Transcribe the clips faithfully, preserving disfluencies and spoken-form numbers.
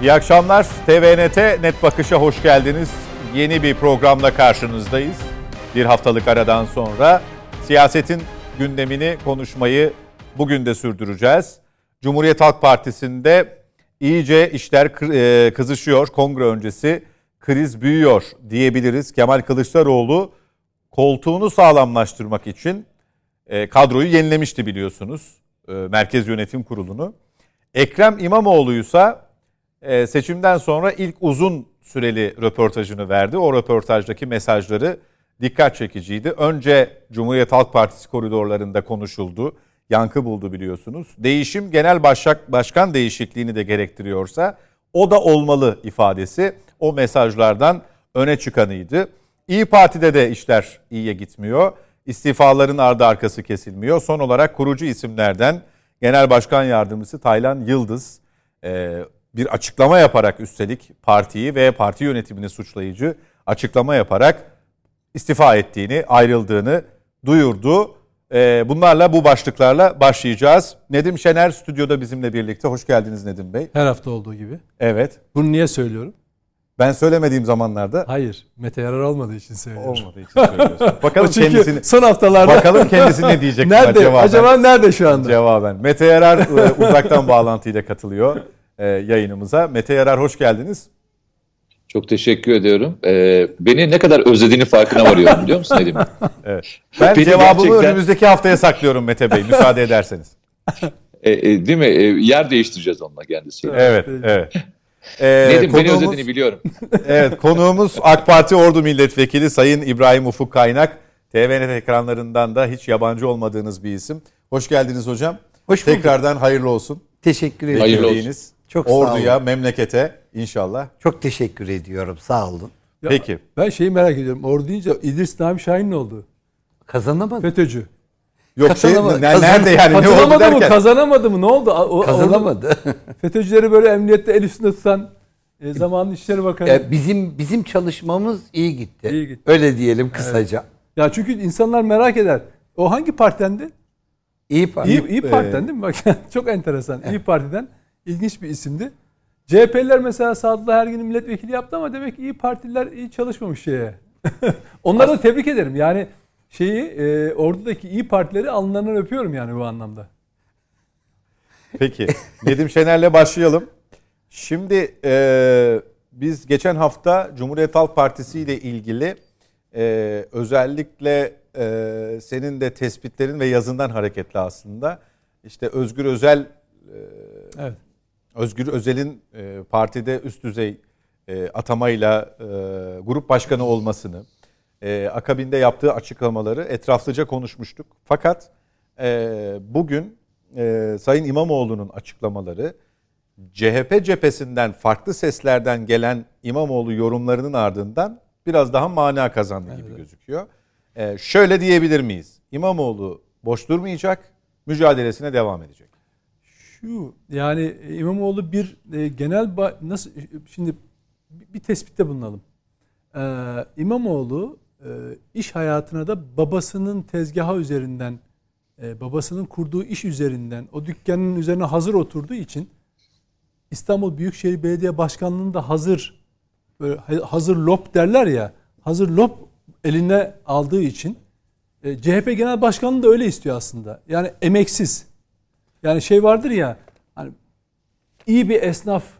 İyi akşamlar. T V N T Net Bakış'a hoş geldiniz. Yeni bir programla karşınızdayız. Bir haftalık aradan sonra siyasetin gündemini konuşmayı bugün de sürdüreceğiz. Cumhuriyet Halk Partisi'nde iyice işler kızışıyor. Kongre öncesi kriz büyüyor diyebiliriz. Kemal Kılıçdaroğlu koltuğunu sağlamlaştırmak için kadroyu yenilemişti biliyorsunuz. Merkez Yönetim Kurulu'nu. Ekrem İmamoğlu ise seçimden sonra ilk uzun süreli röportajını verdi. O röportajdaki mesajları dikkat çekiciydi. Önce Cumhuriyet Halk Partisi koridorlarında konuşuldu. Yankı buldu biliyorsunuz. Değişim genel başak, başkan değişikliğini de gerektiriyorsa o da olmalı ifadesi o mesajlardan öne çıkanıydı. İYİ Parti'de de işler iyiye gitmiyor. İstifaların ardı arkası kesilmiyor. Son olarak kurucu isimlerden Genel Başkan Yardımcısı Taylan Yıldız e, bir açıklama yaparak üstelik partiyi ve parti yönetimini suçlayıcı açıklama yaparak istifa ettiğini, ayrıldığını duyurdu. E, bunlarla, bu başlıklarla başlayacağız. Nedim Şener stüdyoda bizimle birlikte. Hoş geldiniz Nedim Bey. Her hafta olduğu gibi. Evet. Bunu niye söylüyorum? Ben söylemediğim zamanlarda. Hayır. Mete Yarar olmadığı için söylüyorum. Olmadığı için söylüyorsun. Bakalım çünkü kendisini. Son haftalarda. Bakalım kendisi ne diyecek. Nerede? Cevaben. Acaba nerede şu anda? Cevaben. Mete Yarar e, uzaktan bağlantıyla katılıyor e, yayınımıza. Mete Yarar hoş geldiniz. Çok teşekkür ediyorum. Ee, beni ne kadar özlediğini farkına varıyorum biliyor musun Nedim? Evet. Ben Beni cevabımı gerçekten... önümüzdeki haftaya saklıyorum Mete Bey, müsaade ederseniz. E, e, değil mi? E, yer değiştireceğiz onunla kendisiyle. Evet, evet. Ee, Nedim konuğumuz, beni özlediğini biliyorum. Evet, konuğumuz AK Parti Ordu Milletvekili Sayın İbrahim Ufuk Kaynak. T V N T ekranlarından da hiç yabancı olmadığınız bir isim. Hoş geldiniz hocam. Hoş bulduk. Tekrardan hayırlı olsun. Teşekkür ederim. Hayırlı olsun. Çok sağ olun. Ordu'ya, memlekete inşallah. Çok teşekkür ediyorum. Sağ olun. Ya, peki. Ben şeyi merak ediyorum. Ordu deyince İdris Nami Şahin ne oldu? Kazanamadı. FETÖ'cü. Yok şey, Kazanamadı. nerede yani? Ne oldu Kazanamadı derken? mı? Kazanamadı mı? Ne oldu? O, Kazanamadı. Ordu, FETÖ'cüleri böyle emniyette el üstünde tutan e, zamanın İçişleri Bakanı. Ya bizim bizim çalışmamız iyi gitti. İyi gitti. Öyle diyelim kısaca. Evet. Ya çünkü insanlar merak eder. O hangi partitendi? İyi Parti. İyi, İyi Parti'den değil mi? Bak çok enteresan. Evet. İyi Parti'den ilginç bir isimdi. C H P'liler mesela Sadullah Ergin'i milletvekili yaptı ama demek ki İyi Partililer iyi çalışmamış şeye. Onları da tebrik ederim. Yani şeyi e, Ordu'daki İyi Partileri alnlarından öpüyorum yani bu anlamda. Peki. Nedim Şener'le başlayalım. Şimdi e, biz geçen hafta Cumhuriyet Halk Partisi ile ilgili e, özellikle e, senin de tespitlerin ve yazından hareketle aslında işte Özgür Özel e, evet. Özgür Özel'in e, partide üst düzey e, atamayla e, grup başkanı olmasını, e, akabinde yaptığı açıklamaları etraflıca konuşmuştuk. Fakat e, bugün e, Sayın İmamoğlu'nun açıklamaları, C H P cephesinden farklı seslerden gelen İmamoğlu yorumlarının ardından biraz daha mana kazandı gibi evet. gözüküyor. E, şöyle diyebilir miyiz? İmamoğlu boş durmayacak, mücadelesine devam edecek. Şu yani İmamoğlu bir e, genel ba- nasıl şimdi bir, bir tespitte bulunalım. Ee, İmamoğlu e, iş hayatına da babasının tezgahı üzerinden, e, babasının kurduğu iş üzerinden, o dükkanın üzerine hazır oturduğu için İstanbul Büyükşehir Belediye Başkanlığı'nda da hazır böyle hazır lop derler ya, hazır lop eline aldığı için e, C H P Genel Başkanlığı da öyle istiyor aslında. Yani emeksiz. Yani şey vardır ya, hani iyi bir esnaflık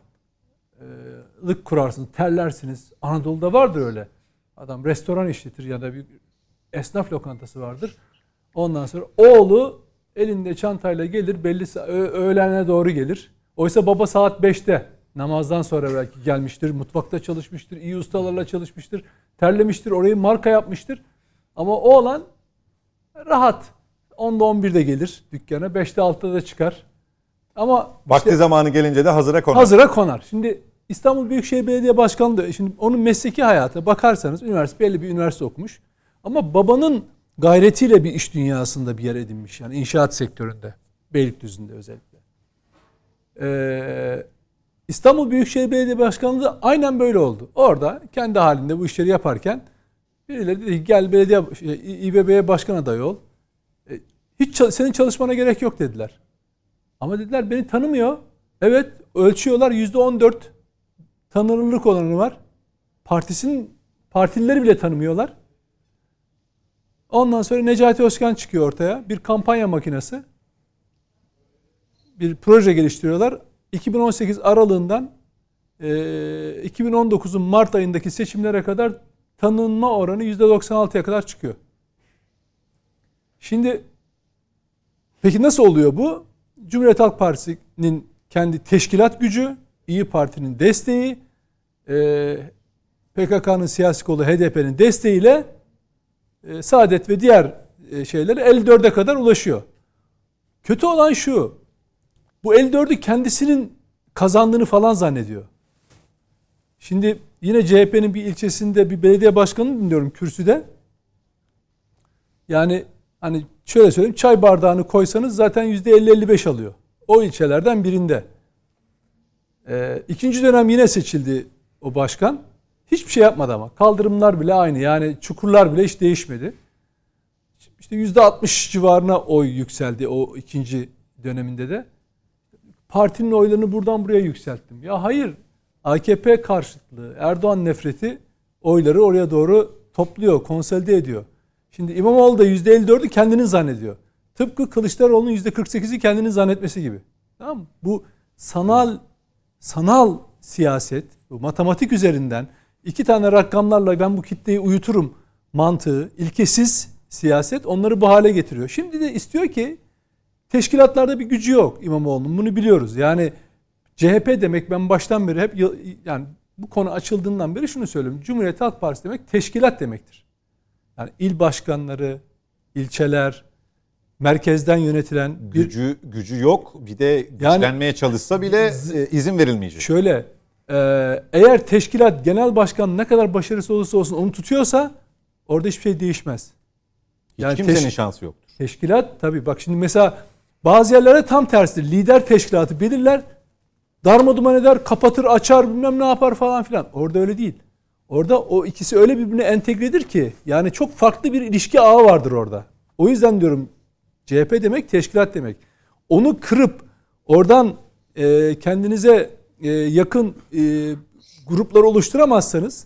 kurarsınız, terlersiniz. Anadolu'da vardır öyle. Adam restoran işletir ya da bir esnaf lokantası vardır. Ondan sonra oğlu elinde çantayla gelir, belli öğlene doğru gelir. Oysa baba saat beşte namazdan sonra belki gelmiştir, mutfakta çalışmıştır, iyi ustalarla çalışmıştır, terlemiştir, orayı marka yapmıştır. Ama oğlan rahat. onda on birde gelir dükkana, beşte altıda da çıkar. Ama vakti işte, zamanı gelince de hazıra konar. Hazıra konar. Şimdi İstanbul Büyükşehir Belediye Başkanı da şimdi onun mesleki hayatı bakarsanız üniversite belli bir üniversite okumuş. Ama babanın gayretiyle bir iş dünyasında bir yer edinmiş. Yani inşaat sektöründe, Beylikdüzü'nde özellikle. Ee, İstanbul Büyükşehir Belediye Başkanlığı da aynen böyle oldu. Orada kendi halinde bu işleri yaparken birileri dedi ki gel belediye İ B B'ye başkan adayı ol. Hiç senin çalışmana gerek yok dediler. Ama dediler beni tanımıyor. Evet ölçüyorlar yüzde on dört tanınırlık oranı var. Partisinin partilileri bile tanımıyorlar. Ondan sonra Necati Özkan çıkıyor ortaya. Bir kampanya makinesi. Bir proje geliştiriyorlar. iki bin on sekiz aralığından e, iki bin on dokuzun Mart ayındaki seçimlere kadar tanınma oranı yüzde doksan altıya kadar çıkıyor. Şimdi peki nasıl oluyor bu? Cumhuriyet Halk Partisi'nin kendi teşkilat gücü, İyi Parti'nin desteği, e, P K K'nın siyasi kolu H D P'nin desteğiyle e, Saadet ve diğer e, şeyleri elli dörde kadar ulaşıyor. Kötü olan şu, bu elli dördü kendisinin kazandığını falan zannediyor. Şimdi yine C H P'nin bir ilçesinde bir belediye başkanını dinliyorum kürsüde. Yani hani şöyle söyleyeyim, çay bardağını koysanız zaten yüzde elli elli beş alıyor. O ilçelerden birinde. Ee, ikinci dönem yine seçildi o başkan. Hiçbir şey yapmadı ama. Kaldırımlar bile aynı. Yani çukurlar bile hiç değişmedi. İşte yüzde altmış civarına oy yükseldi o ikinci döneminde de. Partinin oylarını buradan buraya yükselttim. Ya hayır. A K P karşıtlığı, Erdoğan nefreti oyları oraya doğru topluyor, konsolide ediyor. Şimdi İmamoğlu da yüzde elli dördü kendini zannediyor. Tıpkı Kılıçdaroğlu'nun yüzde kırk sekizi kendini zannetmesi gibi. Tamam mı? Bu sanal sanal siyaset, bu matematik üzerinden iki tane rakamlarla ben bu kitleyi uyuturum mantığı, ilkesiz siyaset onları bu hale getiriyor. Şimdi de istiyor ki teşkilatlarda bir gücü yok İmamoğlu'nun. Bunu biliyoruz. Yani C H P demek, ben baştan beri hep yani bu konu açıldığından beri şunu söylüyorum. Cumhuriyet Halk Partisi demek teşkilat demektir. Yani il başkanları, ilçeler, merkezden yönetilen bir gücü gücü yok. Bir de güçlenmeye yani, çalışsa bile e, izin verilmeyecek. Şöyle, e, eğer teşkilat genel başkan ne kadar başarısız olursa olsun onu tutuyorsa orada hiçbir şey değişmez. Hiç yani kimsenin teş- şansı yoktur. Teşkilat tabii bak şimdi mesela bazı yerlere tam tersidir. Lider teşkilatı belirler, darmaduman eder, kapatır, açar, bilmem ne yapar falan filan. Orada öyle değil. Orada o ikisi öyle birbirine entegredir ki yani çok farklı bir ilişki ağı vardır orada. O yüzden diyorum C H P demek teşkilat demek. Onu kırıp oradan e, kendinize e, yakın e, gruplar oluşturamazsanız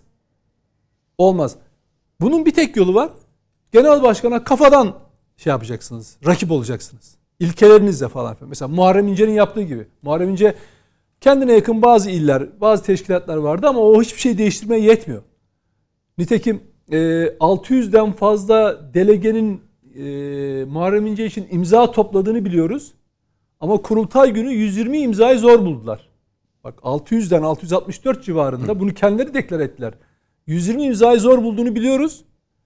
olmaz. Bunun bir tek yolu var. Genel başkana kafadan şey yapacaksınız. Rakip olacaksınız. İlkelerinizle falan. Mesela Muharrem İnce'nin yaptığı gibi. Muharrem İnce kendine yakın bazı iller, bazı teşkilatlar vardı ama o hiçbir şey değiştirmeye yetmiyor. Nitekim e, altı yüzden fazla delegenin e, Muharrem İnce için imza topladığını biliyoruz. Ama kurultay günü yüz yirmi imzayı zor buldular. Bak altı yüzden altı yüz altmış dört civarında bunu kendileri deklar ettiler. yüz yirmi imzayı zor bulduğunu biliyoruz.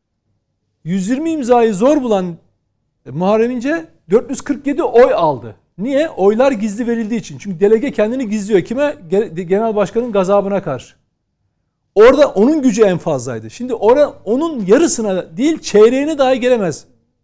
yüz yirmi imzayı zor bulan e, Muharrem İnce dört yüz kırk yedi oy aldı. Niye? Oylar gizli verildiği için. Çünkü delege kendini gizliyor. Kime? Genel başkanın gazabına karşı. Orada onun gücü en fazlaydı. Şimdi orada onun yarısına değil çeyreğine dahi gelemez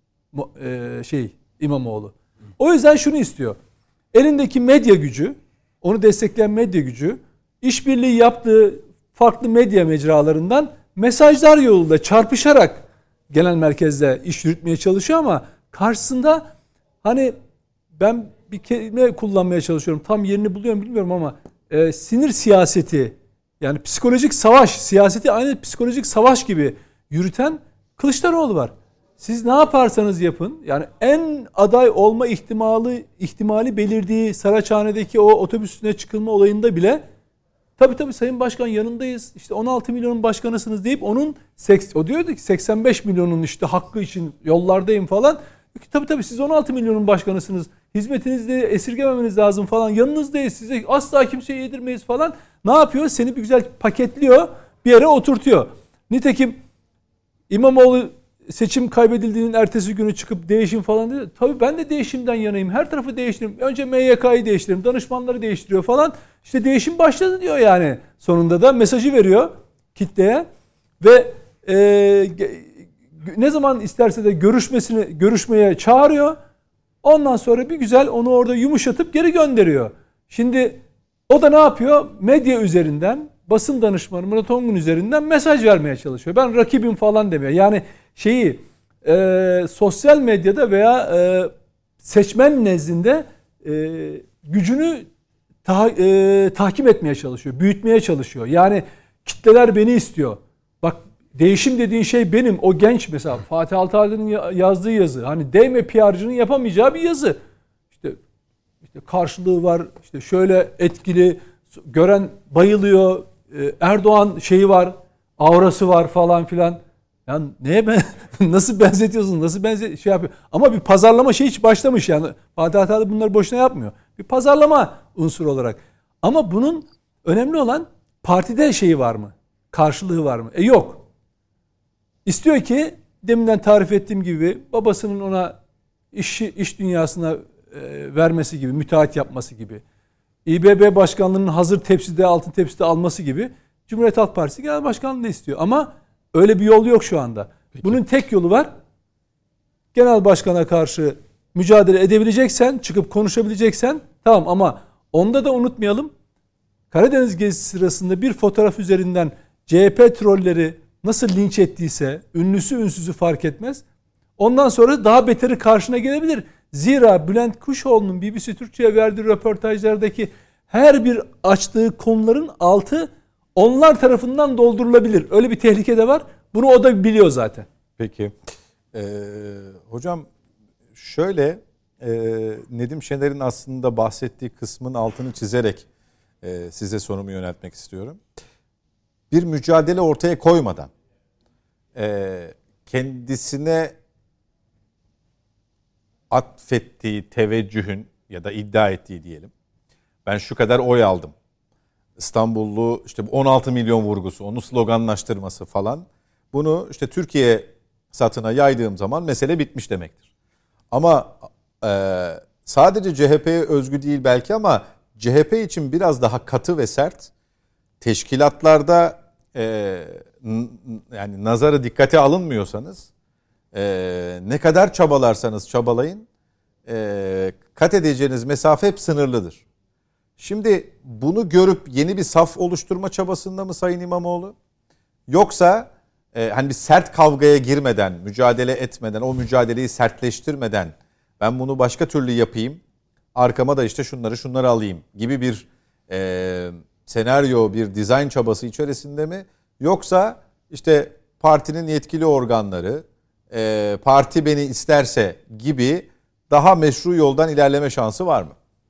ee, şey İmamoğlu. O yüzden şunu istiyor. Elindeki medya gücü, onu destekleyen medya gücü, işbirliği yaptığı farklı medya mecralarından mesajlar yoluyla çarpışarak genel merkezde iş yürütmeye çalışıyor ama karşısında hani ben bir kelime kullanmaya çalışıyorum. Tam yerini buluyorum bilmiyorum ama e, sinir siyaseti, yani psikolojik savaş, siyaseti aynı psikolojik savaş gibi yürüten Kılıçdaroğlu var. Siz ne yaparsanız yapın, yani en aday olma ihtimali ihtimali belirdiği Saraçhane'deki o otobüs üstüne çıkılma olayında bile tabii tabii Sayın Başkan yanındayız, işte on altı milyonun başkanısınız deyip onun o diyordu ki seksen beş milyonun işte hakkı için yollardayım falan. Tabii tabii siz on altı milyonun başkanısınız. Hizmetinizde esirgememeniz lazım falan. Yanınızdayız. Size asla kimseye yedirmeyiz falan. Ne yapıyor? Seni bir güzel paketliyor. Bir yere oturtuyor. Nitekim İmamoğlu seçim kaybedildiğinin ertesi günü çıkıp değişim falan dedi. Tabii ben de değişimden yanayım. Her tarafı değiştiririm. Önce M Y K'yı değiştiririm. Danışmanları değiştiriyor falan. İşte değişim başladı diyor yani. Sonunda da mesajı veriyor kitleye. Ve eee ne zaman isterse de görüşmesini görüşmeye çağırıyor. Ondan sonra bir güzel onu orada yumuşatıp geri gönderiyor. Şimdi o da ne yapıyor? Medya üzerinden, basın danışmanı Murat Ongun üzerinden mesaj vermeye çalışıyor. Ben rakibim falan demiyor. Yani şeyi e, sosyal medyada veya e, seçmen nezdinde e, gücünü ta, e, tahkim etmeye çalışıyor, büyütmeye çalışıyor. Yani kitleler beni istiyor. Bak değişim dediğin şey benim. O genç mesela Fatih Altaylı'nın yazdığı yazı. Hani değme P R'cının yapamayacağı bir yazı. İşte, işte karşılığı var. İşte şöyle etkili, gören bayılıyor. Erdoğan şeyi var, aurası var falan filan. Yani neye ben nasıl benzetiyorsun? Nasıl benze şey yapıyor? Ama bir pazarlama şey hiç başlamış yani. Fatih Altaylı bunları boşuna yapmıyor. Bir pazarlama unsuru olarak. Ama bunun önemli olan partide şeyi var mı? Karşılığı var mı? E yok. İstiyor ki deminden tarif ettiğim gibi babasının ona işi iş dünyasına e, vermesi gibi, müteahhit yapması gibi. İ B B başkanlığının hazır tepside, altın tepside alması gibi Cumhuriyet Halk Partisi Genel Başkanlığı da istiyor. Ama öyle bir yol yok şu anda. Peki. Bunun tek yolu var. Genel başkana karşı mücadele edebileceksen, çıkıp konuşabileceksen tamam, ama onda da unutmayalım. Karadeniz gezisi sırasında bir fotoğraf üzerinden C H P trolleri nasıl linç ettiyse, ünlüsü ünsüzü fark etmez. Ondan sonra daha beteri karşına gelebilir. Zira Bülent Kuşoğlu'nun B B C Türkçe'ye verdiği röportajlardaki her bir açtığı konuların altı onlar tarafından doldurulabilir. Öyle bir tehlike de var. Bunu o da biliyor zaten. Peki. Ee, hocam şöyle e, Nedim Şener'in aslında bahsettiği kısmın altını çizerek e, size sorumu yöneltmek istiyorum. Bir mücadele ortaya koymadan e, kendisine atfettiği teveccühün ya da iddia ettiği diyelim, ben şu kadar oy aldım, İstanbullu işte on altı milyon vurgusu, onu sloganlaştırması falan, bunu işte Türkiye satına yaydığım zaman mesele bitmiş demektir. Ama e, sadece C H P'ye özgü değil belki, ama C H P için biraz daha katı ve sert, teşkilatlarda e, n- yani nazarı dikkate alınmıyorsanız, e, ne kadar çabalarsanız çabalayın, e, kat edeceğiniz mesafe hep sınırlıdır. Şimdi bunu görüp yeni bir saf oluşturma çabasında mı Sayın İmamoğlu? Yoksa e, hani bir sert kavgaya girmeden, mücadele etmeden, o mücadeleyi sertleştirmeden ben bunu başka türlü yapayım, arkama da işte şunları şunları alayım gibi bir e, senaryo, bir dizayn çabası içerisinde mi? Yoksa işte partinin yetkili organları, e, parti beni isterse gibi daha meşru yoldan ilerleme şansı var mı?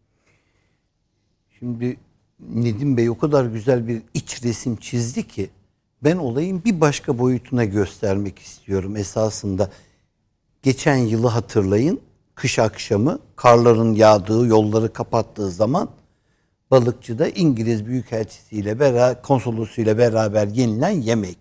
Şimdi Nedim Bey o kadar güzel bir iç resim çizdi ki ben olayın bir başka boyutuna göstermek istiyorum. Esasında geçen yılı hatırlayın, kış akşamı karların yağdığı, yolları kapattığı zaman Balıkçı'da İngiliz Büyükelçisiyle beraber, konsolosuyla beraber yenilen yemek.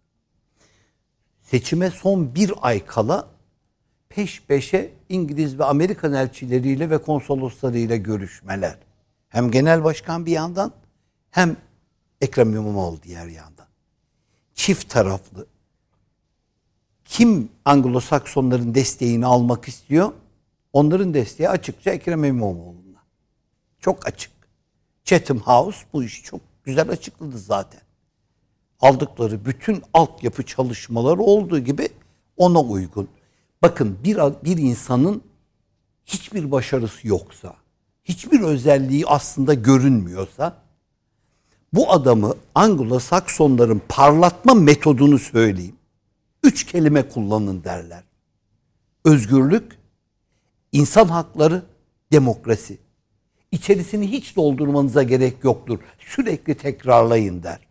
Seçime son bir ay kala peş peşe İngiliz ve Amerikan elçileriyle ve konsoloslarıyla görüşmeler. Hem genel başkan bir yandan, hem Ekrem İmamoğlu diğer yandan. Çift taraflı. Kim Anglo-Saksonların desteğini almak istiyor? Onların desteği açıkça Ekrem İmamoğlu'na. Çok açık. Chatham House bu işi çok güzel açıkladı zaten. Aldıkları bütün altyapı çalışmaları olduğu gibi ona uygun. Bakın bir, bir insanın hiçbir başarısı yoksa, hiçbir özelliği aslında görünmüyorsa, bu adamı Anglo-Saksonların parlatma metodunu söyleyeyim. Üç kelime kullanın derler. Özgürlük, insan hakları, demokrasi. İçerisini hiç doldurmanıza gerek yoktur. Sürekli tekrarlayın der.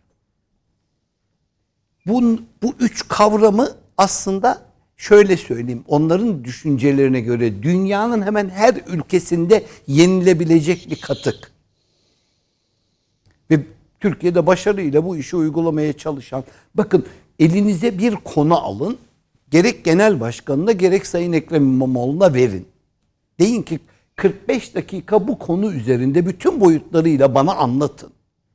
Bu, bu üç kavramı aslında şöyle söyleyeyim, onların düşüncelerine göre dünyanın hemen her ülkesinde yenilebilecek bir katık. Ve Türkiye'de başarıyla bu işi uygulamaya çalışan, bakın elinize bir konu alın, gerek genel başkanına gerek Sayın Ekrem İmamoğlu'na verin. Deyin ki kırk beş dakika bu konu üzerinde bütün boyutlarıyla bana anlatın.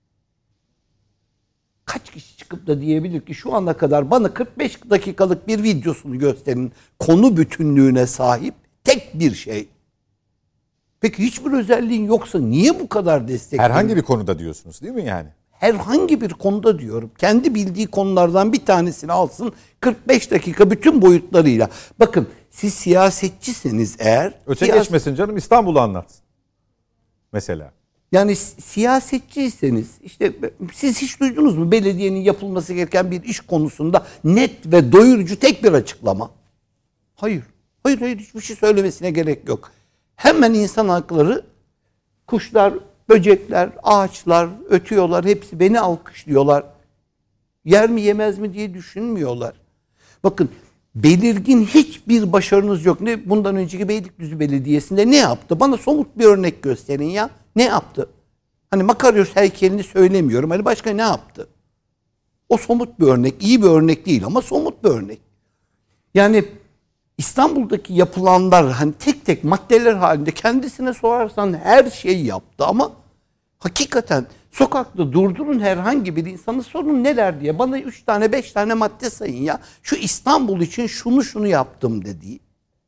Kaç kişi çıkıp da diyebilir ki şu ana kadar bana kırk beş dakikalık bir videosunu gösterin, konu bütünlüğüne sahip tek bir şey. Peki hiçbir özelliğin yoksa niye bu kadar destek? Herhangi bir konuda diyorsunuz değil mi yani? Herhangi bir konuda diyorum. Kendi bildiği konulardan bir tanesini alsın, kırk beş dakika bütün boyutlarıyla. Bakın siz siyasetçisiniz eğer. Öte siyas- geçmesin canım, İstanbul'u anlatsın. Mesela. Yani siyasetçiyseniz işte siz hiç duydunuz mu belediyenin yapılması gereken bir iş konusunda net ve doyurucu tek bir açıklama? Hayır. Hayır hayır hiçbir şey söylemesine gerek yok. Hemen insan hakları, kuşlar, böcekler, ağaçlar ötüyorlar. Hepsi beni alkışlıyorlar. Yer mi yemez mi diye düşünmüyorlar. Bakın belirgin hiçbir başarınız yok. Ne bundan önceki Beylikdüzü Belediyesi'nde ne yaptı? Bana somut bir örnek gösterin ya. Ne yaptı? Hani Makaryos heykelini söylemiyorum. Hani başka ne yaptı? O somut bir örnek. İyi bir örnek değil ama somut bir örnek. Yani İstanbul'daki yapılanlar hani tek tek maddeler halinde kendisine sorarsan her şeyi yaptı ama hakikaten sokakta durdurun herhangi bir insanı sorun neler diye. Bana üç tane beş tane madde sayın ya. Şu İstanbul için şunu şunu yaptım dediği.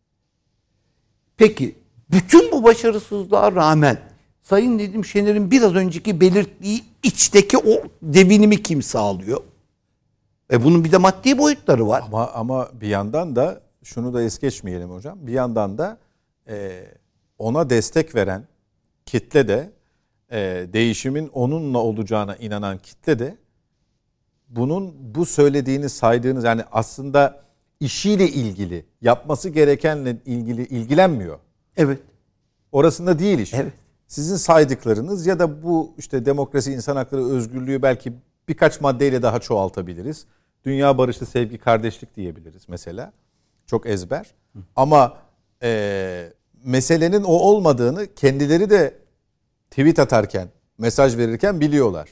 Peki bütün bu başarısızlığa rağmen Sayın Nedim Şener'in biraz önceki belirttiği içteki o devinimi kim sağlıyor? E bunun bir de maddi boyutları var. Ama ama bir yandan da şunu da es geçmeyelim hocam. Bir yandan da e, ona destek veren kitle de e, değişimin onunla olacağına inanan kitle de bunun bu söylediğiniz saydığınız yani aslında işiyle ilgili yapması gerekenle ilgili ilgilenmiyor. Evet. Orasında değil iş. Evet. Sizin saydıklarınız ya da bu işte demokrasi, insan hakları, özgürlüğü belki birkaç maddeyle daha çoğaltabiliriz. Dünya barışı, sevgi, kardeşlik diyebiliriz mesela. Çok ezber. Hı. Ama e, meselenin o olmadığını kendileri de tweet atarken, mesaj verirken biliyorlar.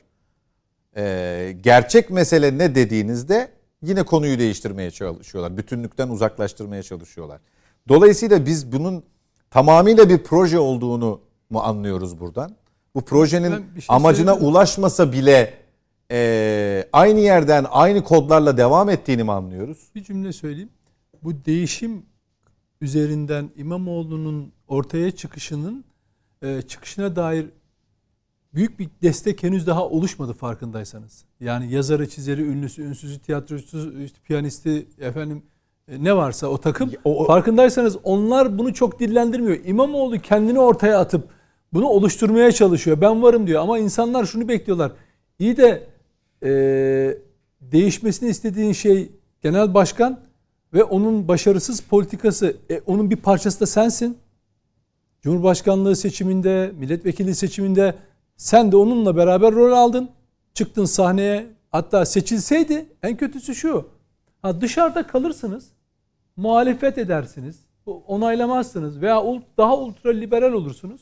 E, gerçek mesele ne dediğinizde yine konuyu değiştirmeye çalışıyorlar. Bütünlükten uzaklaştırmaya çalışıyorlar. Dolayısıyla biz bunun tamamıyla bir proje olduğunu mu anlıyoruz buradan? Bu projenin şey amacına ulaşmasa bile e, aynı yerden aynı kodlarla devam ettiğini mi anlıyoruz? Bir cümle söyleyeyim. Bu değişim üzerinden İmamoğlu'nun ortaya çıkışının e, çıkışına dair büyük bir destek henüz daha oluşmadı farkındaysanız. Yani yazarı, çizeri, ünlüsü, ünsüzü, tiyatrocusu, işte piyanisti, efendim e, ne varsa o takım o, o, farkındaysanız onlar bunu çok dillendirmiyor. İmamoğlu kendini ortaya atıp bunu oluşturmaya çalışıyor. Ben varım diyor ama insanlar şunu bekliyorlar. İyi de e, değişmesini istediğin şey genel başkan ve onun başarısız politikası. E, onun bir parçası da sensin. Cumhurbaşkanlığı seçiminde, milletvekili seçiminde sen de onunla beraber rol aldın. Çıktın sahneye. Hatta seçilseydi en kötüsü şu. Ha, dışarıda kalırsınız. Muhalefet edersiniz. Onaylamazsınız veya daha ultra liberal olursunuz.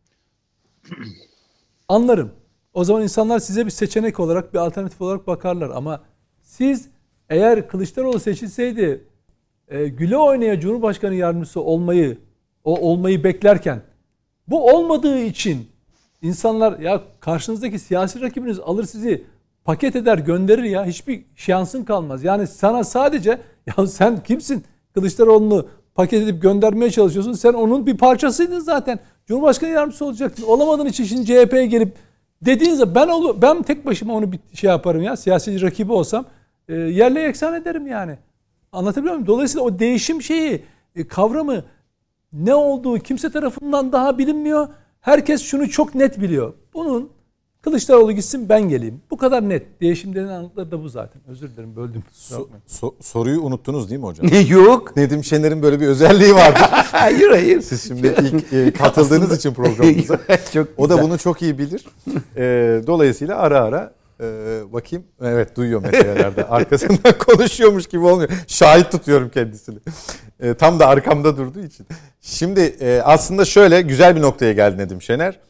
Anlarım. O zaman insanlar size bir seçenek olarak, bir alternatif olarak bakarlar. Ama siz eğer Kılıçdaroğlu seçilseydi e, güle oynaya Cumhurbaşkanı yardımcısı olmayı o olmayı beklerken bu olmadığı için insanlar ya karşınızdaki siyasi rakibiniz alır sizi paket eder gönderir ya hiçbir şansın kalmaz. Yani sana sadece ya sen kimsin? Kılıçdaroğlu'nu paket edip göndermeye çalışıyorsun. Sen onun bir parçasıydın zaten. Cumhurbaşkanı yardımcısı olacaktın. Olamadığın için şimdi C H P'ye gelip dediğinizde ben olu ben tek başıma onu bir şey yaparım ya. Siyasi rakibi olsam e, yerle yeksan ederim yani. Anlatabiliyor muyum? Dolayısıyla o değişim şeyi e, kavramı ne olduğu kimse tarafından daha bilinmiyor. Herkes şunu çok net biliyor. Bunun Kılıçdaroğlu gitsin ben geleyim. Bu kadar net. Değişim denen anlıkları da bu zaten. Özür dilerim böldüm. So, so, soruyu unuttunuz değil mi hocam? Yok. Nedim Şener'in böyle bir özelliği vardı. hayır hayır. Siz şimdi ilk e, katıldığınız için programımıza. Çok o da bunu çok iyi bilir. E, dolayısıyla ara ara e, bakayım. Evet duyuyor meselelerde. Arkasından konuşuyormuş gibi olmuyor. Şahit tutuyorum kendisini. E, tam da arkamda durduğu için. Şimdi e, aslında şöyle güzel bir noktaya geldi Nedim Şener.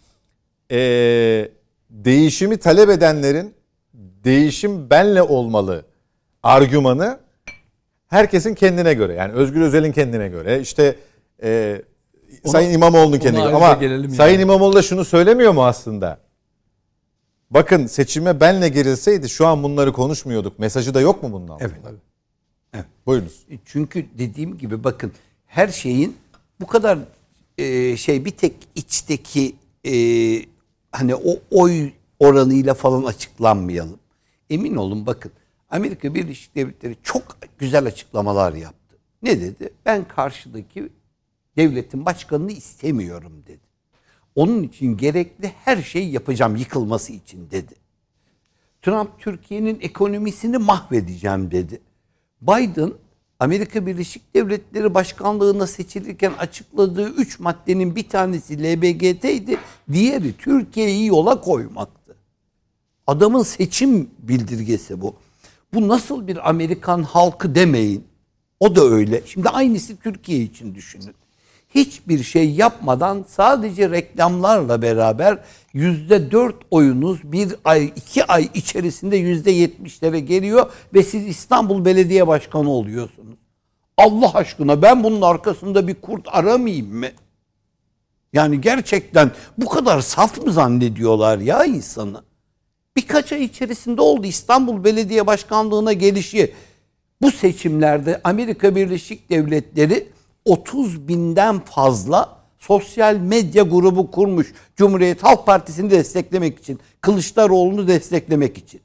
Eee değişimi talep edenlerin değişim benle olmalı argümanı herkesin kendine göre. Yani Özgür Özel'in kendine göre. İşte e, ona, Sayın İmamoğlu'nun kendine göre. Ama Sayın yani. İmamoğlu da şunu söylemiyor mu aslında? Bakın seçime benle girilseydi şu an bunları konuşmuyorduk. Mesajı da yok mu bunun altında? Evet. evet. Buyurunuz. Çünkü dediğim gibi bakın her şeyin bu kadar e, şey bir tek içteki e, hani o oy oranıyla falan açıklanmayalım. Emin olun bakın Amerika Birleşik Devletleri çok güzel açıklamalar yaptı. Ne dedi? Ben karşıdaki devletin başkanını istemiyorum dedi. Onun için gerekli her şeyi yapacağım yıkılması için dedi. Trump Türkiye'nin ekonomisini mahvedeceğim dedi. Biden Amerika Birleşik Devletleri Başkanlığı'na seçilirken açıkladığı üç maddenin bir tanesi L B G T'ydi, diğeri Türkiye'yi yola koymaktı. Adamın seçim bildirgesi bu. Bu nasıl bir Amerikan halkı demeyin. O da öyle. Şimdi aynısı Türkiye için düşünün. Hiçbir şey yapmadan sadece reklamlarla beraber yüzde dört oyunuz bir ay, iki ay içerisinde yüzde yetmişlere geliyor ve siz İstanbul Belediye Başkanı oluyorsunuz. Allah aşkına ben bunun arkasında bir kurt aramayayım mı? Yani gerçekten bu kadar saf mı zannediyorlar ya insanı? Birkaç ay içerisinde oldu İstanbul Belediye Başkanlığı'na gelişi. Bu seçimlerde Amerika Birleşik Devletleri otuz binden fazla sosyal medya grubu kurmuş. Cumhuriyet Halk Partisi'ni desteklemek için. Kılıçdaroğlu'nu desteklemek için.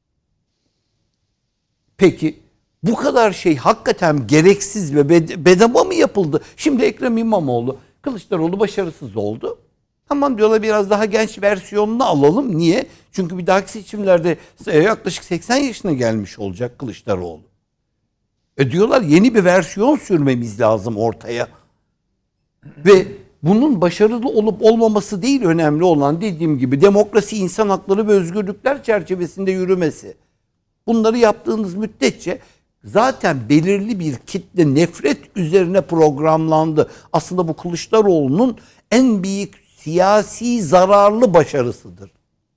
Peki bu kadar şey hakikaten gereksiz ve bedava mı yapıldı? Şimdi Ekrem İmamoğlu, Kılıçdaroğlu başarısız oldu. Tamam diyorlar, biraz daha genç versiyonunu alalım. Niye? Çünkü bir dahaki seçimlerde yaklaşık seksen yaşına gelmiş olacak Kılıçdaroğlu. E diyorlar yeni bir versiyon sürmemiz lazım ortaya. Ve bunun başarılı olup olmaması değil önemli olan, dediğim gibi demokrasi, insan hakları ve özgürlükler çerçevesinde yürümesi. Bunları yaptığınız müddetçe zaten belirli bir kitle nefret üzerine programlandı. Aslında bu Kılıçdaroğlu'nun en büyük siyasi zararlı başarısıdır.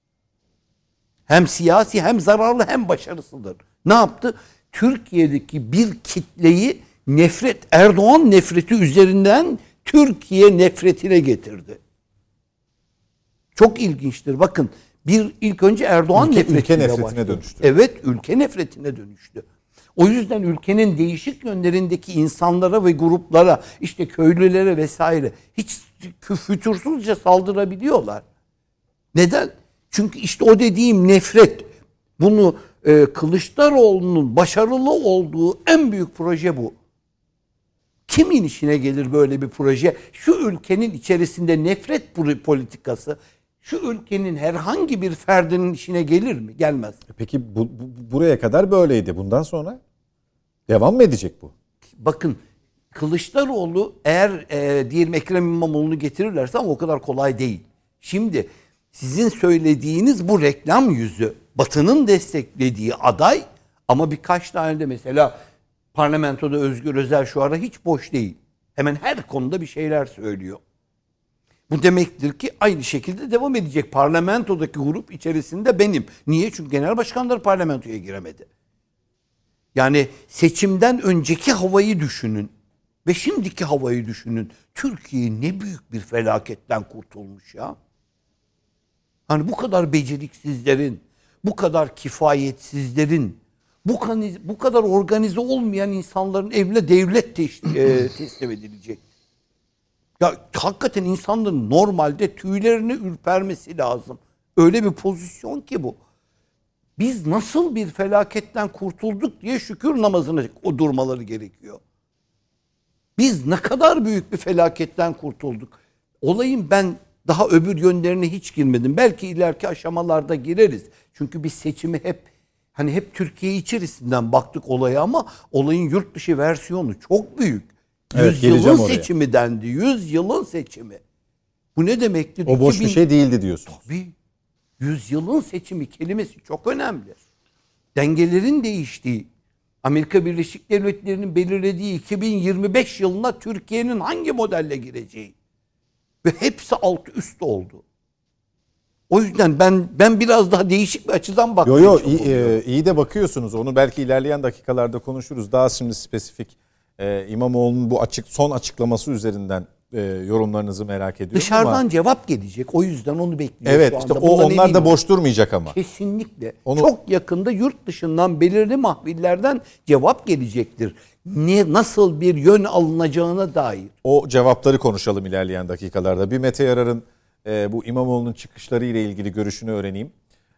Hem siyasi hem zararlı hem başarısıdır. Ne yaptı? Türkiye'deki bir kitleyi nefret, Erdoğan nefreti üzerinden Türkiye nefretine getirdi. Çok ilginçtir. Bakın bir ilk önce Erdoğan ülke, nefretine, ülke nefretine başladı. dönüştü. Evet, ülke nefretine dönüştü. O yüzden ülkenin değişik yönlerindeki insanlara ve gruplara, işte köylülere vesaire hiç fütursuzca saldırabiliyorlar. Neden? Çünkü işte o dediğim nefret, bunu e, Kılıçdaroğlu'nun başarılı olduğu en büyük proje bu. Kimin işine gelir böyle bir proje? Şu ülkenin içerisinde nefret politikası, şu ülkenin herhangi bir ferdinin işine gelir mi? Gelmez. Peki bu, bu, buraya kadar böyleydi. Bundan sonra devam mı edecek bu? Bakın Kılıçdaroğlu eğer e, diyelim Ekrem İmamoğlu'nu getirirlerse, ama o kadar kolay değil. Şimdi sizin söylediğiniz bu reklam yüzü, Batı'nın desteklediği aday, ama birkaç tane de mesela parlamentoda Özgür Özel şu ara hiç boş değil. Hemen her konuda bir şeyler söylüyor. Bu demektir ki aynı şekilde devam edecek. Parlamentodaki grup içerisinde benim. Niye? Çünkü genel başkanlar parlamentoya giremedi. Yani seçimden önceki havayı düşünün ve şimdiki havayı düşünün. Türkiye ne büyük bir felaketten kurtulmuş ya. Hani bu kadar beceriksizlerin, bu kadar kifayetsizlerin, bu, bu kadar organize olmayan insanların evine devlet teslim edilecek. Ya hakikaten insanların normalde tüylerini ürpermesi lazım. Öyle bir pozisyon ki bu. Biz nasıl bir felaketten kurtulduk diye şükür namazına o durmaları gerekiyor. Biz ne kadar büyük bir felaketten kurtulduk. Olayın ben daha öbür yönlerine hiç girmedim. Belki ileriki aşamalarda gireriz. Çünkü biz seçimi hep hani hep Türkiye içerisinden baktık olaya, ama olayın yurt dışı versiyonu çok büyük. Evet, Yüzyılın oraya. seçimi dendi. Yüzyılın seçimi. Bu ne demektir? O boş iki bin bir şey değildi diyorsun. Tabii. Yüzyılın seçimi kelimesi çok önemli. Dengelerin değiştiği, Amerika Birleşik Devletleri'nin belirlediği iki bin yirmi beş yılına Türkiye'nin hangi modelle gireceği ve hepsi alt üst oldu. O yüzden ben ben biraz daha değişik bir açıdan bakmaya Yo yo çalışıyorum. iyi, iyi de bakıyorsunuz. Onu belki ilerleyen dakikalarda konuşuruz. Daha şimdi spesifik e, İmamoğlu'nun bu açık son açıklaması üzerinden e, yorumlarınızı merak ediyorum. Dışarıdan ama cevap gelecek. O yüzden onu bekliyor evet, şu anda. işte o Bundan onlar da eminim. boş durmayacak ama. Kesinlikle. Onu- Çok yakında yurt dışından belirli mahvillerden cevap gelecektir. Ne, nasıl bir yön alınacağına dair. O cevapları konuşalım ilerleyen dakikalarda. Bir Mete Yarar'ın e, bu İmamoğlu'nun çıkışları ile ilgili görüşünü öğreneyim.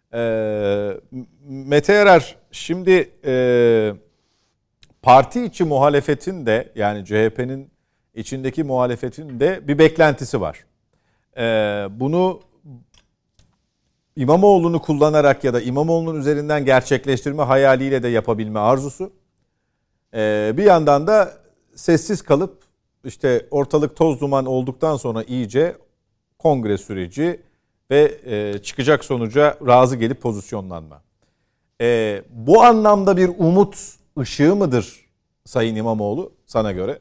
E, Mete Yarar, şimdi e, parti içi muhalefetin de, yani C H P'nin içindeki muhalefetin de bir beklentisi var. Ee, bunu İmamoğlu'nu kullanarak ya da İmamoğlu'nun üzerinden gerçekleştirme hayaliyle de yapabilme arzusu. Ee, bir yandan da sessiz kalıp işte ortalık toz duman olduktan sonra iyice kongre süreci ve e, çıkacak sonuca razı gelip pozisyonlanma. E, bu anlamda bir umut ışığı mıdır Sayın İmamoğlu sana göre?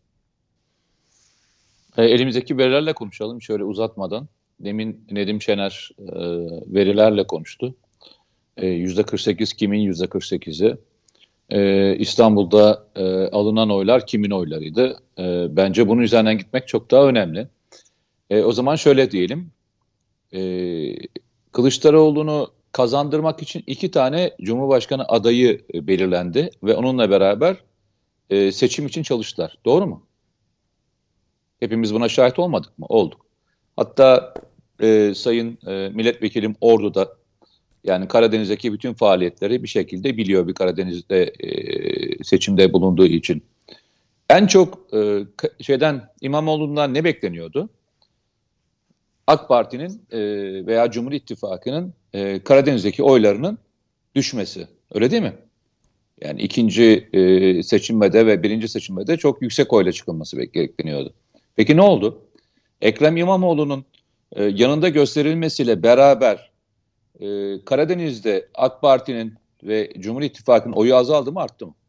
E, elimizdeki verilerle konuşalım şöyle uzatmadan. Demin Nedim Şener e, verilerle konuştu. E, yüzde kırk sekiz kimin yüzde kırk sekizi? E, İstanbul'da e, alınan oylar kimin oylarıydı? E, bence bunun üzerinden gitmek çok daha önemli. E, o zaman şöyle diyelim. E, Kılıçdaroğlu'nu kazandırmak için iki tane Cumhurbaşkanı adayı e, belirlendi ve onunla beraber e, seçim için çalıştılar. Doğru mu? Hepimiz buna şahit olmadık mı? Olduk. Hatta e, Sayın e, Milletvekilim Ordu'da, yani Karadeniz'deki bütün faaliyetleri bir şekilde biliyor, bir Karadeniz'de e, seçimde bulunduğu için. En çok e, şeyden İmamoğlu'ndan ne bekleniyordu? AK Parti'nin e, veya Cumhur İttifakı'nın e, Karadeniz'deki oylarının düşmesi. Öyle değil mi? Yani ikinci e, seçimde ve birinci seçimde çok yüksek oyla çıkılması bekleniyordu. Peki ne oldu? Ekrem İmamoğlu'nun e, yanında gösterilmesiyle beraber e, Karadeniz'de AK Parti'nin ve Cumhur İttifakı'nın oyu azaldı mı, arttı mı?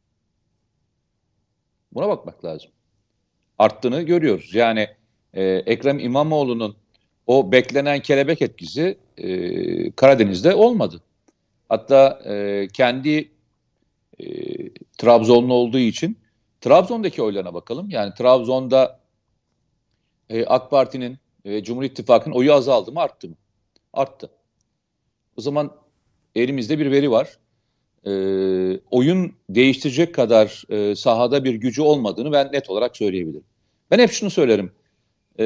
Buna bakmak lazım. Arttığını görüyoruz. Yani e, Ekrem İmamoğlu'nun o beklenen kelebek etkisi e, Karadeniz'de olmadı. Hatta e, kendi e, Trabzonlu olduğu için Trabzon'daki oylarına bakalım. Yani Trabzon'da e, AK Parti'nin ve Cumhur İttifakı'nın oyu azaldı mı, arttı mı? Arttı. O zaman elimizde bir veri var. E, oyun değiştirecek kadar e, sahada bir gücü olmadığını ben net olarak söyleyebilirim. Ben hep şunu söylerim. E,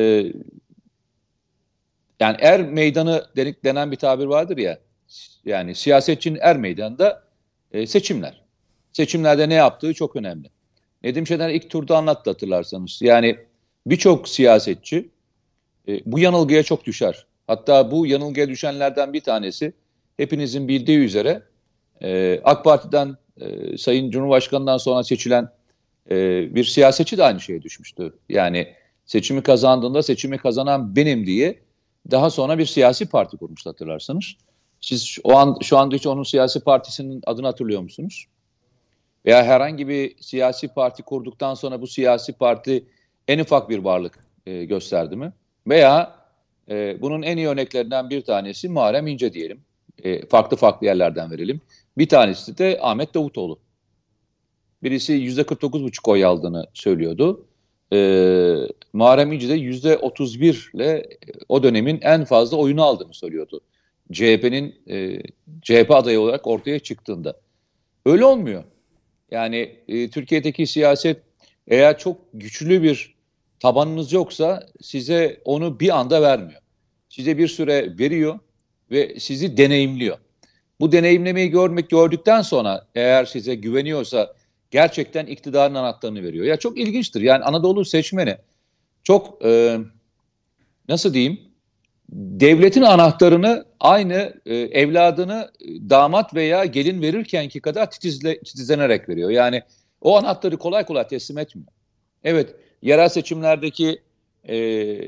yani er meydanı denik denen bir tabir vardır ya. Yani siyasetçinin er meydanında e, seçimler. Seçimlerde ne yaptığı çok önemli. Nedim Şener ilk turda anlattı, hatırlarsanız. Yani birçok siyasetçi e, bu yanılgıya çok düşer. Hatta bu yanılgıya düşenlerden bir tanesi, hepinizin bildiği üzere e, AK Parti'den e, Sayın Cumhurbaşkanı'ndan sonra seçilen e, bir siyasetçi de aynı şeye düşmüştü. Yani seçimi kazandığında seçimi kazanan benim diye daha sonra bir siyasi parti kurmuştu, hatırlarsanız. Siz o an şu anda hiç onun siyasi partisinin adını hatırlıyor musunuz? Veya herhangi bir siyasi parti kurduktan sonra bu siyasi parti en ufak bir varlık e, gösterdi mi? Veya e, bunun en iyi örneklerinden bir tanesi Muharrem İnce diyelim. E, farklı farklı yerlerden verelim. Bir tanesi de Ahmet Davutoğlu. Birisi yüzde kırk dokuz buçuk oy aldığını söylüyordu. E, Muharrem İnce de yüzde otuz bir ile o dönemin en fazla oyunu aldığını söylüyordu. C H P'nin e, C H P adayı olarak ortaya çıktığında. Öyle olmuyor. Yani e, Türkiye'deki siyaset, eğer çok güçlü bir tabanınız yoksa size onu bir anda vermiyor. Size bir süre veriyor ve sizi deneyimliyor. Bu deneyimlemeyi görmek gördükten sonra eğer size güveniyorsa gerçekten iktidarın anahtarını veriyor. Ya çok ilginçtir. Yani Anadolu seçmeni çok e, nasıl diyeyim, devletin anahtarını aynı e, evladını damat veya gelin verirkenki kadar titizle, titizlenerek veriyor. Yani o anahtarı kolay kolay teslim etmiyor. Evet, yerel seçimlerdeki e,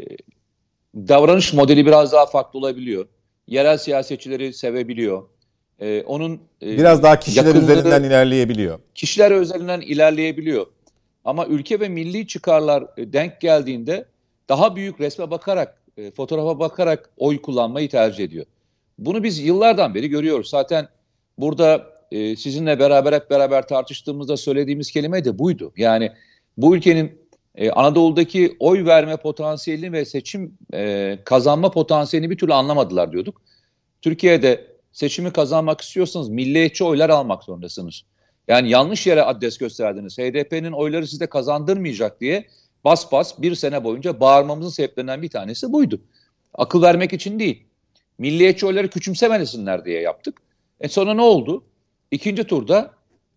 davranış modeli biraz daha farklı olabiliyor. Yerel siyasetçileri sevebiliyor. E, onun e, Biraz daha kişiler yakınlığı, üzerinden ilerleyebiliyor. Kişiler üzerinden ilerleyebiliyor. Ama ülke ve milli çıkarlar e, denk geldiğinde daha büyük resme bakarak, e, fotoğrafa bakarak oy kullanmayı tercih ediyor. Bunu biz yıllardan beri görüyoruz. Zaten burada e, sizinle beraber hep beraber tartıştığımızda söylediğimiz kelime de buydu. Yani bu ülkenin e, Anadolu'daki oy verme potansiyelini ve seçim e, kazanma potansiyelini bir türlü anlamadılar diyorduk. Türkiye'de seçimi kazanmak istiyorsanız milliyetçi oylar almak zorundasınız. Yani yanlış yere adres gösterdiniz. H D P'nin oyları size kazandırmayacak diye bas bas bir sene boyunca bağırmamızın sebeplerinden bir tanesi buydu. Akıl vermek için değil. Milliyetçi oyları küçümsemesinler diye yaptık. E sonra ne oldu? İkinci turda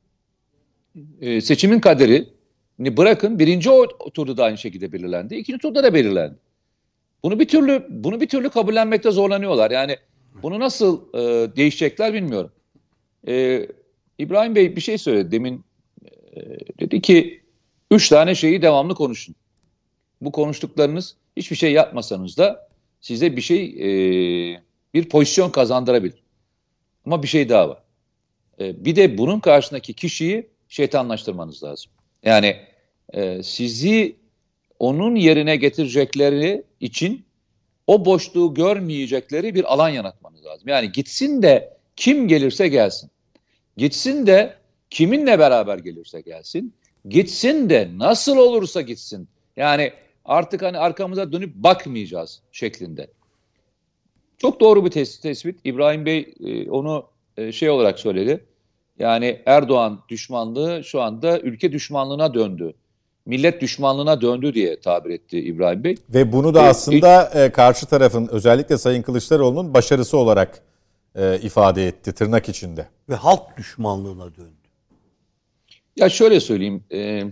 e, seçimin kaderini bırakın, birinci o, turda da aynı şekilde belirlendi. İkinci turda da belirlendi. Bunu bir türlü bunu bir türlü kabullenmekte zorlanıyorlar. Yani bunu nasıl e, değişecekler bilmiyorum. E, İbrahim Bey bir şey söyledi demin. E, dedi ki üç tane şeyi devamlı konuşun. Bu konuştuklarınız hiçbir şey yapmasanız da size bir şey e, bir pozisyon kazandırabilir. Ama bir şey daha var. E, bir de bunun karşısındaki kişiyi şeytanlaştırmanız lazım. Yani e, sizi onun yerine getirecekleri için o boşluğu görmeyecekleri bir alan yaratmanız lazım. Yani gitsin de kim gelirse gelsin. Gitsin de kiminle beraber gelirse gelsin. Gitsin de nasıl olursa gitsin. Yani artık hani arkamıza dönüp bakmayacağız şeklinde. Çok doğru bir tes- tespit. İbrahim Bey e, onu e, şey olarak söyledi. Yani Erdoğan düşmanlığı şu anda ülke düşmanlığına döndü. Millet düşmanlığına döndü diye tabir etti İbrahim Bey. Ve bunu da Ee, aslında e, karşı tarafın, özellikle Sayın Kılıçdaroğlu'nun başarısı olarak e, ifade etti tırnak içinde. Ve halk düşmanlığına döndü. Ya şöyle söyleyeyim. E,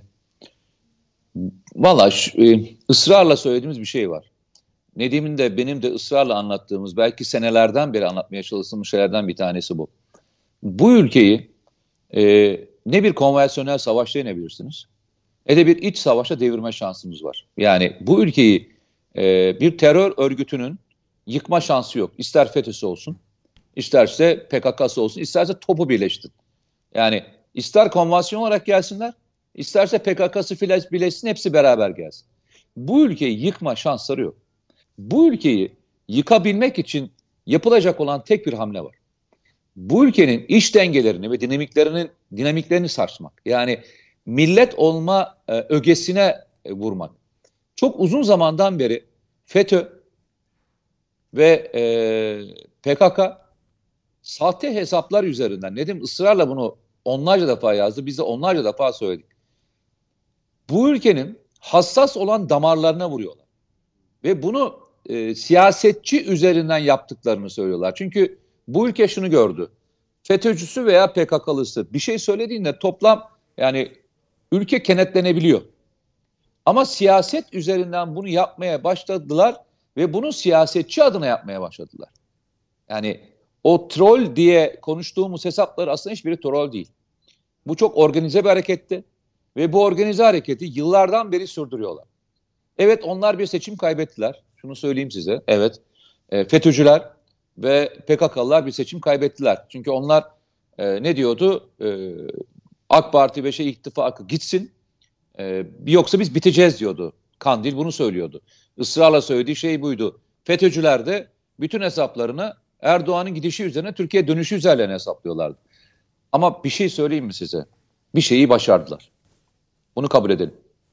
Valla e, ısrarla söylediğimiz bir şey var. Nedim'in de benim de ısrarla anlattığımız, belki senelerden beri anlatmaya çalıştığımız şeylerden bir tanesi bu. Bu ülkeyi e, ne bir konvansiyonel savaşla yenebilirsiniz, ne de bir iç savaşa devirme şansımız var. Yani bu ülkeyi e, bir terör örgütünün yıkma şansı yok. İster FETÖ'sü olsun, isterse P K K'sı olsun, isterse topu birleştin. Yani ister konvansiyon olarak gelsinler, isterse P K K'sı birleşsin, hepsi beraber gelsin. Bu ülkeyi yıkma şansları yok. Bu ülkeyi yıkabilmek için yapılacak olan tek bir hamle var. Bu ülkenin iç dengelerini ve dinamiklerinin dinamiklerini sarsmak. Yani millet olma e, ögesine e, vurmak. Çok uzun zamandan beri FETÖ ve e, P K K sahte hesaplar üzerinden, Nedim ısrarla bunu onlarca defa yazdı, biz de onlarca defa söyledik. Bu ülkenin hassas olan damarlarına vuruyorlar. Ve bunu e, siyasetçi üzerinden yaptıklarını söylüyorlar. Çünkü bu ülke şunu gördü. FETÖ'cüsü veya P K K'lısı bir şey söylediğinde toplam, yani ülke kenetlenebiliyor. Ama siyaset üzerinden bunu yapmaya başladılar ve bunu siyasetçi adına yapmaya başladılar. Yani o troll diye konuştuğumuz hesaplar aslında hiçbiri troll değil. Bu çok organize bir hareketti ve bu organize hareketi yıllardan beri sürdürüyorlar. Evet, onlar bir seçim kaybettiler. Şunu söyleyeyim size. Evet, e, FETÖ'cüler ve P K K'lılar bir seçim kaybettiler. Çünkü onlar e, ne diyordu? E, AK Parti ve şey ittifakı gitsin. E, yoksa biz biteceğiz diyordu. Kandil bunu söylüyordu. Israrla söylediği şey buydu. FETÖ'cüler de bütün hesaplarını Erdoğan'ın gidişi üzerine, Türkiye dönüşü üzerine hesaplıyorlardı. Ama bir şey söyleyeyim mi size? Bir şeyi başardılar. Bunu kabul edelim.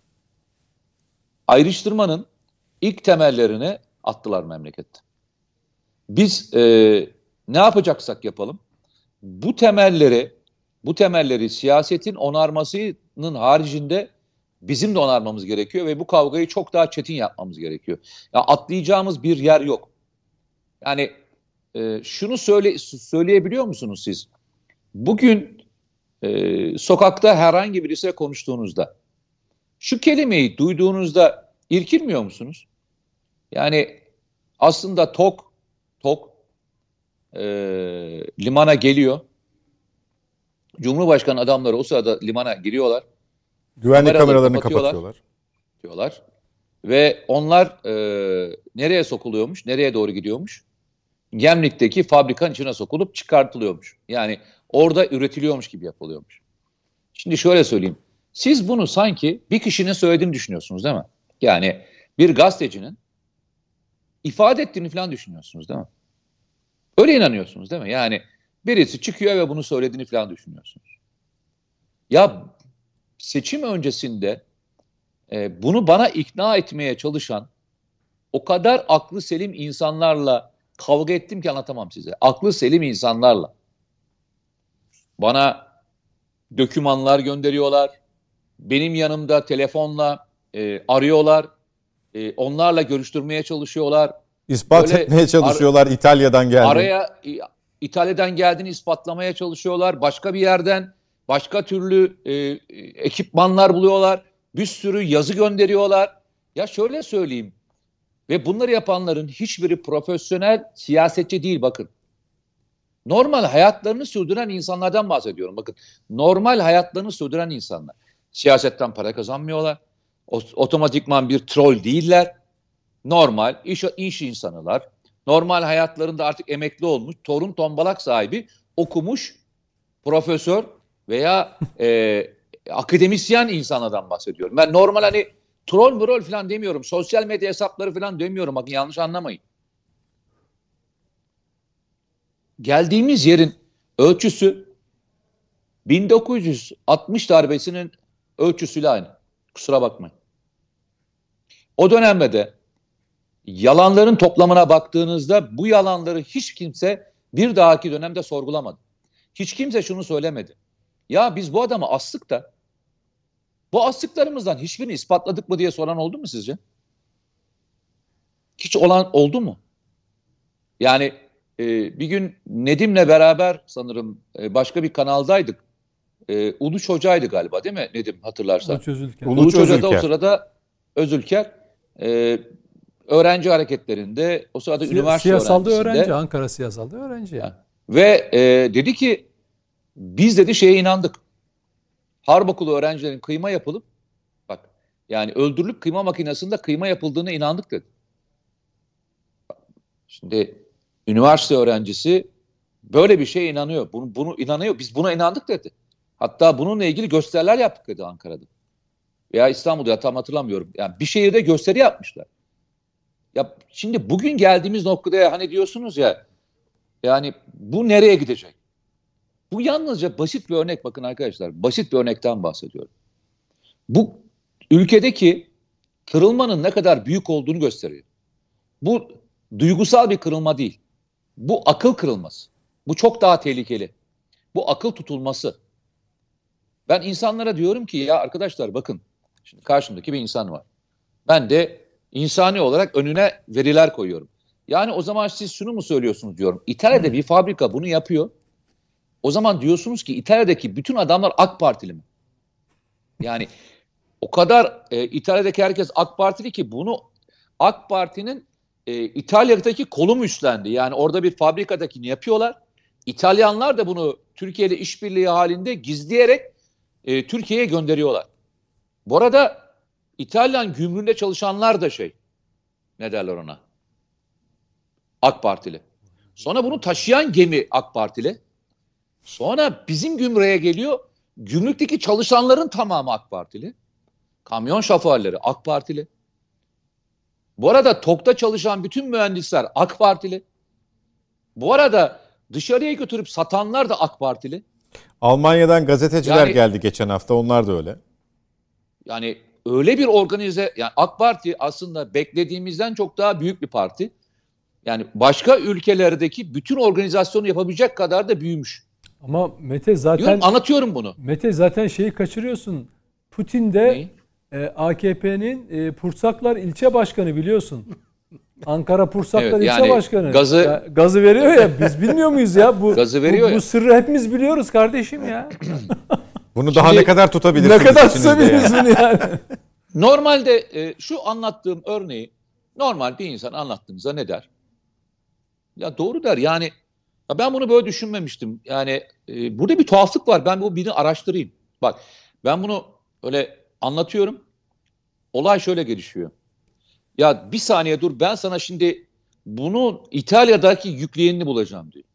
Ayrıştırmanın ilk temellerini attılar memlekette. Biz e, ne yapacaksak yapalım, bu temelleri, bu temelleri siyasetin onarmasının haricinde bizim de onarmamız gerekiyor ve bu kavgayı çok daha çetin yapmamız gerekiyor. Ya atlayacağımız bir yer yok. Yani e, şunu söyle söyleyebiliyor musunuz siz? Bugün e, sokakta herhangi birisiyle konuştuğunuzda, şu kelimeyi duyduğunuzda irkilmiyor musunuz? Yani aslında TOK, TOK e, limana geliyor. Cumhurbaşkanı adamları o sırada limana giriyorlar. Güvenlik Kameraları kameralarını kapatıyorlar. kapatıyorlar. Diyorlar. Ve onlar e, nereye sokuluyormuş, nereye doğru gidiyormuş? Gemlik'teki fabrikanın içine sokulup çıkartılıyormuş. Yani orada üretiliyormuş gibi yapılıyormuş. Şimdi şöyle söyleyeyim. Siz bunu sanki bir kişinin söylediğini düşünüyorsunuz değil mi? Yani bir gazetecinin ifade ettiğini falan düşünüyorsunuz değil mi? Öyle inanıyorsunuz değil mi? Yani birisi çıkıyor ve bunu söylediğini falan düşünüyorsunuz. Ya seçim öncesinde e, bunu bana ikna etmeye çalışan o kadar aklı selim insanlarla kavga ettim ki anlatamam size. Aklı selim insanlarla. Bana dokümanlar gönderiyorlar. Benim yanımda telefonla e, arıyorlar. E, onlarla görüştürmeye çalışıyorlar. İspat Böyle etmeye çalışıyorlar, ar- İtalya'dan geldi. Araya e, İtalya'dan geldiğini ispatlamaya çalışıyorlar. Başka bir yerden başka türlü e, ekipmanlar buluyorlar. Bir sürü yazı gönderiyorlar. Ya şöyle söyleyeyim. Ve bunları yapanların hiçbiri profesyonel siyasetçi değil bakın. Normal hayatlarını sürdüren insanlardan bahsediyorum. Bakın normal hayatlarını sürdüren insanlar. Siyasetten para kazanmıyorlar. Otomatikman bir troll değiller. Normal iş, iş insanılar. Normal hayatlarında artık emekli olmuş, torun tombalak sahibi, okumuş, profesör veya e, akademisyen insanlardan bahsediyorum. Ben normal hani troll mürol falan demiyorum. Sosyal medya hesapları falan demiyorum. Bakın yanlış anlamayın. Geldiğimiz yerin ölçüsü bin dokuz yüz altmış darbesinin ölçüsüyle aynı. Kusura bakmayın. O dönemde de yalanların toplamına baktığınızda bu yalanları hiç kimse bir dahaki dönemde sorgulamadı. Hiç kimse şunu söylemedi. Ya biz bu adamı astık da bu astıklarımızdan hiçbirini ispatladık mı diye soran oldu mu sizce? Hiç olan oldu mu? Yani e, bir gün Nedim'le beraber sanırım e, başka bir kanaldaydık. E, Uluç Hoca'ydı galiba değil mi Nedim hatırlarsan? Uluç Özülker. Uluç Uluç Hoca da o Özülker. sırada Özülker e, öğrenci hareketlerinde o sırada Siya- üniversite siyasalda öğrencisinde. öğrenci, Ankara siyasalda öğrenci yani. Ve e, dedi ki biz dedi şeye inandık. Harp okulu öğrencilerin kıyma yapılıp bak yani öldürülüp kıyma makinesinde kıyma yapıldığına inandık dedi. Şimdi üniversite öğrencisi böyle bir şeye inanıyor. Bunu, bunu inanıyor. Biz buna inandık dedi. Hatta bununla ilgili gösteriler yaptık dedi Ankara'da. Veya İstanbul'da ya tam hatırlamıyorum. Yani bir şehirde gösteri yapmışlar. Ya şimdi bugün geldiğimiz noktada hani diyorsunuz ya yani bu nereye gidecek? Bu yalnızca basit bir örnek bakın arkadaşlar. Basit bir örnekten bahsediyorum. Bu ülkedeki kırılmanın ne kadar büyük olduğunu gösteriyor. Bu duygusal bir kırılma değil. Bu akıl kırılması. Bu çok daha tehlikeli. Bu akıl tutulması. Ben insanlara diyorum ki ya arkadaşlar bakın şimdi karşımdaki bir insan var. Ben de insani olarak önüne veriler koyuyorum. Yani o zaman siz şunu mu söylüyorsunuz diyorum. İtalya'da bir fabrika bunu yapıyor. O zaman diyorsunuz ki İtalya'daki bütün adamlar AK Partili mi? Yani o kadar e, İtalya'daki herkes AK Partili ki bunu AK Parti'nin e, İtalya'daki kolu mu üstlendi? Yani orada bir fabrikadakini yapıyorlar. İtalyanlar da bunu Türkiye ile işbirliği halinde gizleyerek e, Türkiye'ye gönderiyorlar. Bu arada İtalyan gümrüğünde çalışanlar da şey ne derler ona? AK Partili. Sonra bunu taşıyan gemi AK Partili. Sonra bizim gümrüğe geliyor. Gümrükteki çalışanların tamamı AK Partili. Kamyon şoförleri AK Partili. Bu arada TOK'ta çalışan bütün mühendisler AK Partili. Bu arada dışarıya götürüp satanlar da AK Partili. Almanya'dan gazeteciler Yani- geldi geçen hafta. Onlar da öyle. Yani öyle bir organize, yani AK Parti aslında beklediğimizden çok daha büyük bir parti. Yani başka ülkelerdeki bütün organizasyonu yapabilecek kadar da büyümüş. Ama Mete zaten Diyorum, anlatıyorum bunu. Mete zaten şeyi kaçırıyorsun. Putin de Neyi? e, A K P'nin e, Pursaklar ilçe başkanı biliyorsun. Ankara Pursaklar Evet, ilçe yani başkanı. gazı- Ya, gazı veriyor ya, biz bilmiyor muyuz ya? Bu, Gazı veriyor bu, ya. bu sırrı hepimiz biliyoruz kardeşim ya. Bunu daha Şimdi- ne kadar tutabilirsiniz? Ne kadar içinizde tutabiliriz yani? bunu yani? Normalde e, şu anlattığım örneği normal bir insan anlattığınızda ne der? Ya doğru der. Yani ya ben bunu böyle düşünmemiştim. Yani e, burada bir tuhaflık var. Ben bu birini araştırayım. Bak ben bunu öyle anlatıyorum. Olay şöyle gelişiyor. Ya bir saniye dur ben sana şimdi bunu İtalya'daki yükleyenini bulacağım diyor.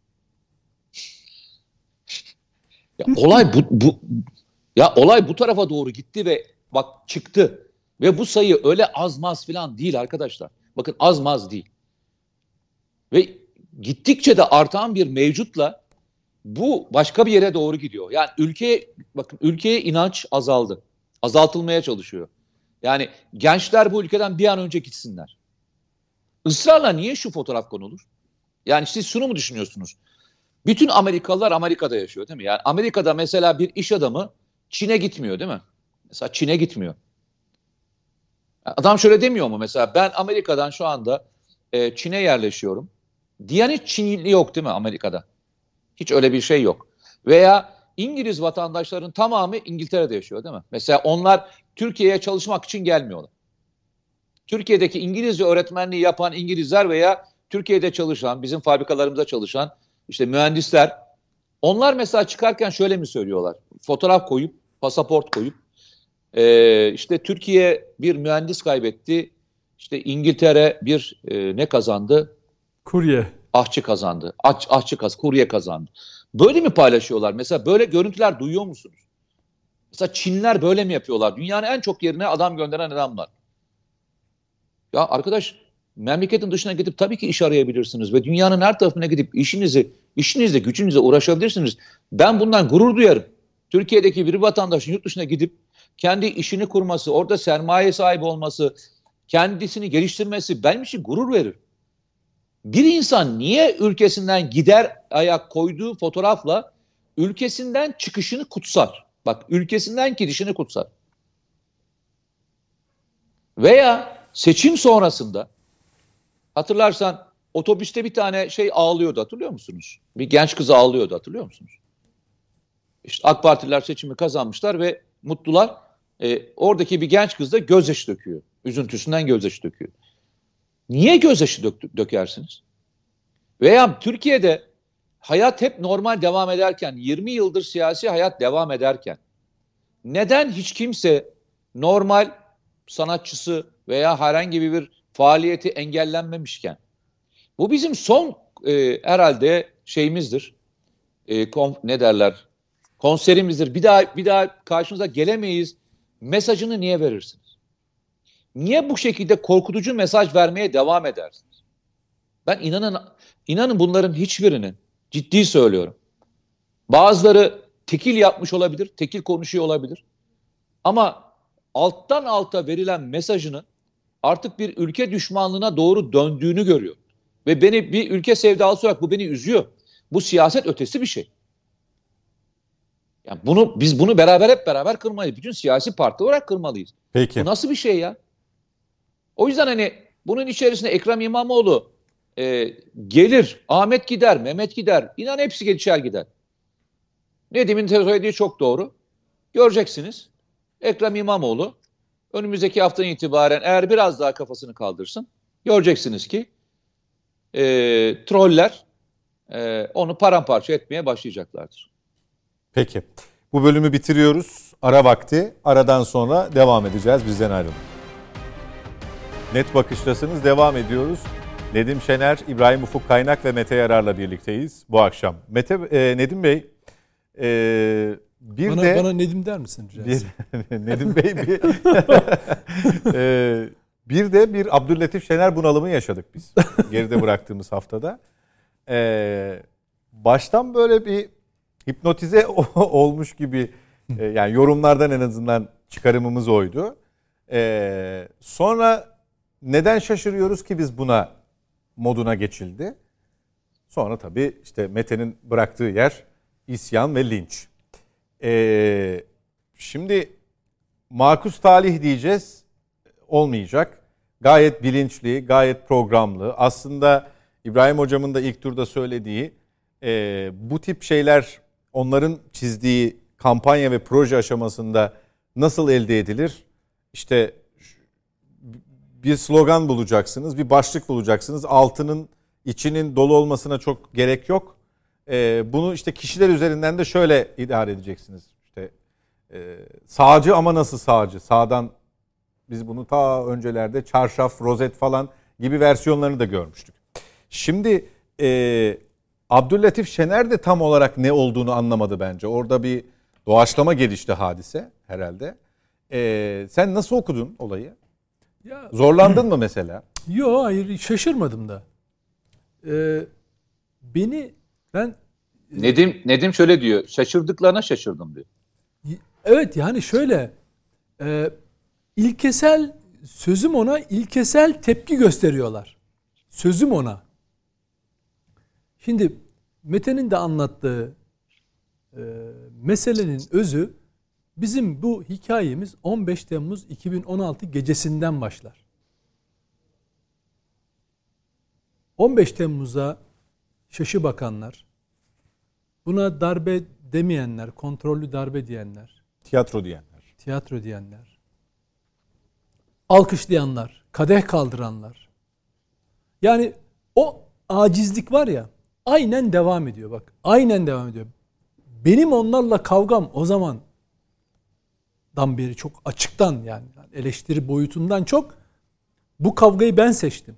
Ya olay bu, bu ya olay bu tarafa doğru gitti ve bak çıktı. Ve bu sayı öyle az maz falan değil arkadaşlar. Bakın az maz değil. Ve gittikçe de artan bir mevcutla bu başka bir yere doğru gidiyor. Yani ülkeye bakın ülkeye inanç azaldı. Azaltılmaya çalışıyor. Yani gençler bu ülkeden bir an önce gitsinler. Israrla niye şu fotoğraf konulur? Yani siz şunu mu düşünüyorsunuz? Bütün Amerikalılar Amerika'da yaşıyor değil mi? Yani Amerika'da mesela bir iş adamı Çin'e gitmiyor değil mi? Mesela Çin'e gitmiyor. Adam şöyle demiyor mu mesela ben Amerika'dan şu anda e, Çin'e yerleşiyorum. Diyen hiç Çinli yok değil mi Amerika'da? Hiç öyle bir şey yok. Veya İngiliz vatandaşların tamamı İngiltere'de yaşıyor değil mi? Mesela onlar Türkiye'ye çalışmak için gelmiyorlar. Türkiye'deki İngilizce öğretmenliği yapan İngilizler veya Türkiye'de çalışan, bizim fabrikalarımızda çalışan işte mühendisler, onlar mesela çıkarken şöyle mi söylüyorlar? Fotoğraf koyup, pasaport koyup, e, işte Türkiye bir mühendis kaybetti, işte İngiltere bir e, ne kazandı? Kurye. Ahçı kazandı. Aç, ahçı kaz, kurye kazandı. Böyle mi paylaşıyorlar? Mesela böyle görüntüler duyuyor musunuz? Mesela Çinler böyle mi yapıyorlar? Dünyanın en çok yerine adam gönderen adamlar. Ya arkadaş, memleketin dışına gidip tabii ki iş arayabilirsiniz ve dünyanın her tarafına gidip işinizi, işinizle, gücünüzle uğraşabilirsiniz. Ben bundan gurur duyarım. Türkiye'deki bir vatandaşın yurt dışına gidip kendi işini kurması, orada sermaye sahibi olması, kendisini geliştirmesi benim için gurur verir. Bir insan niye ülkesinden gider ayak koyduğu fotoğrafla ülkesinden çıkışını kutsar? Bak, ülkesinden gidişini kutsar. Veya seçim sonrasında hatırlarsan otobüste bir tane şey ağlıyordu, hatırlıyor musunuz? Bir genç kız ağlıyordu, hatırlıyor musunuz? İşte AK Partililer seçimi kazanmışlar ve mutlular. E, oradaki bir genç kız da gözyaşı döküyor. Üzüntüsünden gözyaşı döküyor. Niye gözyaşı dök, dökersiniz? Veya Türkiye'de hayat hep normal devam ederken, yirmi yıldır siyasi hayat devam ederken, neden hiç kimse normal sanatçısı veya herhangi bir faaliyeti engellenmemişken, bu bizim son e, herhalde şeyimizdir, e, kon, ne derler, konserimizdir, bir daha bir daha karşınıza gelemeyiz mesajını niye verirsiniz? Niye bu şekilde korkutucu mesaj vermeye devam edersiniz? Ben inanın inanın bunların hiçbirinin, ciddi söylüyorum, bazıları tekil yapmış olabilir, tekil konuşuyor olabilir. Ama alttan alta verilen mesajının artık bir ülke düşmanlığına doğru döndüğünü görüyor. Ve beni bir ülke sevdalısı olarak bu beni üzüyor. Bu siyaset ötesi bir şey. Yani bunu biz bunu beraber hep beraber kırmalıyız. Bütün siyasi parti olarak kırmalıyız. Peki. Bu nasıl bir şey ya? O yüzden hani bunun içerisinde Ekrem İmamoğlu e, gelir, Ahmet gider, Mehmet gider. İnan hepsi geçer gider. Nedim'in söylediği çok doğru. Göreceksiniz. Ekrem İmamoğlu önümüzdeki haftadan itibaren eğer biraz daha kafasını kaldırsın, göreceksiniz ki e, troller e, onu paramparça etmeye başlayacaklardır. Peki. Bu bölümü bitiriyoruz. Ara vakti. Aradan sonra devam edeceğiz. Bizden ayrılın. Net Bakış'tasınız. Devam ediyoruz. Nedim Şener, İbrahim Ufuk Kaynak ve Mete Yarar'la birlikteyiz bu akşam. Mete, e, Nedim Bey, e, bir bana, de... Bana Nedim der misin? Bir, Nedim Bey, bir, e, bir de bir Abdüllatif Şener bunalımı yaşadık biz. Geride bıraktığımız haftada. E, baştan böyle bir hipnotize olmuş gibi, e, yani yorumlardan en azından çıkarımımız oydu. E, sonra neden şaşırıyoruz ki biz buna moduna geçildi? Sonra tabii işte Mete'nin bıraktığı yer isyan ve linç. Ee, şimdi makus talih diyeceğiz, olmayacak. Gayet bilinçli, gayet programlı. Aslında İbrahim Hocam'ın da ilk turda söylediği e, bu tip şeyler onların çizdiği kampanya ve proje aşamasında nasıl elde edilir? İşte bir slogan bulacaksınız, bir başlık bulacaksınız. Altının, içinin dolu olmasına çok gerek yok. Ee, bunu işte kişiler üzerinden de şöyle idare edeceksiniz. İşte e, sağcı ama nasıl sağcı? Sağdan biz bunu ta öncelerde çarşaf, rozet falan gibi versiyonlarını da görmüştük. Şimdi e, Abdüllatif Şener de tam olarak ne olduğunu anlamadı bence. Orada bir doğaçlama gelişti hadise herhalde. E, sen nasıl okudun olayı? Ya, Zorlandın mı mesela? Yok, hayır, şaşırmadım da. Ee, beni ben Nedim Nedim şöyle diyor. Şaşırdıklarına şaşırdım diyor. evet, yani şöyle e, ilkesel sözüm ona ilkesel tepki gösteriyorlar. Sözüm ona. Şimdi Mete'nin de anlattığı e, meselenin özü, bizim bu hikayemiz on beş Temmuz iki bin on altı gecesinden başlar. on beş Temmuz'a şaşı bakanlar, buna darbe demeyenler, kontrollü darbe diyenler, Tiyatro diyenler. tiyatro diyenler, alkışlayanlar, kadeh kaldıranlar. Yani o acizlik var ya, aynen devam ediyor bak. Aynen devam ediyor. Benim onlarla kavgam o zamandan beri çok açıktan, yani eleştiri boyutundan çok bu kavgayı ben seçtim.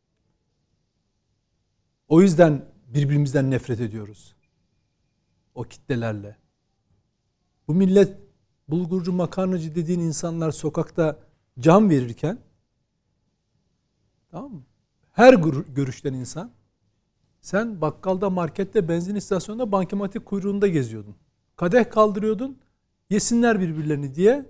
O yüzden birbirimizden nefret ediyoruz. O kitlelerle. Bu millet, bulgurcu, makarnacı dediğin insanlar sokakta can verirken, tamam mı? Her görüşten insan, sen bakkalda, markette, benzin istasyonunda, bankamatik kuyruğunda geziyordun. Kadeh kaldırıyordun, yesinler birbirlerini diye.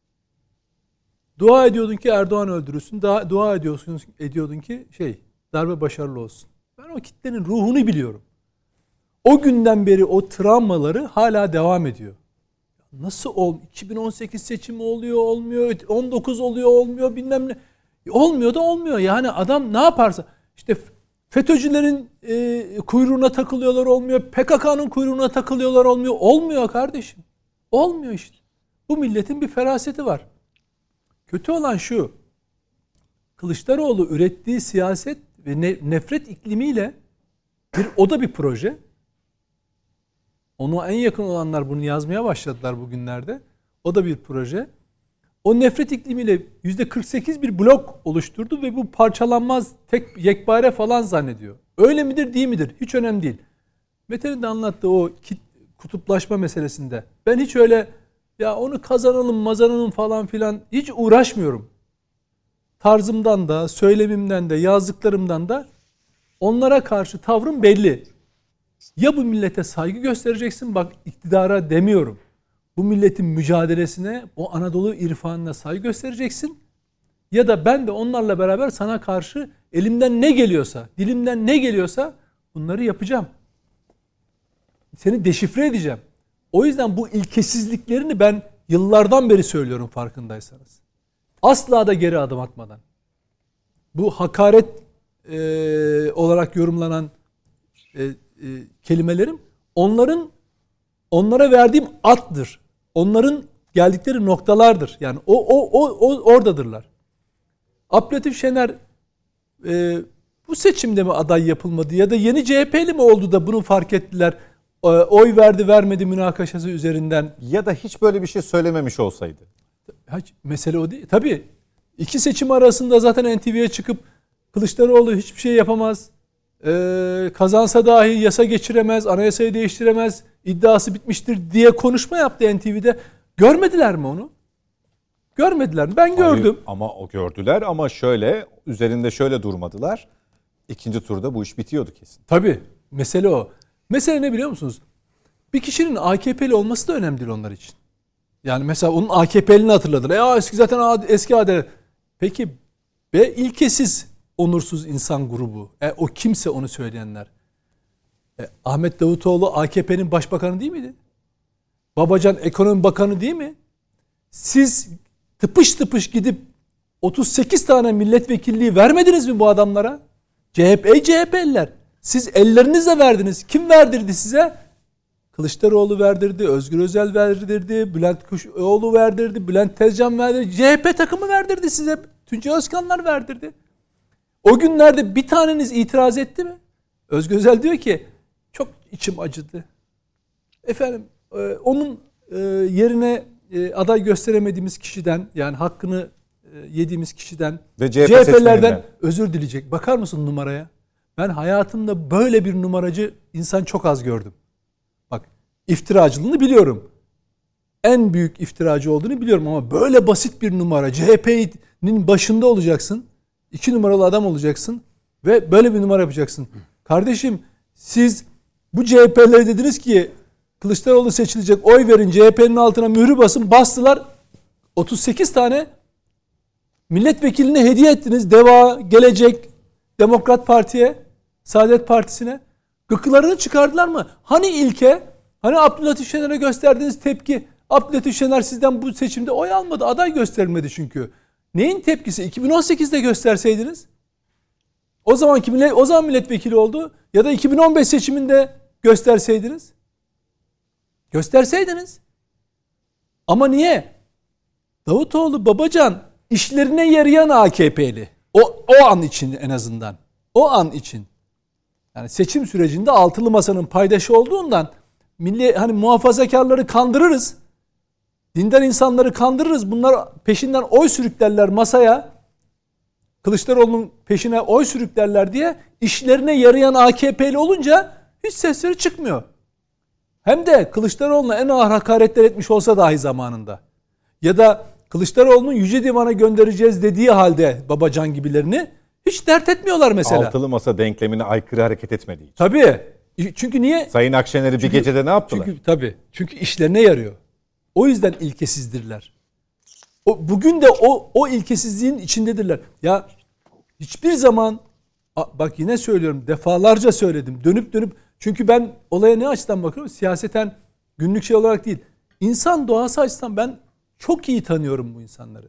Dua ediyordun ki Erdoğan öldürülsün. Dua, dua ediyorsun, ediyordun ki şey, darbe başarılı olsun. Ben o kitlenin ruhunu biliyorum. O günden beri o travmaları hala devam ediyor. Nasıl ol? iki bin on sekiz seçimi oluyor, olmuyor. on dokuz oluyor, olmuyor, bilmem ne. Olmuyor da olmuyor. Yani adam ne yaparsa, işte FETÖ'cülerin e, kuyruğuna takılıyorlar, olmuyor. P K K'nın kuyruğuna takılıyorlar, olmuyor. Olmuyor kardeşim. Olmuyor işte. Bu milletin bir feraseti var. Kötü olan şu: Kılıçdaroğlu ürettiği siyaset ve ne, nefret iklimiyle bir, o da bir proje. Ona en yakın olanlar bunu yazmaya başladılar bugünlerde. O da bir proje. O nefret iklimiyle yüzde kırk sekiz bir blok oluşturdu ve bu parçalanmaz, tek yekpare falan zannediyor. Öyle midir, değil midir? Hiç önemli değil. Mete'nin de anlattığı o kutuplaşma meselesinde ben hiç öyle ya onu kazanalım, mazanalım falan filan hiç uğraşmıyorum. Tarzımdan da, söylemimden de, yazdıklarımdan da onlara karşı tavrım belli. Ya bu millete saygı göstereceksin, bak iktidara demiyorum. Bu milletin mücadelesine, o Anadolu irfanına saygı göstereceksin. Ya da ben de onlarla beraber sana karşı elimden ne geliyorsa, dilimden ne geliyorsa bunları yapacağım. Seni deşifre edeceğim. O yüzden bu ilkesizliklerini ben yıllardan beri söylüyorum, farkındaysanız. Asla da geri adım atmadan. Bu hakaret e, olarak yorumlanan e, e, kelimelerim onların onlara verdiğim attır. Onların geldikleri noktalardır. Yani o o o, o oradadırlar. Abdülhatif Şener e, bu seçimde mi aday yapılmadı ya da yeni C H P'li mi oldu da bunu fark ettiler? E, oy verdi vermedi münakaşası üzerinden. Ya da hiç böyle bir şey söylememiş olsaydı. Hiç, mesele o değil. Tabii iki seçim arasında zaten N T V'ye çıkıp Kılıçdaroğlu hiçbir şey yapamaz. Ee, kazansa dahi yasa geçiremez, anayasayı değiştiremez, iddiası bitmiştir diye konuşma yaptı N T V'de. Görmediler mi onu? Görmediler mi? Ben gördüm. Hayır, ama o gördüler ama şöyle, üzerinde şöyle durmadılar. İkinci turda bu iş bitiyordu kesin. Tabii. Mesele o. Mesele ne biliyor musunuz? Bir kişinin A K P'li olması da önemli değil onlar için. Yani mesela onun A K P'lini hatırladılar. Ya eski zaten eski adalet. Peki ve ilkesiz, onursuz insan grubu. E, o kimse onu söyleyenler. E, Ahmet Davutoğlu A K P'nin başbakanı değil miydi? Babacan ekonomi bakanı değil mi? Siz tıpış tıpış gidip otuz sekiz tane milletvekilliği vermediniz mi bu adamlara? C H P, ey C H P'liler. Siz ellerinizle verdiniz. Kim verdirdi size? Kılıçdaroğlu verdirdi, Özgür Özel verdirdi, Bülent Kuşoğlu verdirdi, Bülent Tezcan verdirdi. C H P takımı verdirdi size. Tuncay Özkanlar verdirdi. O günlerde bir taneniz itiraz etti mi? Özgür Özel diyor ki çok içim acıdı. Efendim e, onun e, yerine e, aday gösteremediğimiz kişiden, yani hakkını e, yediğimiz kişiden ve C H P C H P'lerden seçmeninden özür dileyecek. Bakar mısın numaraya? Ben hayatımda böyle bir numaracı insan çok az gördüm. Bak, iftiracılığını biliyorum. En büyük iftiracı olduğunu biliyorum ama böyle basit bir numara. C H P'nin başında olacaksın. İki numaralı adam olacaksın ve böyle bir numara yapacaksın. Kardeşim, siz bu C H P'lere dediniz ki Kılıçdaroğlu seçilecek, oy verin, C H P'nin altına mührü basın, bastılar. otuz sekiz tane milletvekiline hediye ettiniz. Deva, Gelecek, Demokrat Parti'ye, Saadet Partisi'ne. Gıklarını çıkardılar mı? Hani ilke? Hani Abdülhatif Şener'e gösterdiğiniz tepki? Abdülhatif Şener sizden bu seçimde oy almadı. Aday gösterilmedi çünkü. Neyin tepkisi? iki bin on sekizde gösterseydiniz. O zamanki millet, o zaman milletvekili oldu. Ya da iki bin on beş seçiminde gösterseydiniz. Gösterseydiniz. Ama niye? Davutoğlu, Babacan işlerine yarayan A K P'li. O, o an için en azından. O an için. Yani seçim sürecinde altılı masanın paydaşı olduğundan milli hani muhafazakarları kandırırız. Dindar insanları kandırırız. Bunlar peşinden oy sürüklerler masaya. Kılıçdaroğlu'nun peşine oy sürüklerler diye işlerine yarayan A K P'li olunca hiç sesleri çıkmıyor. Hem de Kılıçdaroğlu'na en ağır hakaretler etmiş olsa dahi zamanında. Ya da Kılıçdaroğlu'nun Yüce Divan'a göndereceğiz dediği halde Babacan gibilerini hiç dert etmiyorlar mesela. Altılı masa denklemine aykırı hareket etmediği için. Tabii. Çünkü niye? Sayın Akşener'i bir Çünkü- gecede ne yaptılar? Çünkü tabii. Çünkü işlerine yarıyor. O yüzden ilkesizdirler. O, bugün de o o ilkesizliğin içindedirler. Ya hiçbir zaman bak yine söylüyorum, defalarca söyledim. Dönüp dönüp, çünkü ben olaya ne açıdan bakıyorum? Siyaseten, günlük şey olarak değil. İnsan doğası açısından ben çok iyi tanıyorum bu insanları.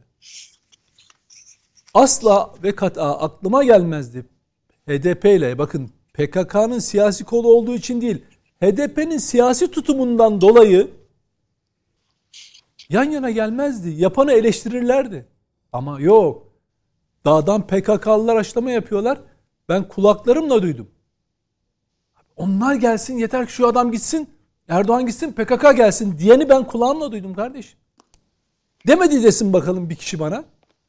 Asla ve kat'a aklıma gelmezdi H D P ile, bakın P K K'nın siyasi kolu olduğu için değil, H D P'nin siyasi tutumundan dolayı yan yana gelmezdi. Yapanı eleştirirlerdi. Ama yok. Dağdan P K K'lılar açlama yapıyorlar. Ben kulaklarımla duydum. Onlar gelsin, yeter ki şu adam gitsin, Erdoğan gitsin, P K K gelsin diyeni ben kulağımla duydum kardeşim. Demedi desin bakalım bir kişi bana.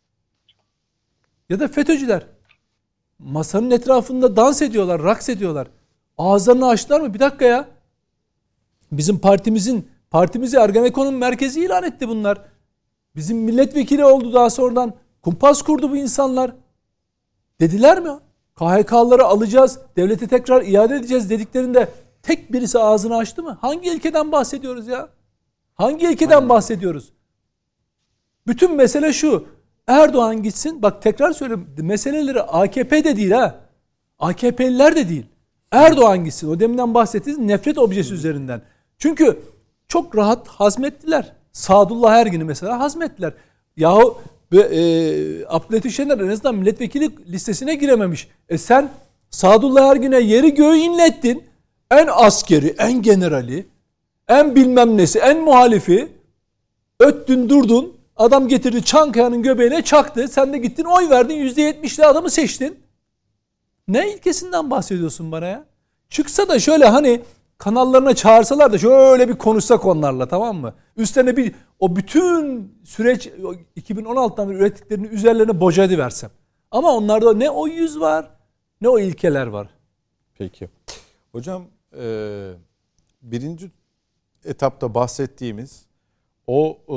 Ya da FETÖ'cüler. Masanın etrafında dans ediyorlar, raks ediyorlar. Ağızlarını açtılar mı? Bir dakika ya. Bizim partimizin, partimizi Ergenekon'un merkezi ilan etti bunlar. Bizim milletvekili oldu daha sonradan. Kumpas kurdu bu insanlar. Dediler mi? K H K'ları alacağız, devlete tekrar iade edeceğiz dediklerinde tek birisi ağzını açtı mı? Hangi ilkeden bahsediyoruz ya? Hangi ilkeden Aynen. bahsediyoruz? Bütün mesele şu. Erdoğan gitsin. Bak tekrar söylüyorum. Meseleleri A K P de değil ha. A K P'liler de değil. Erdoğan gitsin. O deminden bahsettiğiniz nefret objesi üzerinden. Çünkü çok rahat hazmettiler. Sadullah Ergin'i mesela hazmettiler. Yahu e, Abdülhatif Şener en azından milletvekili listesine girememiş. E sen Sadullah Ergin'e yeri göğü inlettin. En askeri, en generali, en bilmem nesi, en muhalifi öttün durdun. Adam getirdi Çankaya'nın göbeğine çaktı. Sen de gittin oy verdin. yüzde yetmişli adamı seçtin. Ne ilkesinden bahsediyorsun bana ya? Çıksa da şöyle hani kanallarına çağırsalar da şöyle bir konuşsak onlarla, tamam mı? Üstlerine bir o bütün süreç iki bin on altıdan beri ürettiklerini üzerlerine boca ediversem. Ama onlarda ne o yüz var ne o ilkeler var. Peki. Hocam e, birinci etapta bahsettiğimiz o e,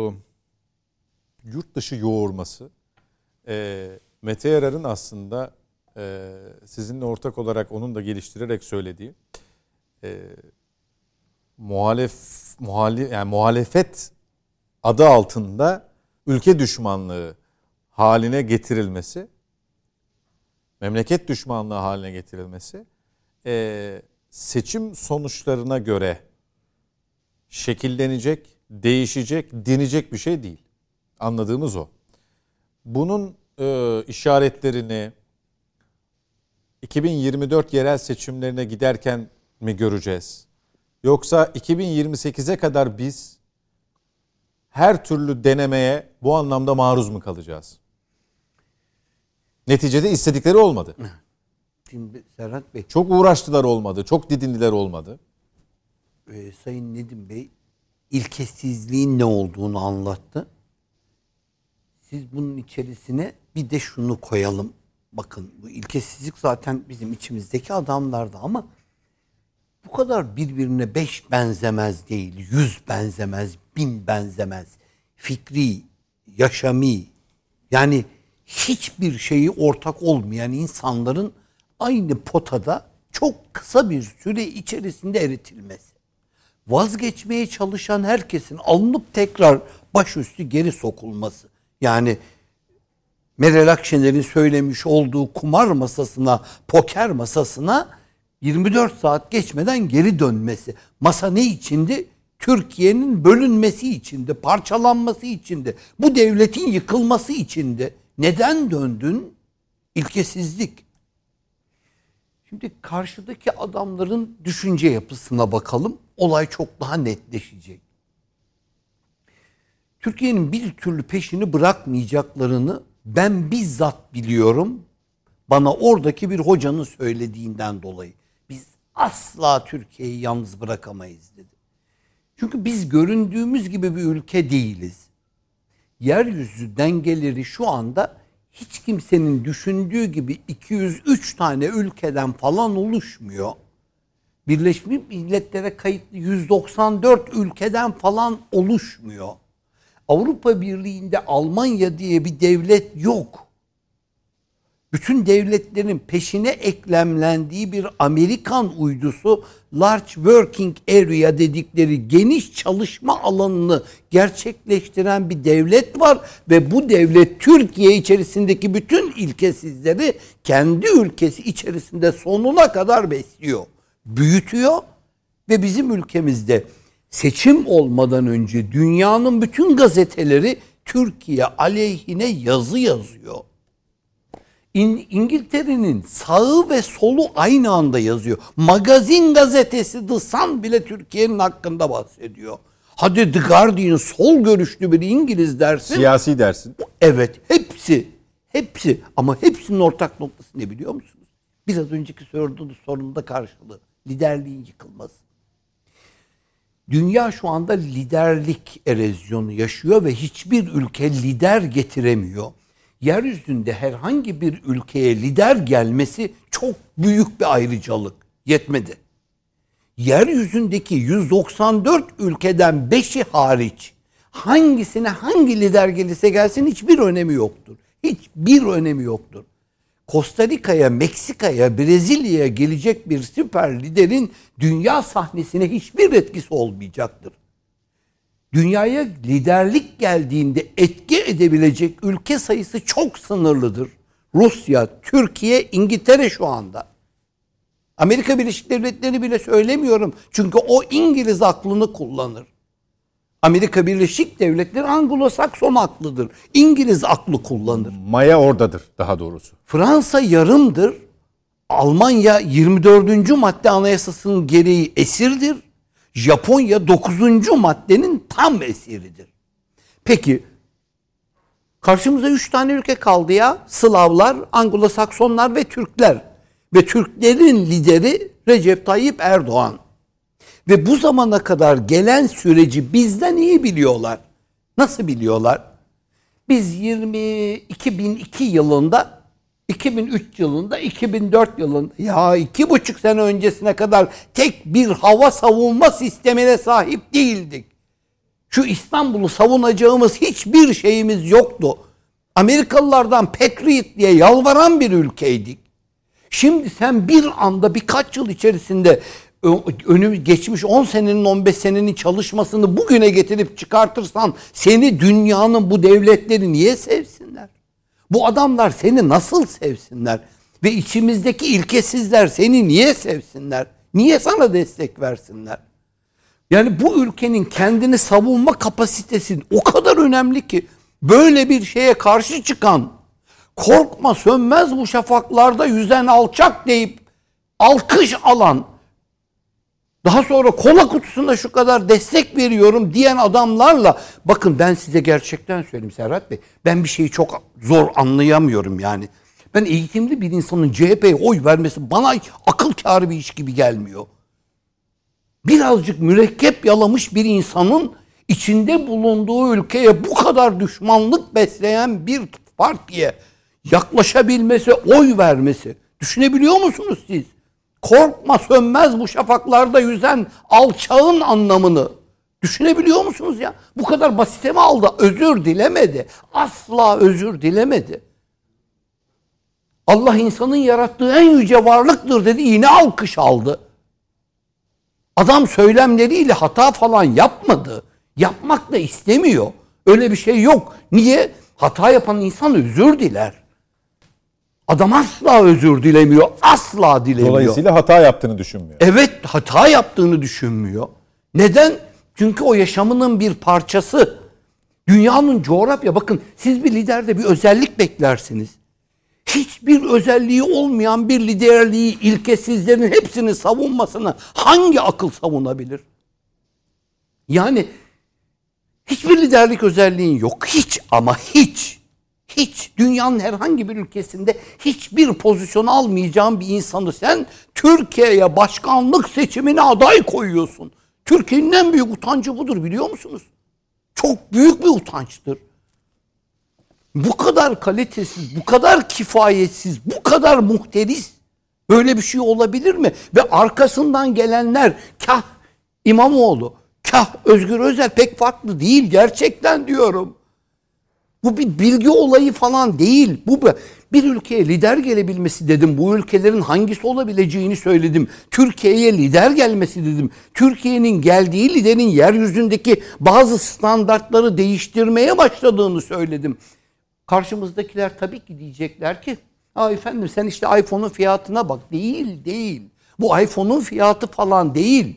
yurt dışı yoğurması e, Mete Yarar'ın aslında e, sizinle ortak olarak onun da geliştirerek söylediği e, muhalef muhali yani muhalefet adı altında ülke düşmanlığı haline getirilmesi, memleket düşmanlığı haline getirilmesi e, seçim sonuçlarına göre şekillenecek, değişecek, dinecek bir şey değil. Anladığımız o. Bunun e, işaretlerini iki bin yirmi dört yerel seçimlerine giderken mi göreceğiz? Yoksa iki bin yirmi sekize kadar biz her türlü denemeye bu anlamda maruz mu kalacağız? Neticede istedikleri olmadı. Şimdi Serhat Bey. Çok uğraştılar olmadı. Çok didindiler olmadı. E, Sayın Nedim Bey ilkesizliğin ne olduğunu anlattı. Siz bunun içerisine bir de şunu koyalım. Bakın bu ilkesizlik zaten bizim içimizdeki adamlarda ama bu kadar birbirine beş benzemez değil, yüz benzemez, bin benzemez. Fikri, yaşami, yani hiçbir şeyi ortak olmayan insanların aynı potada çok kısa bir süre içerisinde eritilmesi. Vazgeçmeye çalışan herkesin alınıp tekrar başüstü geri sokulması. Yani Meral Akşener'in söylemiş olduğu kumar masasına, poker masasına yirmi dört saat geçmeden geri dönmesi. Masa ne içindi? Türkiye'nin bölünmesi içindi, parçalanması içindi. Bu devletin yıkılması içindi. Neden döndün? İlkesizlik. Şimdi karşıdaki adamların düşünce yapısına bakalım. Olay çok daha netleşecek. Türkiye'nin bir türlü peşini bırakmayacaklarını ben bizzat biliyorum. Bana oradaki bir hocanın söylediğinden dolayı. Biz asla Türkiye'yi yalnız bırakamayız dedi. Çünkü biz göründüğümüz gibi bir ülke değiliz. Yeryüzü dengeleri şu anda hiç kimsenin düşündüğü gibi iki yüz üç tane ülkeden falan oluşmuyor. Birleşmiş Milletler'e kayıtlı yüz doksan dört ülkeden falan oluşmuyor. Avrupa Birliği'nde Almanya diye bir devlet yok. Bütün devletlerin peşine eklemlendiği bir Amerikan uydusu Large Working Area dedikleri geniş çalışma alanını gerçekleştiren bir devlet var ve bu devlet Türkiye içerisindeki bütün ilkesizleri kendi ülkesi içerisinde sonuna kadar besliyor, büyütüyor ve bizim ülkemizde seçim olmadan önce dünyanın bütün gazeteleri Türkiye aleyhine yazı yazıyor. İn, İngiltere'nin sağı ve solu aynı anda yazıyor. Magazin gazetesi The Sun bile Türkiye'nin hakkında bahsediyor. Hadi The Guardian sol görüşlü bir İngiliz dersin. Siyasi dersin. Evet, hepsi. Hepsi. Ama hepsinin ortak noktası ne biliyor musunuz? Biraz önceki sorduğunuz sorunun da karşılığı. Liderliğin yıkılması. Dünya şu anda liderlik erozyonu yaşıyor ve hiçbir ülke lider getiremiyor. Yeryüzünde herhangi bir ülkeye lider gelmesi çok büyük bir ayrıcalık. Yetmedi. Yeryüzündeki yüz doksan dört ülkeden beşi hariç hangisine hangi lider gelirse gelsin hiçbir önemi yoktur. Hiçbir önemi yoktur. Costa Rica'ya, Meksika'ya, Brezilya'ya gelecek bir süper liderin dünya sahnesine hiçbir etkisi olmayacaktır. Dünyaya liderlik geldiğinde etki edebilecek ülke sayısı çok sınırlıdır. Rusya, Türkiye, İngiltere şu anda. Amerika Birleşik Devletleri bile söylemiyorum. Çünkü o İngiliz aklını kullanır. Amerika Birleşik Devletleri Anglo-Sakson aklıdır. İngiliz aklı kullanır. Maya oradadır daha doğrusu. Fransa yarımdır. Almanya yirmi dördüncü madde anayasasının gereği esirdir. Japonya dokuzuncu maddenin tam esiridir. Peki karşımıza üç tane ülke kaldı ya. Slavlar, Anglo-Saksonlar ve Türkler. Ve Türklerin lideri Recep Tayyip Erdoğan. Ve bu zamana kadar gelen süreci bizden iyi biliyorlar. Nasıl biliyorlar? Biz yirmi iki bin iki yılında, iki bin üç yılında, iki bin dört yılında ya iki buçuk sene öncesine kadar tek bir hava savunma sistemine sahip değildik. Şu İstanbul'u savunacağımız hiçbir şeyimiz yoktu. Amerikalılardan Patriot diye yalvaran bir ülkeydik. Şimdi sen bir anda birkaç yıl içerisinde önü geçmiş on senenin on beş senenin çalışmasını bugüne getirip çıkartırsan seni dünyanın bu devletleri niye sevsinler? Bu adamlar seni nasıl sevsinler? Ve içimizdeki ilkesizler seni niye sevsinler? Niye sana destek versinler? Yani bu ülkenin kendini savunma kapasitesi o kadar önemli ki böyle bir şeye karşı çıkan, korkma sönmez bu şafaklarda yüzen alçak deyip alkış alan, daha sonra kola kutusunda şu kadar destek veriyorum diyen adamlarla, bakın ben size gerçekten söyleyeyim Serhat Bey, ben bir şeyi çok zor anlayamıyorum yani. Ben eğitimli bir insanın C H P'ye oy vermesi bana akıl kârı bir iş gibi gelmiyor. Birazcık mürekkep yalamış bir insanın içinde bulunduğu ülkeye bu kadar düşmanlık besleyen bir partiye yaklaşabilmesi, oy vermesi. Düşünebiliyor musunuz siz? Korkma sönmez bu şafaklarda yüzen alçağın anlamını. Düşünebiliyor musunuz ya? Bu kadar basite mi aldı? Özür dilemedi. Asla özür dilemedi. Allah insanın yarattığı en yüce varlıktır dedi. Yine alkış aldı. Adam söylemleriyle hata falan yapmadı. Yapmak da istemiyor. Öyle bir şey yok. Niye? Hata yapan insan özür diler. Adam asla özür dilemiyor. Asla dilemiyor. Dolayısıyla hata yaptığını düşünmüyor. Evet, hata yaptığını düşünmüyor. Neden? Çünkü o yaşamının bir parçası. Dünyanın coğrafya. Bakın siz bir liderde bir özellik beklersiniz. Hiçbir özelliği olmayan bir liderliği, ilkesizlerin hepsini savunmasını hangi akıl savunabilir? Yani Hiçbir liderlik özelliğin yok. Hiç ama hiç. Hiç. Dünyanın herhangi bir ülkesinde hiçbir pozisyon almayacağın bir insanı sen Türkiye'ye başkanlık seçimine aday koyuyorsun. Türkiye'nin en büyük utancı budur, biliyor musunuz? Çok büyük bir utançtır. Bu kadar kalitesiz, bu kadar kifayetsiz, bu kadar muhteris böyle bir şey olabilir mi? Ve arkasından gelenler kah İmamoğlu, kah Özgür Özel pek farklı değil, gerçekten diyorum. Bu bir bilgi olayı falan değil. Bu bir ülkeye lider gelebilmesi dedim. Bu ülkelerin hangisi olabileceğini söyledim. Türkiye'ye lider gelmesi dedim. Türkiye'nin geldiği liderin yeryüzündeki bazı standartları değiştirmeye başladığını söyledim. Karşımızdakiler tabii ki diyecekler ki, "Aa efendim sen işte iPhone'un fiyatına bak." Değil, değil. Bu iPhone'un fiyatı falan değil.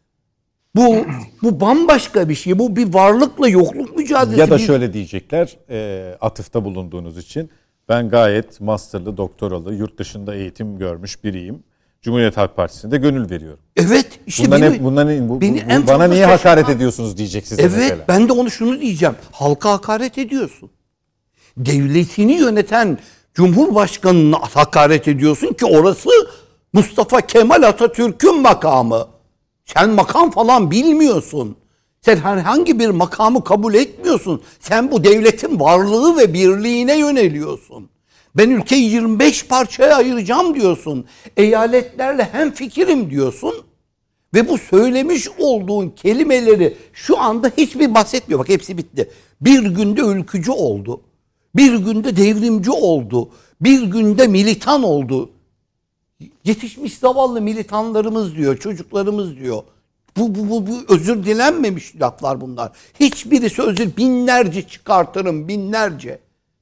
Bu bu bambaşka bir şey. Bu bir varlıkla yokluk mücadelesi. Ya da bir... şöyle diyecekler, e, atıfta bulunduğunuz için, ben gayet masterlı, doktoralı, yurt dışında eğitim görmüş biriyim. Cumhuriyet Halk Partisi'nde gönül veriyorum. Evet. işte bundan beni, ne, bundan ne, bu, beni bu, en bana fazla niye şaşırtan- hakaret ediyorsunuz diyecek size Evet, mesela. ben de onu şunu diyeceğim. Halka hakaret ediyorsun. Devletini yöneten Cumhurbaşkanı'na hakaret ediyorsun ki orası Mustafa Kemal Atatürk'ün makamı. Sen makam falan bilmiyorsun. Sen herhangi bir makamı kabul etmiyorsun. Sen bu devletin varlığı ve birliğine yöneliyorsun. Ben ülkeyi yirmi beş parçaya ayıracağım diyorsun. Eyaletlerle hemfikirim diyorsun. Ve bu söylemiş olduğun kelimeleri şu anda hiçbir bahsetmiyor. Bak hepsi bitti. Bir günde ülkücü oldu. Bir günde devrimci oldu. Bir günde militan oldu. Yetişmiş zavallı militanlarımız diyor, çocuklarımız diyor. Bu, bu, bu, bu özür dilenmemiş laflar bunlar. Hiçbirisi özür, binlerce çıkartırım, binlerce.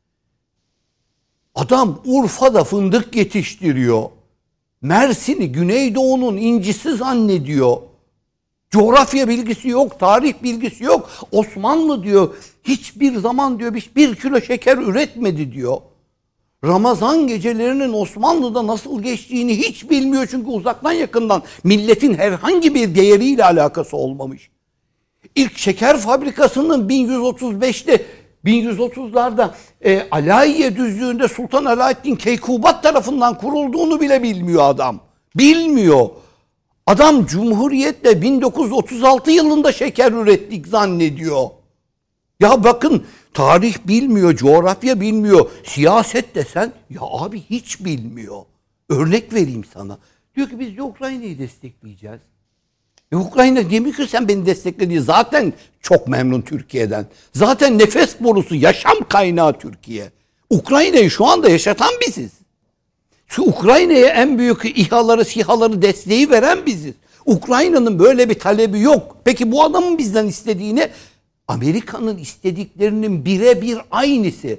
Adam Urfa'da fındık yetiştiriyor. Mersin'i Güneydoğu'nun incisi zannediyor. Coğrafya bilgisi yok, tarih bilgisi yok. Osmanlı diyor hiçbir zaman diyor bir, bir kilo şeker üretmedi diyor. Ramazan gecelerinin Osmanlı'da nasıl geçtiğini hiç bilmiyor çünkü uzaktan yakından milletin herhangi bir değeriyle alakası olmamış. İlk şeker fabrikasının bin yüz otuz beşte bin yüz otuzlarda e, Alahiye düzlüğünde Sultan Alaaddin Keykubat tarafından kurulduğunu bile bilmiyor adam. Bilmiyor. Adam Cumhuriyet'le bin dokuz yüz otuz altı yılında şeker ürettik zannediyor. Ya bakın tarih bilmiyor, coğrafya bilmiyor, siyaset desen ya abi hiç bilmiyor. Örnek vereyim sana. Diyor ki biz de Ukrayna'yı destekleyeceğiz. E Ukrayna demiyor ki sen beni destekle. Zaten çok memnun Türkiye'den. Zaten nefes borusu, yaşam kaynağı Türkiye. Ukrayna'yı şu anda yaşatan biziz. Şu Ukrayna'ya en büyük İHA'ları, SİHA'ları desteği veren biziz. Ukrayna'nın böyle bir talebi yok. Peki bu adamın bizden istediğini, Amerika'nın istediklerinin birebir aynısı.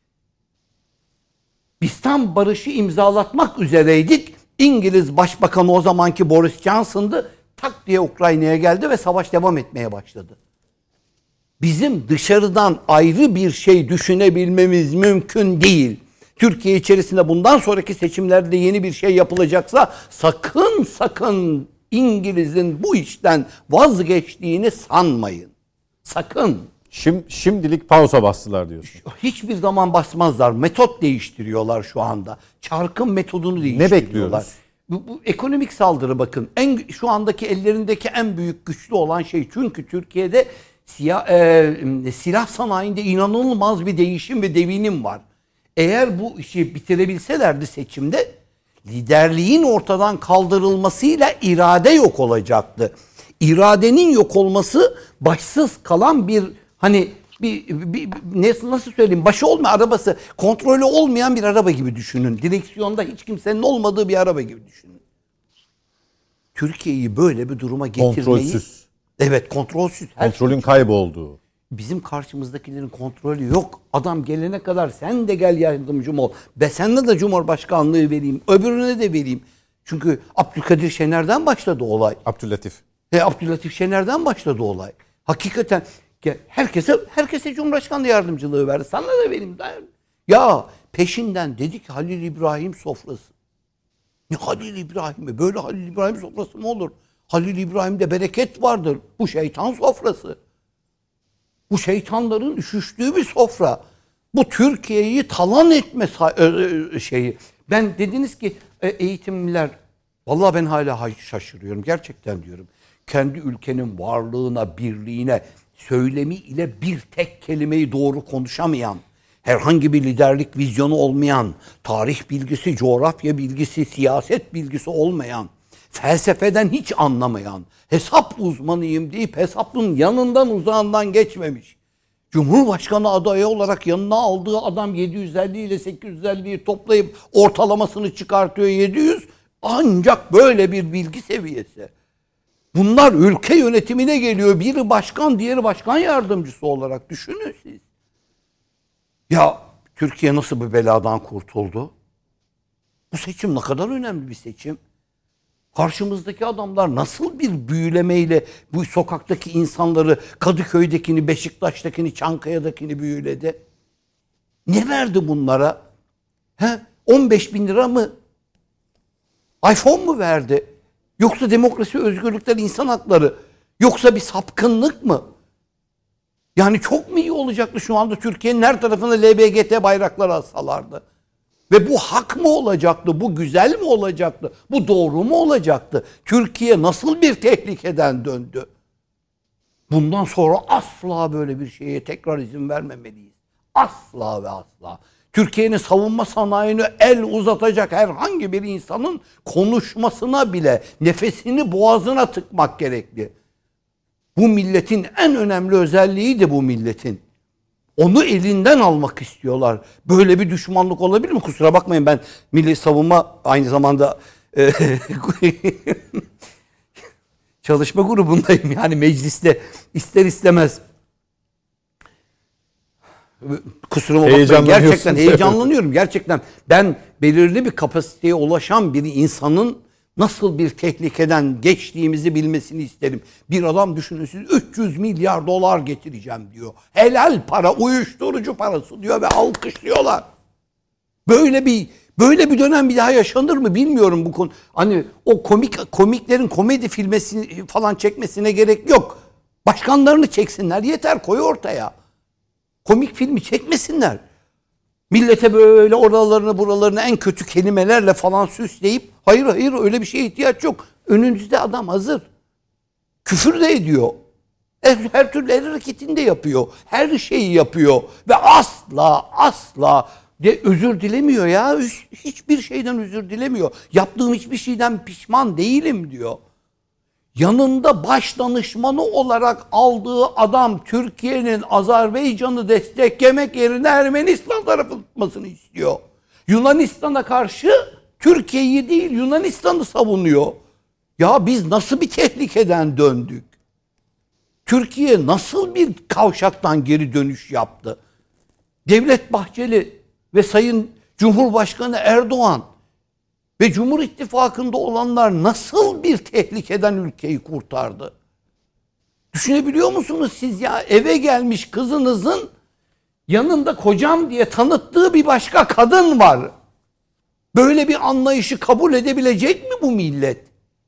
Biz tam barışı imzalatmak üzereydik. İngiliz Başbakanı o zamanki Boris Johnson'dı. Tak diye Ukrayna'ya geldi ve savaş devam etmeye başladı. Bizim dışarıdan ayrı bir şey düşünebilmemiz mümkün değil. Türkiye içerisinde bundan sonraki seçimlerde yeni bir şey yapılacaksa sakın sakın İngiliz'in bu işten vazgeçtiğini sanmayın. Sakın. Şimdi, şimdilik pausa bastılar diyorsun. Hiçbir zaman basmazlar. Metot değiştiriyorlar şu anda. Çarkın metodunu değiştiriyorlar. Ne bekliyoruz? Bu, bu ekonomik saldırı bakın. En şu andaki ellerindeki en büyük güçlü olan şey. Çünkü Türkiye'de siyah, e, silah sanayinde inanılmaz bir değişim ve devinim var. Eğer bu işi bitirebilselerdi seçimde liderliğin ortadan kaldırılmasıyla irade yok olacaktı. İradenin yok olması başsız kalan bir hani bir, bir, bir ne, nasıl söyleyeyim başı olmayan arabası kontrolü olmayan bir araba gibi düşünün. Direksiyonda hiç kimsenin olmadığı bir araba gibi düşünün. Türkiye'yi böyle bir duruma getirmeyi Kontrolsüz. Evet kontrolsüz. Her Kontrolün şey. kaybolduğu. Bizim karşımızdakilerin kontrolü yok. Adam gelene kadar sen de gel yardımcım ol. Be senle de Cumhurbaşkanlığı vereyim. Öbürüne de vereyim. Çünkü Abdülkadir Şener'den başladı olay. Abdülatif. He, Abdülatif Şener'den başladı olay. Hakikaten herkese herkese Cumhurbaşkanlığı yardımcılığı verdi. Sana da vereyim. Ya peşinden dedi ki Halil İbrahim sofrası. Ne Halil İbrahim'i? Böyle Halil İbrahim sofrası mı olur? Halil İbrahim'de bereket vardır. Bu şeytan sofrası. Bu şeytanların üşüştüğü bir sofra. Bu Türkiye'yi talan etme şeyi. Ben dediniz ki eğitimliler, vallahi ben hala şaşırıyorum. Gerçekten diyorum. Kendi ülkenin varlığına, birliğine, söylemiyle bir tek kelimeyi doğru konuşamayan, herhangi bir liderlik vizyonu olmayan, tarih bilgisi, coğrafya bilgisi, siyaset bilgisi olmayan, felsefeden hiç anlamayan, hesap uzmanıyım deyip hesabın yanından uzağından geçmemiş, Cumhurbaşkanı adayı olarak yanına aldığı adam yedi yüz elli ile sekiz yüz elliyi toplayıp ortalamasını çıkartıyor yedi yüz, ancak böyle bir bilgi seviyesi. Bunlar ülke yönetimine geliyor. Biri başkan, diğeri başkan yardımcısı olarak. Düşünün siz. Ya Türkiye nasıl bir beladan kurtuldu? Bu seçim ne kadar önemli bir seçim. Karşımızdaki adamlar nasıl bir büyülemeyle bu sokaktaki insanları, Kadıköy'dekini, Beşiktaş'takini, Çankaya'dakini büyüledi? Ne verdi bunlara? He? on beş bin lira mı? iPhone mu verdi? Yoksa demokrasi, özgürlükler, insan hakları? Yoksa bir sapkınlık mı? Yani çok mu iyi olacaktı şu anda Türkiye'nin her tarafına L B G T bayrakları assalardı? Ve bu hak mı olacaktı? Bu güzel mi olacaktı? Bu doğru mu olacaktı? Türkiye nasıl bir tehlikeden döndü? Bundan sonra asla böyle bir şeye tekrar izin vermemeliyiz. Asla ve asla. Türkiye'nin savunma sanayini el uzatacak herhangi bir insanın konuşmasına bile nefesini boğazına tıkmak gerekli. Bu milletin en önemli özelliği de bu milletin. Onu elinden almak istiyorlar. Böyle bir düşmanlık olabilir mi? Kusura bakmayın, ben milli savunma aynı zamanda e, çalışma grubundayım. Yani mecliste ister istemez kusuruma bakmayın. Gerçekten heyecanlanıyorum. Gerçekten ben belirli bir kapasiteye ulaşan bir insanın nasıl bir tehlikeden geçtiğimizi bilmesini isterim. Bir adam düşünün siz, üç yüz milyar dolar getireceğim diyor. Helal para, uyuşturucu parası diyor ve alkışlıyorlar. Böyle bir böyle bir dönem bir daha yaşanır mı bilmiyorum bu konu. Hani o komik komiklerin komedi filmesini falan çekmesine gerek yok. Başkanlarını çeksinler yeter, koy ortaya. Komik filmi çekmesinler. Millete böyle oralarını buralarını en kötü kelimelerle falan süsleyip hayır hayır öyle bir şeye ihtiyaç yok. Önünüzde adam hazır. Küfür de ediyor. Her, her türlü el hareketini de yapıyor. Her şeyi yapıyor. Ve asla asla de özür dilemiyor ya. Hiçbir şeyden özür dilemiyor. Yaptığım hiçbir şeyden pişman değilim diyor. Yanında baş danışmanı olarak aldığı adam Türkiye'nin Azerbaycan'ı desteklemek yerine Ermenistan tarafı tutmasını istiyor. Yunanistan'a karşı Türkiye'yi değil Yunanistan'ı savunuyor. Ya biz nasıl bir tehlikeden döndük? Türkiye nasıl bir kavşaktan geri dönüş yaptı? Devlet Bahçeli ve Sayın Cumhurbaşkanı Erdoğan ve Cumhur İttifakı'nda olanlar nasıl bir tehlikeden ülkeyi kurtardı? Düşünebiliyor musunuz siz ya? Eve gelmiş kızınızın yanında kocam diye tanıttığı bir başka kadın var. Böyle bir anlayışı kabul edebilecek mi bu millet?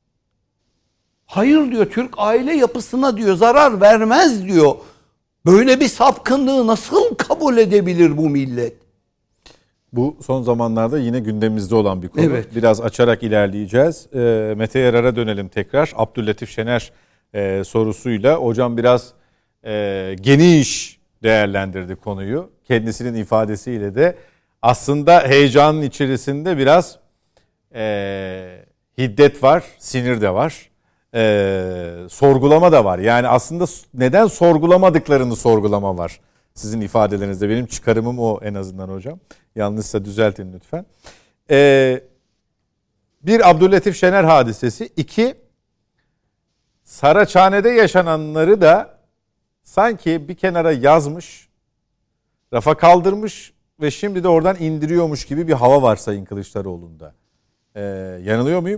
Hayır diyor, Türk aile yapısına diyor zarar vermez diyor. Böyle bir sapkınlığı nasıl kabul edebilir bu millet? Bu son zamanlarda yine gündemimizde olan bir konu. Evet. Biraz açarak ilerleyeceğiz. E, Mete Yarar'a dönelim tekrar. Abdüllatif Şener e, sorusuyla. Hocam biraz e, geniş değerlendirdi konuyu. Kendisinin ifadesiyle de aslında heyecanın içerisinde biraz e, hiddet var, sinir de var. E, sorgulama da var. Yani aslında neden sorgulamadıklarını sorgulama var. Sizin ifadelerinizde. Benim çıkarımım o en azından hocam. Yanlışsa düzeltin lütfen. Ee, bir Abdüllatif Şener hadisesi. İki, Saraçhane'de yaşananları da sanki bir kenara yazmış, rafa kaldırmış ve şimdi de oradan indiriyormuş gibi bir hava var Sayın Kılıçdaroğlu'nda. Ee, yanılıyor muyum?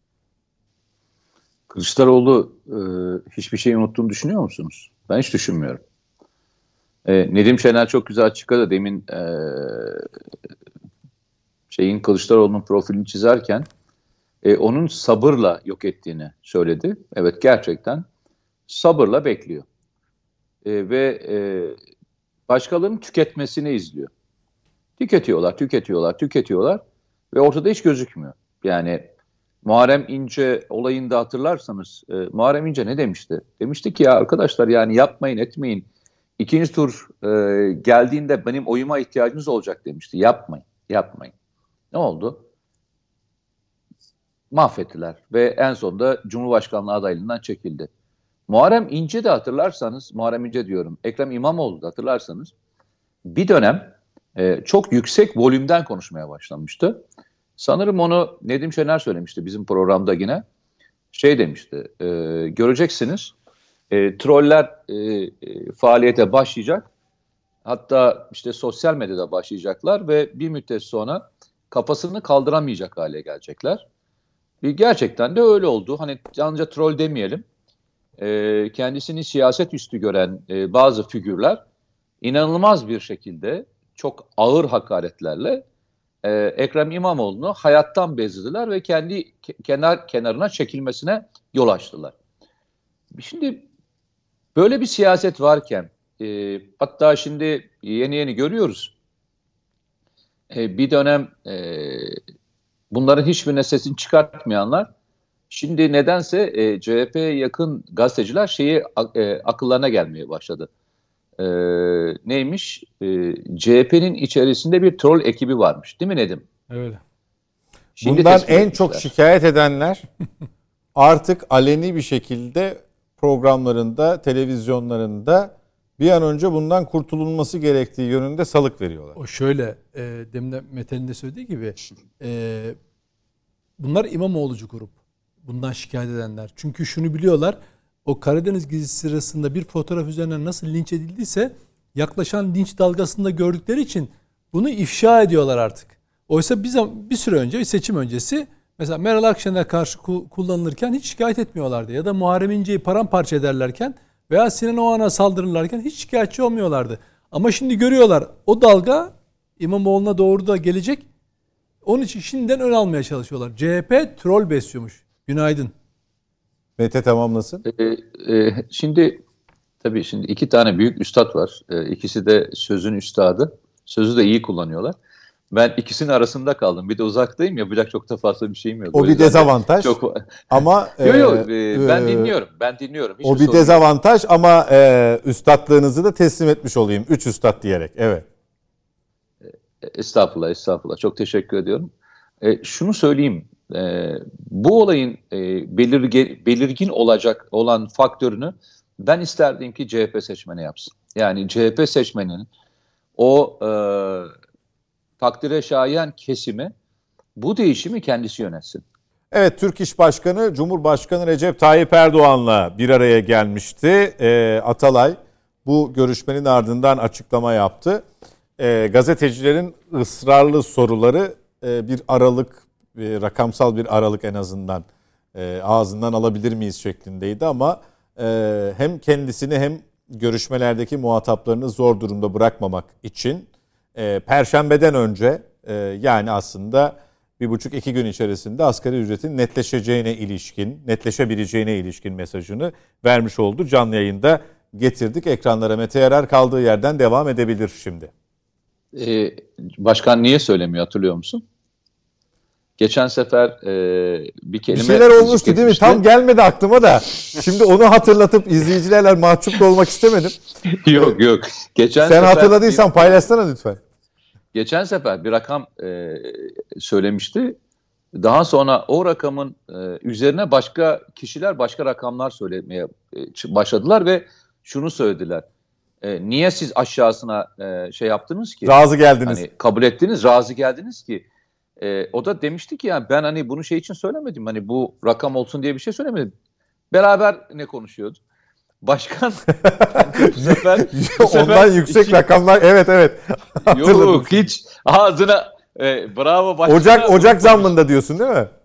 Kılıçdaroğlu e, hiçbir şeyi unuttuğunu düşünüyor musunuz? Ben hiç düşünmüyorum. E, Nedim Şener çok güzel açıkladı. Demin e, şeyin Kılıçdaroğlu'nun profilini çizerken e, onun sabırla yok ettiğini söyledi. Evet, gerçekten sabırla bekliyor. e, ve e, başkalarının tüketmesini izliyor. Tüketiyorlar, tüketiyorlar, tüketiyorlar ve ortada hiç gözükmüyor. Yani Muharrem İnce olayında hatırlarsanız e, Muharrem İnce ne demişti? Demişti ki ya arkadaşlar yani yapmayın etmeyin. İkinci tur e, geldiğinde benim oyuma ihtiyacınız olacak demişti. Yapmayın, yapmayın. Ne oldu? Mahvettiler ve en sonunda Cumhurbaşkanlığı adaylığından çekildi. Muharrem İnce de hatırlarsanız, Muharrem İnce diyorum, Ekrem İmamoğlu da hatırlarsanız bir dönem e, çok yüksek volümden konuşmaya başlamıştı. Sanırım onu Nedim Şener söylemişti bizim programda yine. Şey demişti, e, göreceksiniz e, troller e, e, faaliyete başlayacak. Hatta işte sosyal medyada başlayacaklar ve bir müddet sonra kafasını kaldıramayacak hale gelecekler. E, gerçekten de öyle oldu. Hani yalnızca troll demeyelim. E, kendisini siyaset üstü gören e, bazı figürler inanılmaz bir şekilde çok ağır hakaretlerle e, Ekrem İmamoğlu'nu hayattan bezdirdiler ve kendi kenar kenarına çekilmesine yol açtılar. Şimdi böyle bir siyaset varken e, hatta şimdi yeni yeni görüyoruz. E, bir dönem e, bunların hiçbirine sesini çıkartmayanlar şimdi nedense e, C H P'ye yakın gazeteciler şeyi e, akıllarına gelmeye başladı. E, neymiş? E, C H P'nin içerisinde bir troll ekibi varmış. Değil mi Nedim? Öyle. Bundan tespit en etmişler. çok şikayet edenler artık aleni bir şekilde programlarında, televizyonlarında bir an önce bundan kurtulunması gerektiği yönünde salık veriyorlar. O şöyle, e, demin de Mete'nin de söylediği gibi e, bunlar İmamoğlu'cu grup. Bundan şikayet edenler. Çünkü şunu biliyorlar, o Karadeniz gezisi sırasında bir fotoğraf üzerinden nasıl linç edildiyse yaklaşan linç dalgasını da gördükleri için bunu ifşa ediyorlar artık. Oysa bir, zaman, bir süre önce, seçim öncesi mesela Meral Akşener'e karşı kullanılırken hiç şikayet etmiyorlardı. Ya da Muharrem İnce'yi paramparça ederlerken veya Sinan Oğan'a saldırırlarken hiç şikayetçi olmuyorlardı. Ama şimdi görüyorlar o dalga İmamoğlu'na doğru da gelecek. Onun için şimdiden ön almaya çalışıyorlar. C H P troll besliyormuş. Günaydın. Mete tamamlasın. Ee, e, şimdi tabii şimdi iki tane büyük üstad var. Ee, ikisi de sözün üstadı. Sözü de iyi kullanıyorlar. Ben ikisinin arasında kaldım. Bir de uzaktayım, yapacak çok da fazla bir şeyim yok. O, o bir dezavantaj. Çok... Ama yok yok e, ben dinliyorum. Ben dinliyorum. Hiçbir o bir dezavantaj yok. Ama e, üstadlığınızı da teslim etmiş olayım. Üç üstad diyerek. Evet. Estağfurullah, estağfurullah. Çok teşekkür ediyorum. E, şunu söyleyeyim. E, bu olayın e, belirge, belirgin olacak olan faktörünü ben isterdim ki C H P seçmeni yapsın. Yani C H P seçmeninin o e, takdire şayan kesimi bu değişimi kendisi yönetsin. Evet, Türk İş Başkanı Cumhurbaşkanı Recep Tayyip Erdoğan'la bir araya gelmişti. E, Atalay bu görüşmenin ardından açıklama yaptı. E, gazetecilerin ısrarlı soruları e, bir aralık, e, rakamsal bir aralık en azından e, ağzından alabilir miyiz şeklindeydi ama e, hem kendisini hem görüşmelerdeki muhataplarını zor durumda bırakmamak için e, Perşembeden önce e, yani aslında bir buçuk iki gün içerisinde asgari ücretin netleşeceğine ilişkin, netleşebileceğine ilişkin mesajını vermiş oldu. Canlı yayında getirdik ekranlara. Mete Yarar kaldığı yerden devam edebilir şimdi. Ee, başkan niye söylemiyor, hatırlıyor musun? Geçen sefer e, bir kelime... Bir şeyler olmuştu değil mi? Tam gelmedi aklıma da. Şimdi onu hatırlatıp izleyicilerle mahcup da olmak istemedim. yok yok. Geçen Sen sefer hatırladıysan bir, paylaşsana lütfen. Geçen sefer bir rakam e, söylemişti. Daha sonra o rakamın e, üzerine başka kişiler başka rakamlar söylemeye e, başladılar ve şunu söylediler. E, niye siz aşağısına e, şey yaptınız ki? Razı geldiniz. Hani kabul ettiniz, razı geldiniz ki. E, o da demişti ki yani ben hani bunu şey için söylemedim. Hani bu rakam olsun diye bir şey söylemedim. Beraber ne konuşuyordu? Başkan bu sefer, bu sefer ondan yüksek iki, rakamlar evet evet. Yok hiç ağzına e, bravo başkan. Ocak Ocak zammında diyorsun değil mi?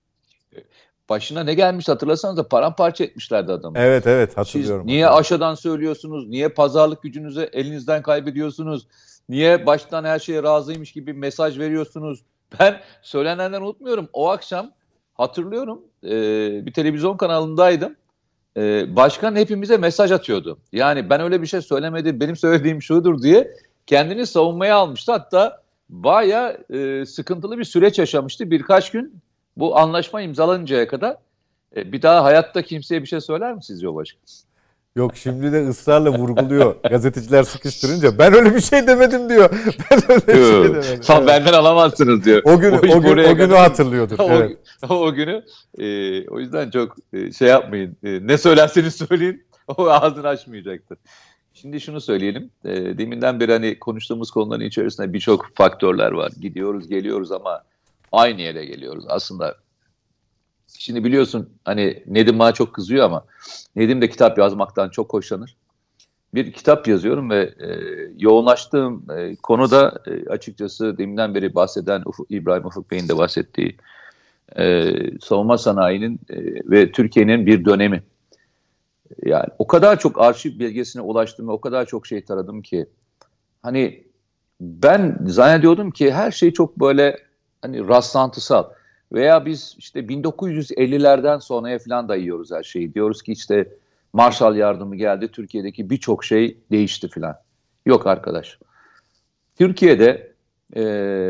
Başına ne gelmiş hatırlasanız da paramparça etmişlerdi adamı. Evet evet hatırlıyorum. Siz niye aşağıdan söylüyorsunuz? Niye pazarlık gücünüzü elinizden kaybediyorsunuz? Niye baştan her şeye razıymış gibi mesaj veriyorsunuz? Ben söylenenden unutmuyorum. O akşam hatırlıyorum e, bir televizyon kanalındaydım. e, başkan hepimize mesaj atıyordu. Yani ben öyle bir şey söylemedim, benim söylediğim şudur diye kendini savunmaya almıştı. Hatta bayağı e, sıkıntılı bir süreç yaşamıştı. Birkaç gün bu anlaşma imzalanıncaya kadar. E, bir daha hayatta kimseye bir şey söyler mi sizce o başkan? Yok, şimdi de ısrarla vurguluyor. Gazeteciler sıkıştırınca ben öyle bir şey demedim diyor. Ben öyle bir şey demedim. Tam benden alamazsınız diyor. O günü, O iş o, gün, buraya o günü kadar- hatırlıyordur. o, Evet. o günü e, o yüzden çok e, şey yapmayın. E, ne söylerseniz söyleyin o ağzını açmayacaktır. Şimdi şunu söyleyelim. E, deminden beri hani konuştuğumuz konuların içerisinde birçok faktörler var. Gidiyoruz, geliyoruz ama aynı yere geliyoruz. Aslında şimdi biliyorsun hani Nedim bana çok kızıyor ama Nedim de kitap yazmaktan çok hoşlanır. Bir kitap yazıyorum ve e, yoğunlaştığım e, konuda e, açıkçası deminden beri bahseden Ufuk, İbrahim Ufuk Bey'in de bahsettiği e, savunma sanayinin e, ve Türkiye'nin bir dönemi. Yani o kadar çok arşiv belgesine ulaştım ve o kadar çok şey taradım ki hani ben zannediyordum ki her şey çok böyle hani rastlantısal veya biz işte bin dokuz yüz ellilerden sonraya falan dayıyoruz her şeyi. Diyoruz ki işte Marshall yardımı geldi, Türkiye'deki birçok şey değişti falan. Yok arkadaş. Türkiye'de e,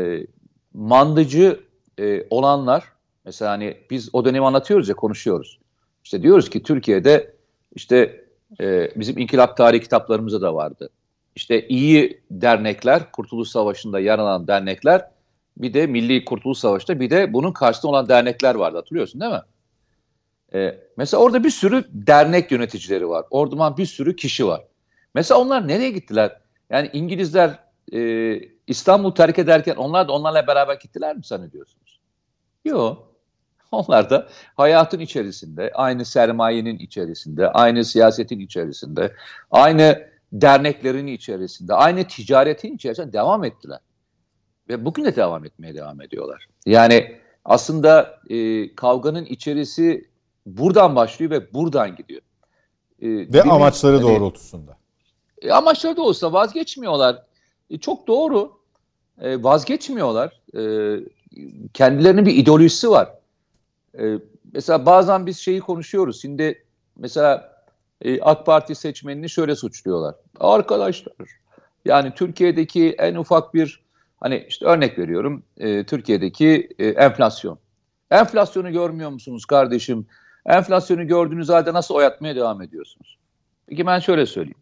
mandıcı e, olanlar, mesela hani biz o dönemi anlatıyoruz ya, konuşuyoruz. İşte diyoruz ki Türkiye'de işte e, bizim inkılap tarihi kitaplarımızda da vardı. İşte iyi dernekler, Kurtuluş Savaşı'nda yer alan dernekler, bir de Milli Kurtuluş Savaşı'nda bir de bunun karşısında olan dernekler vardı, hatırlıyorsun değil mi? Ee, mesela orada bir sürü dernek yöneticileri var. Orada bir sürü kişi var. Mesela onlar nereye gittiler? Yani İngilizler e, İstanbul'u terk ederken onlar da onlarla beraber gittiler mi zannediyorsunuz? Yok. Onlar da hayatın içerisinde, aynı sermayenin içerisinde, aynı siyasetin içerisinde, aynı derneklerin içerisinde, aynı ticaretin içerisinde devam ettiler. Ve bugün de devam etmeye devam ediyorlar. Yani aslında e, kavganın içerisi buradan başlıyor ve buradan gidiyor. E, Ve demin, amaçları hani, doğrultusunda. E, amaçları da olsa vazgeçmiyorlar. E, çok doğru. E, vazgeçmiyorlar. E, kendilerinin bir ideolojisi var. E, mesela bazen biz şeyi konuşuyoruz. Şimdi mesela e, AK Parti seçmenini şöyle suçluyorlar. Arkadaşlar, yani Türkiye'deki en ufak bir, hani işte örnek veriyorum, e, Türkiye'deki e, enflasyon. Enflasyonu görmüyor musunuz kardeşim? Enflasyonu gördüğünüz halde nasıl oy atmaya devam ediyorsunuz? Peki ben şöyle söyleyeyim.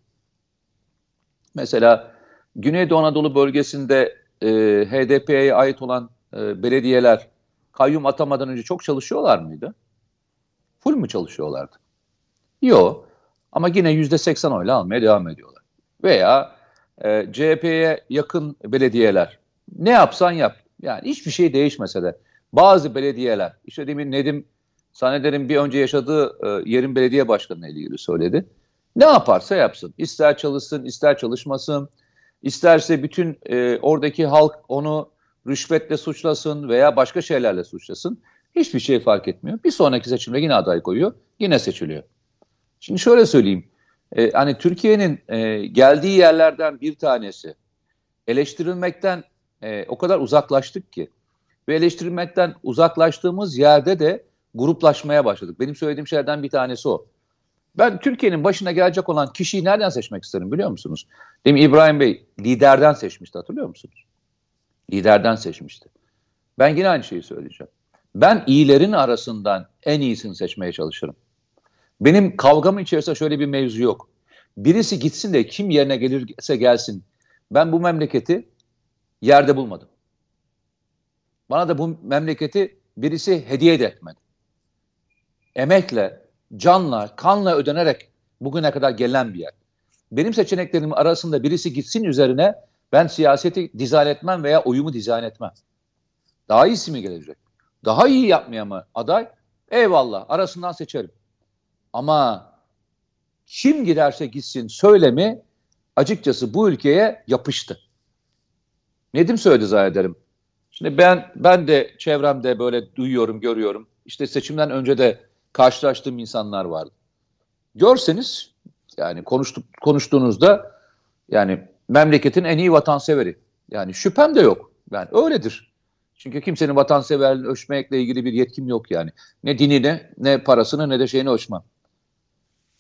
Mesela Güneydoğu Anadolu bölgesinde e, H D P'ye ait olan e, belediyeler kayyum atamadan önce çok çalışıyorlar mıydı? Full mü çalışıyorlardı? Yok. Ama yine yüzde seksen oyla almaya devam ediyorlar. Veya e, C H P'ye yakın belediyeler, ne yapsan yap, yani hiçbir şey değişmese de bazı belediyeler, işte demin Nedim zannederim bir önce yaşadığı e, yerin belediye başkanına ilgili söyledi. Ne yaparsa yapsın, ister çalışsın, ister çalışmasın, isterse bütün e, oradaki halk onu rüşvetle suçlasın veya başka şeylerle suçlasın, hiçbir şey fark etmiyor. Bir sonraki seçimde yine aday koyuyor, yine seçiliyor. Şimdi şöyle söyleyeyim, e, hani Türkiye'nin e, geldiği yerlerden bir tanesi, eleştirilmekten e, o kadar uzaklaştık ki ve eleştirilmekten uzaklaştığımız yerde de gruplaşmaya başladık. Benim söylediğim şeylerden bir tanesi o. Ben Türkiye'nin başına gelecek olan kişiyi nereden seçmek isterim biliyor musunuz? Demin İbrahim Bey liderden seçmişti, hatırlıyor musunuz? Liderden seçmişti. Ben yine aynı şeyi söyleyeceğim. Ben iyilerin arasından en iyisini seçmeye çalışırım. Benim kavgamın içerisinde şöyle bir mevzu yok. Birisi gitsin de kim yerine gelirse gelsin. Ben bu memleketi yerde bulmadım. Bana da bu memleketi birisi hediye de etmedi. Emekle, canla, kanla ödenerek bugüne kadar gelen bir yer. Benim seçeneklerimin arasında birisi gitsin üzerine ben siyaseti dizayn etmem veya oyumu dizayn etmem. Daha iyisi mi gelecek? Daha iyi yapmaya mı aday? Eyvallah, arasından seçerim. Ama kim giderse gitsin söylemi açıkçası bu ülkeye yapıştı. Nedim söyledi zannederim. Şimdi ben ben de çevremde böyle duyuyorum, görüyorum. İşte seçimden önce de karşılaştığım insanlar vardı. Görseniz yani konuştuk, konuştuğunuzda yani memleketin en iyi vatanseveri. Yani şüphem de yok. Yani öyledir. Çünkü kimsenin vatanseverliğini ölçmekle ilgili bir yetkim yok yani. Ne dinine, ne parasını, ne de şeyini ölçmem.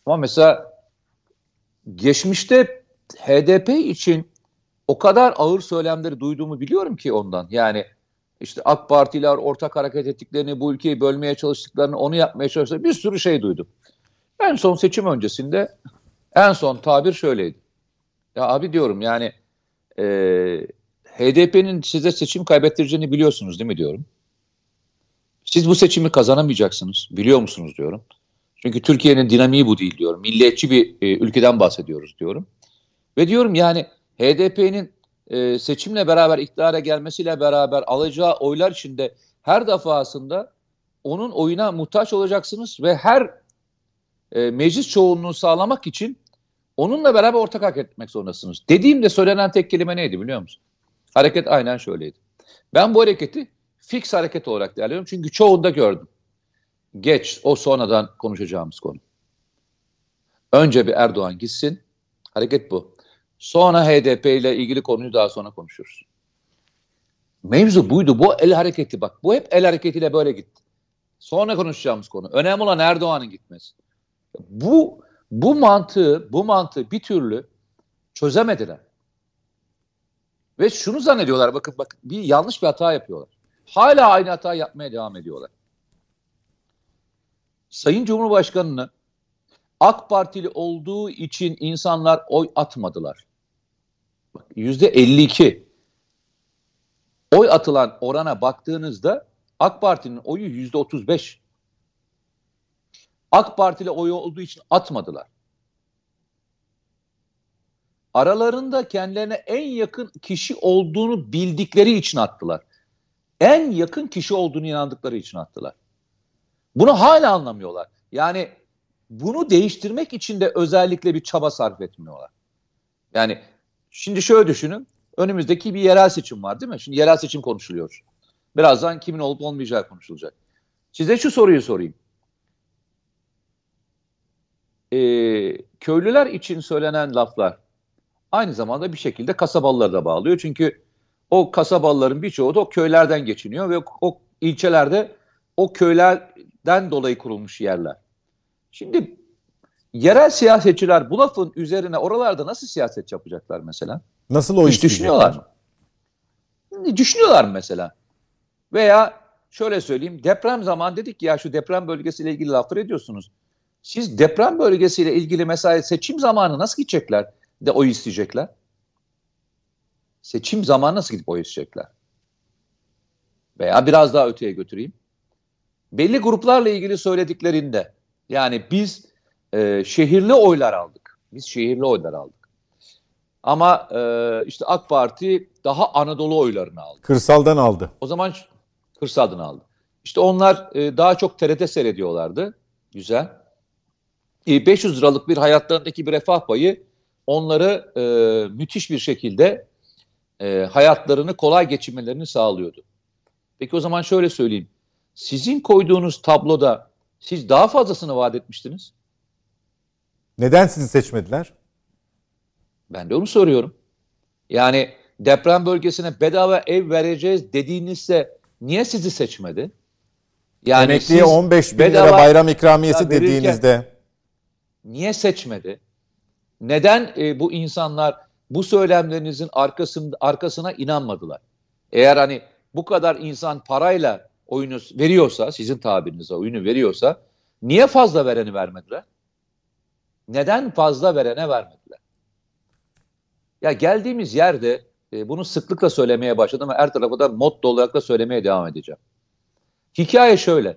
Ama mesela geçmişte H D P için o kadar ağır söylemleri duyduğumu biliyorum ki ondan. Yani işte AK Partiler ortak hareket ettiklerini, bu ülkeyi bölmeye çalıştıklarını, onu yapmaya çalıştıklarını, bir sürü şey duydum. En son seçim öncesinde en son tabir şöyleydi. Ya abi diyorum yani e, H D P'nin size seçim kaybettireceğini biliyorsunuz değil mi diyorum. Siz bu seçimi kazanamayacaksınız. Biliyor musunuz diyorum. Çünkü Türkiye'nin dinamiği bu değil diyorum. Milliyetçi bir e, ülkeden bahsediyoruz diyorum. Ve diyorum yani H D P'nin e, seçimle beraber iktidara gelmesiyle beraber alacağı oylar içinde her defasında onun oyuna muhtaç olacaksınız ve her e, meclis çoğunluğu sağlamak için onunla beraber ortak hareket etmek zorundasınız. Dediğimde söylenen tek kelime neydi biliyor musun? Hareket aynen şöyleydi. Ben bu hareketi fix hareket olarak değerliyorum çünkü çoğunda gördüm. Geç, o sonradan konuşacağımız konu. Önce bir Erdoğan gitsin, hareket bu. Sonra H D P ile ilgili konuyu daha sonra konuşuruz. Mevzu buydu, bu el hareketi bak. Bu hep el hareketiyle böyle gitti. Sonra konuşacağımız konu. Önemli olan Erdoğan'ın gitmesi. Bu bu mantığı, bu mantığı bir türlü çözemediler. Ve şunu zannediyorlar, bakın bakın bir yanlış bir hata yapıyorlar. Hala aynı hata yapmaya devam ediyorlar. Sayın Cumhurbaşkanı'nı AK Partili olduğu için insanlar oy atmadılar. yüzde elli iki oy atılan orana baktığınızda AK Parti'nin oyu yüzde otuz beş. AK Partili oyu olduğu için atmadılar. Aralarında kendilerine en yakın kişi olduğunu bildikleri için attılar. En yakın kişi olduğunu inandıkları için attılar. Bunu hala anlamıyorlar. Yani bunu değiştirmek için de özellikle bir çaba sarf etmiyorlar. Yani şimdi şöyle düşünün. Önümüzdeki bir yerel seçim var değil mi? Şimdi yerel seçim konuşuluyor. Birazdan kimin olup olmayacağı konuşulacak. Size şu soruyu sorayım. Ee, köylüler için söylenen laflar aynı zamanda bir şekilde kasabalıları da bağlıyor. Çünkü o kasabalıların birçoğu da o köylerden geçiniyor ve o ilçelerde o köylerden dolayı kurulmuş yerler. Şimdi yerel siyasetçiler bu lafın üzerine oralarda nasıl siyaset yapacaklar mesela? Nasıl o Hiç düşünüyorlar mı? Düşünüyorlar mı mesela? Veya şöyle söyleyeyim, deprem zamanı dedik ya şu deprem bölgesiyle ilgili laflar ediyorsunuz. Siz deprem bölgesiyle ilgili mesela seçim zamanı nasıl gidecekler de oy isteyecekler? Seçim zamanı nasıl gidip oy isteyecekler? Veya biraz daha öteye götüreyim. Belli gruplarla ilgili söylediklerinde yani biz e, şehirli oylar aldık. Biz şehirli oylar aldık. Ama e, işte AK Parti daha Anadolu oylarını aldı. Kırsaldan aldı. O zaman kırsaldan aldı. İşte onlar e, daha çok T R T seyrediyorlardı. Güzel. E, beş yüz liralık bir hayatlarındaki bir refah payı onları e, müthiş bir şekilde e, hayatlarını kolay geçirmelerini sağlıyordu. Peki o zaman şöyle söyleyeyim. Sizin koyduğunuz tabloda siz daha fazlasını vaat etmiştiniz. Neden sizi seçmediler? Ben de onu soruyorum. Yani deprem bölgesine bedava ev vereceğiz dediğinizde niye sizi seçmedi? Yani Emekliye on beş bin lira bayram ikramiyesi dediğinizde niye seçmedi? Neden e, bu insanlar bu söylemlerinizin arkasında, arkasına inanmadılar? Eğer hani bu kadar insan parayla oyunu veriyorsa, sizin tabirinizle oyunu veriyorsa niye fazla vereni vermediler? Neden fazla verene vermediler? Ya geldiğimiz yerde e, bunu sıklıkla söylemeye başladım ve her tarafı da motto olarak da söylemeye devam edeceğim. Hikaye şöyle.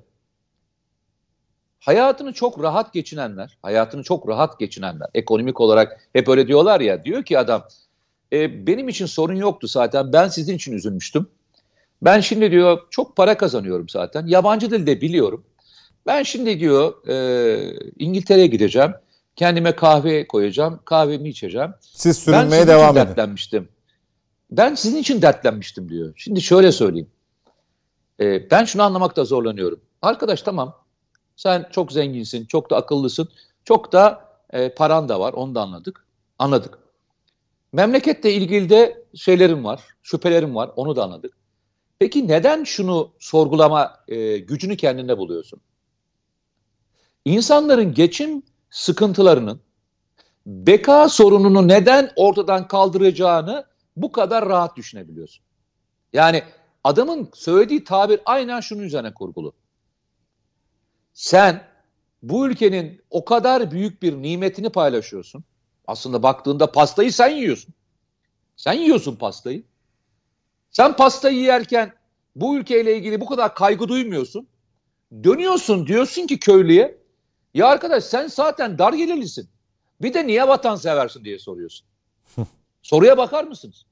Hayatını çok rahat geçinenler, hayatını çok rahat geçinenler, ekonomik olarak hep öyle diyorlar ya, diyor ki adam, e, benim için sorun yoktu zaten, ben sizin için üzülmüştüm. Ben şimdi diyor çok para kazanıyorum zaten, yabancı dil de biliyorum. Ben şimdi diyor e, İngiltere'ye gideceğim, kendime kahve koyacağım, kahvemi içeceğim. Siz sürünmeye devam edin. Dertlenmiştim. Ben sizin için dertlenmiştim diyor. Şimdi şöyle söyleyeyim. E, ben şunu anlamakta zorlanıyorum. Arkadaş tamam, sen çok zenginsin, çok da akıllısın, çok da e, paran da var, onu da anladık. Anladık. Memleketle ilgili de şeylerim var, şüphelerim var, onu da anladık. Peki neden şunu sorgulama e, gücünü kendinde buluyorsun? İnsanların geçim sıkıntılarının, beka sorununu neden ortadan kaldıracağını bu kadar rahat düşünebiliyorsun. Yani adamın söylediği tabir aynen şunun üzerine kurgulu. Sen bu ülkenin o kadar büyük bir nimetini paylaşıyorsun. Aslında baktığında pastayı sen yiyorsun. Sen yiyorsun pastayı. Sen pastayı yerken bu ülkeyle ilgili bu kadar kaygı duymuyorsun. Dönüyorsun diyorsun ki köylüye, ya arkadaş sen zaten dar gelirlisin. Bir de niye vatanseversin diye soruyorsun. Soruya bakar mısınız?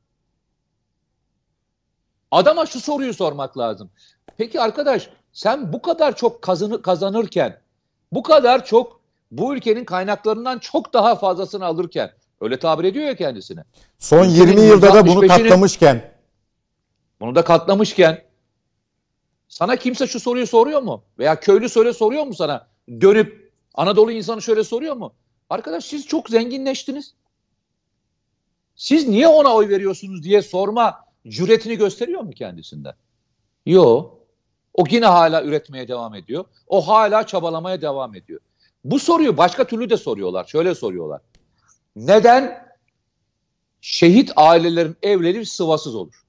Adama şu soruyu sormak lazım. Peki arkadaş sen bu kadar çok kazanır, kazanırken, bu kadar çok bu ülkenin kaynaklarından çok daha fazlasını alırken, öyle tabir ediyor ya kendisine. Son yirmi yılda da bunu katlamışken. Bunu da katlamışken sana kimse şu soruyu soruyor mu? Veya köylü söyle soruyor mu sana? Dönüp Anadolu insanı şöyle soruyor mu? Arkadaş siz çok zenginleştiniz. Siz niye ona oy veriyorsunuz diye sorma cüretini gösteriyor mu kendisinde? Yok. O yine hala üretmeye devam ediyor. O hala çabalamaya devam ediyor. Bu soruyu başka türlü de soruyorlar. Şöyle soruyorlar. Neden şehit ailelerin evleri sıvasız olur?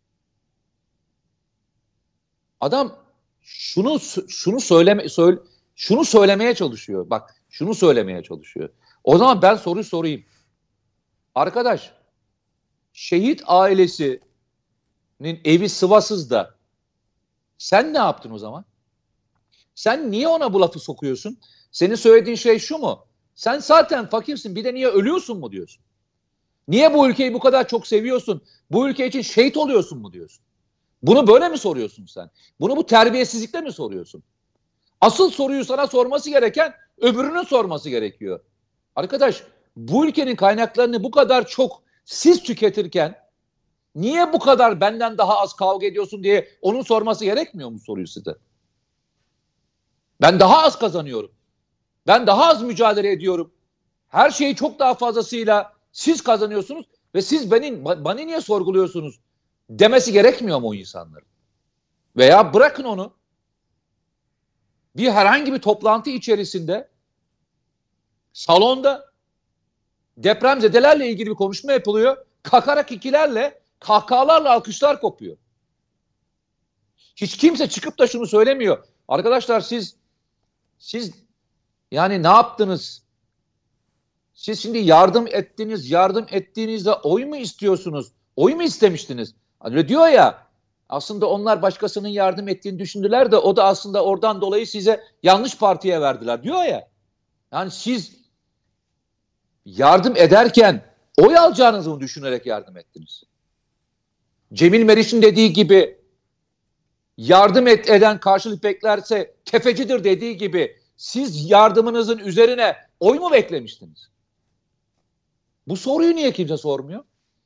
Adam şunu şunu söyleme söyle, şunu söylemeye çalışıyor. Bak, şunu söylemeye çalışıyor. O zaman ben soruyu sorayım. Arkadaş, şehit ailesinin evi sıvasız da sen ne yaptın o zaman? Sen niye ona bu lafı sokuyorsun? Senin söylediğin şey şu mu? Sen zaten fakirsin, bir de niye ölüyorsun mu diyorsun? Niye bu ülkeyi bu kadar çok seviyorsun? Bu ülke için şehit oluyorsun mu diyorsun? Bunu böyle mi soruyorsun sen? Bunu bu terbiyesizlikle mi soruyorsun? Asıl soruyu sana sorması gereken öbürünün sorması gerekiyor. Arkadaş, bu ülkenin kaynaklarını bu kadar çok siz tüketirken niye bu kadar benden daha az kavga ediyorsun diye onun sorması gerekmiyor mu soruyu size? Ben daha az kazanıyorum. Ben daha az mücadele ediyorum. Her şeyi çok daha fazlasıyla siz kazanıyorsunuz ve siz beni, bana niye sorguluyorsunuz demesi gerekmiyor mu o insanların? Veya bırakın onu. Bir herhangi bir toplantı içerisinde salonda depremzedelerle ilgili bir konuşma yapılıyor. Kakarak ikilerle, kahkahalarla alkışlar kopuyor. Hiç kimse çıkıp da şunu söylemiyor. Arkadaşlar siz siz yani ne yaptınız? Siz şimdi yardım ettiniz, yardım ettiğinizde oy mu istiyorsunuz? Oy mu istemiştiniz? Öyle diyor ya, aslında onlar başkasının yardım ettiğini düşündüler de o da aslında oradan dolayı size yanlış partiye verdiler diyor ya. Yani siz yardım ederken oy alacağınızı mı düşünerek yardım ettiniz? Cemil Meriç'in dediği gibi yardım et, eden karşılık beklerse tefecidir dediği gibi siz yardımınızın üzerine oy mu beklemiştiniz? Bu soruyu niye kimse sormuyor?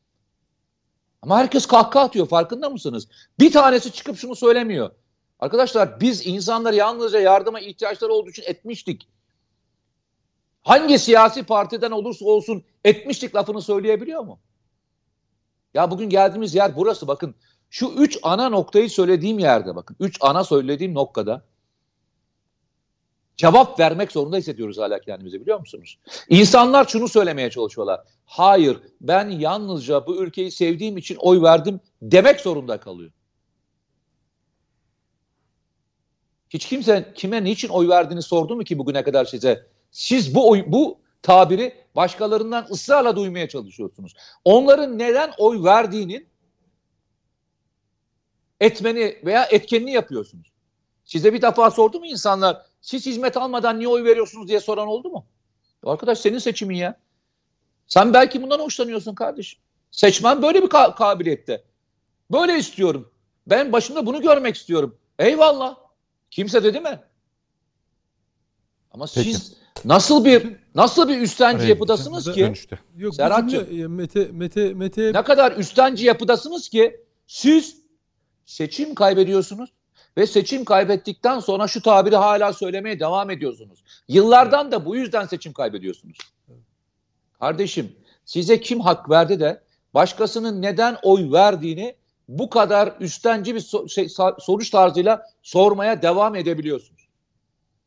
Ama herkes kahkaha atıyor, farkında mısınız? Bir tanesi çıkıp şunu söylemiyor. Arkadaşlar biz insanları yalnızca yardıma ihtiyaçları olduğu için etmiştik. Hangi siyasi partiden olursa olsun etmiştik lafını söyleyebiliyor mu? Ya bugün geldiğimiz yer burası, bakın. Şu üç ana noktayı söylediğim yerde bakın. Üç ana söylediğim noktada cevap vermek zorunda hissediyoruz hala kendimizi, biliyor musunuz? İnsanlar şunu söylemeye çalışıyorlar. Hayır, ben yalnızca bu ülkeyi sevdiğim için oy verdim demek zorunda kalıyor. Hiç kimse kime niçin oy verdiğini sordu mu ki bugüne kadar size? Siz bu oy, bu tabiri başkalarından ısrarla duymaya çalışıyorsunuz. Onların neden oy verdiğinin etmeni veya etkenini yapıyorsunuz. Size bir defa sordu mu insanlar, siz hizmet almadan niye oy veriyorsunuz diye soran oldu mu? Arkadaş senin seçimin ya. Sen belki bundan hoşlanıyorsun kardeşim. Seçmen böyle bir ka- kabiliyette. Böyle istiyorum. Ben başımda bunu görmek istiyorum. Eyvallah. Kimse dedi mi? Ama Peki. siz nasıl bir nasıl bir üstenci Araya yapıdasınız ki? Yok, bu Serhat'cığım, cümle, e, Mete Mete Mete ne kadar üstenci yapıdasınız ki siz seçim kaybediyorsunuz ve seçim kaybettikten sonra şu tabiri hala söylemeye devam ediyorsunuz. Yıllardan da bu yüzden seçim kaybediyorsunuz. Kardeşim, size kim hak verdi de başkasının neden oy verdiğini bu kadar üstenci bir so- şey, soruş tarzıyla sormaya devam edebiliyorsunuz.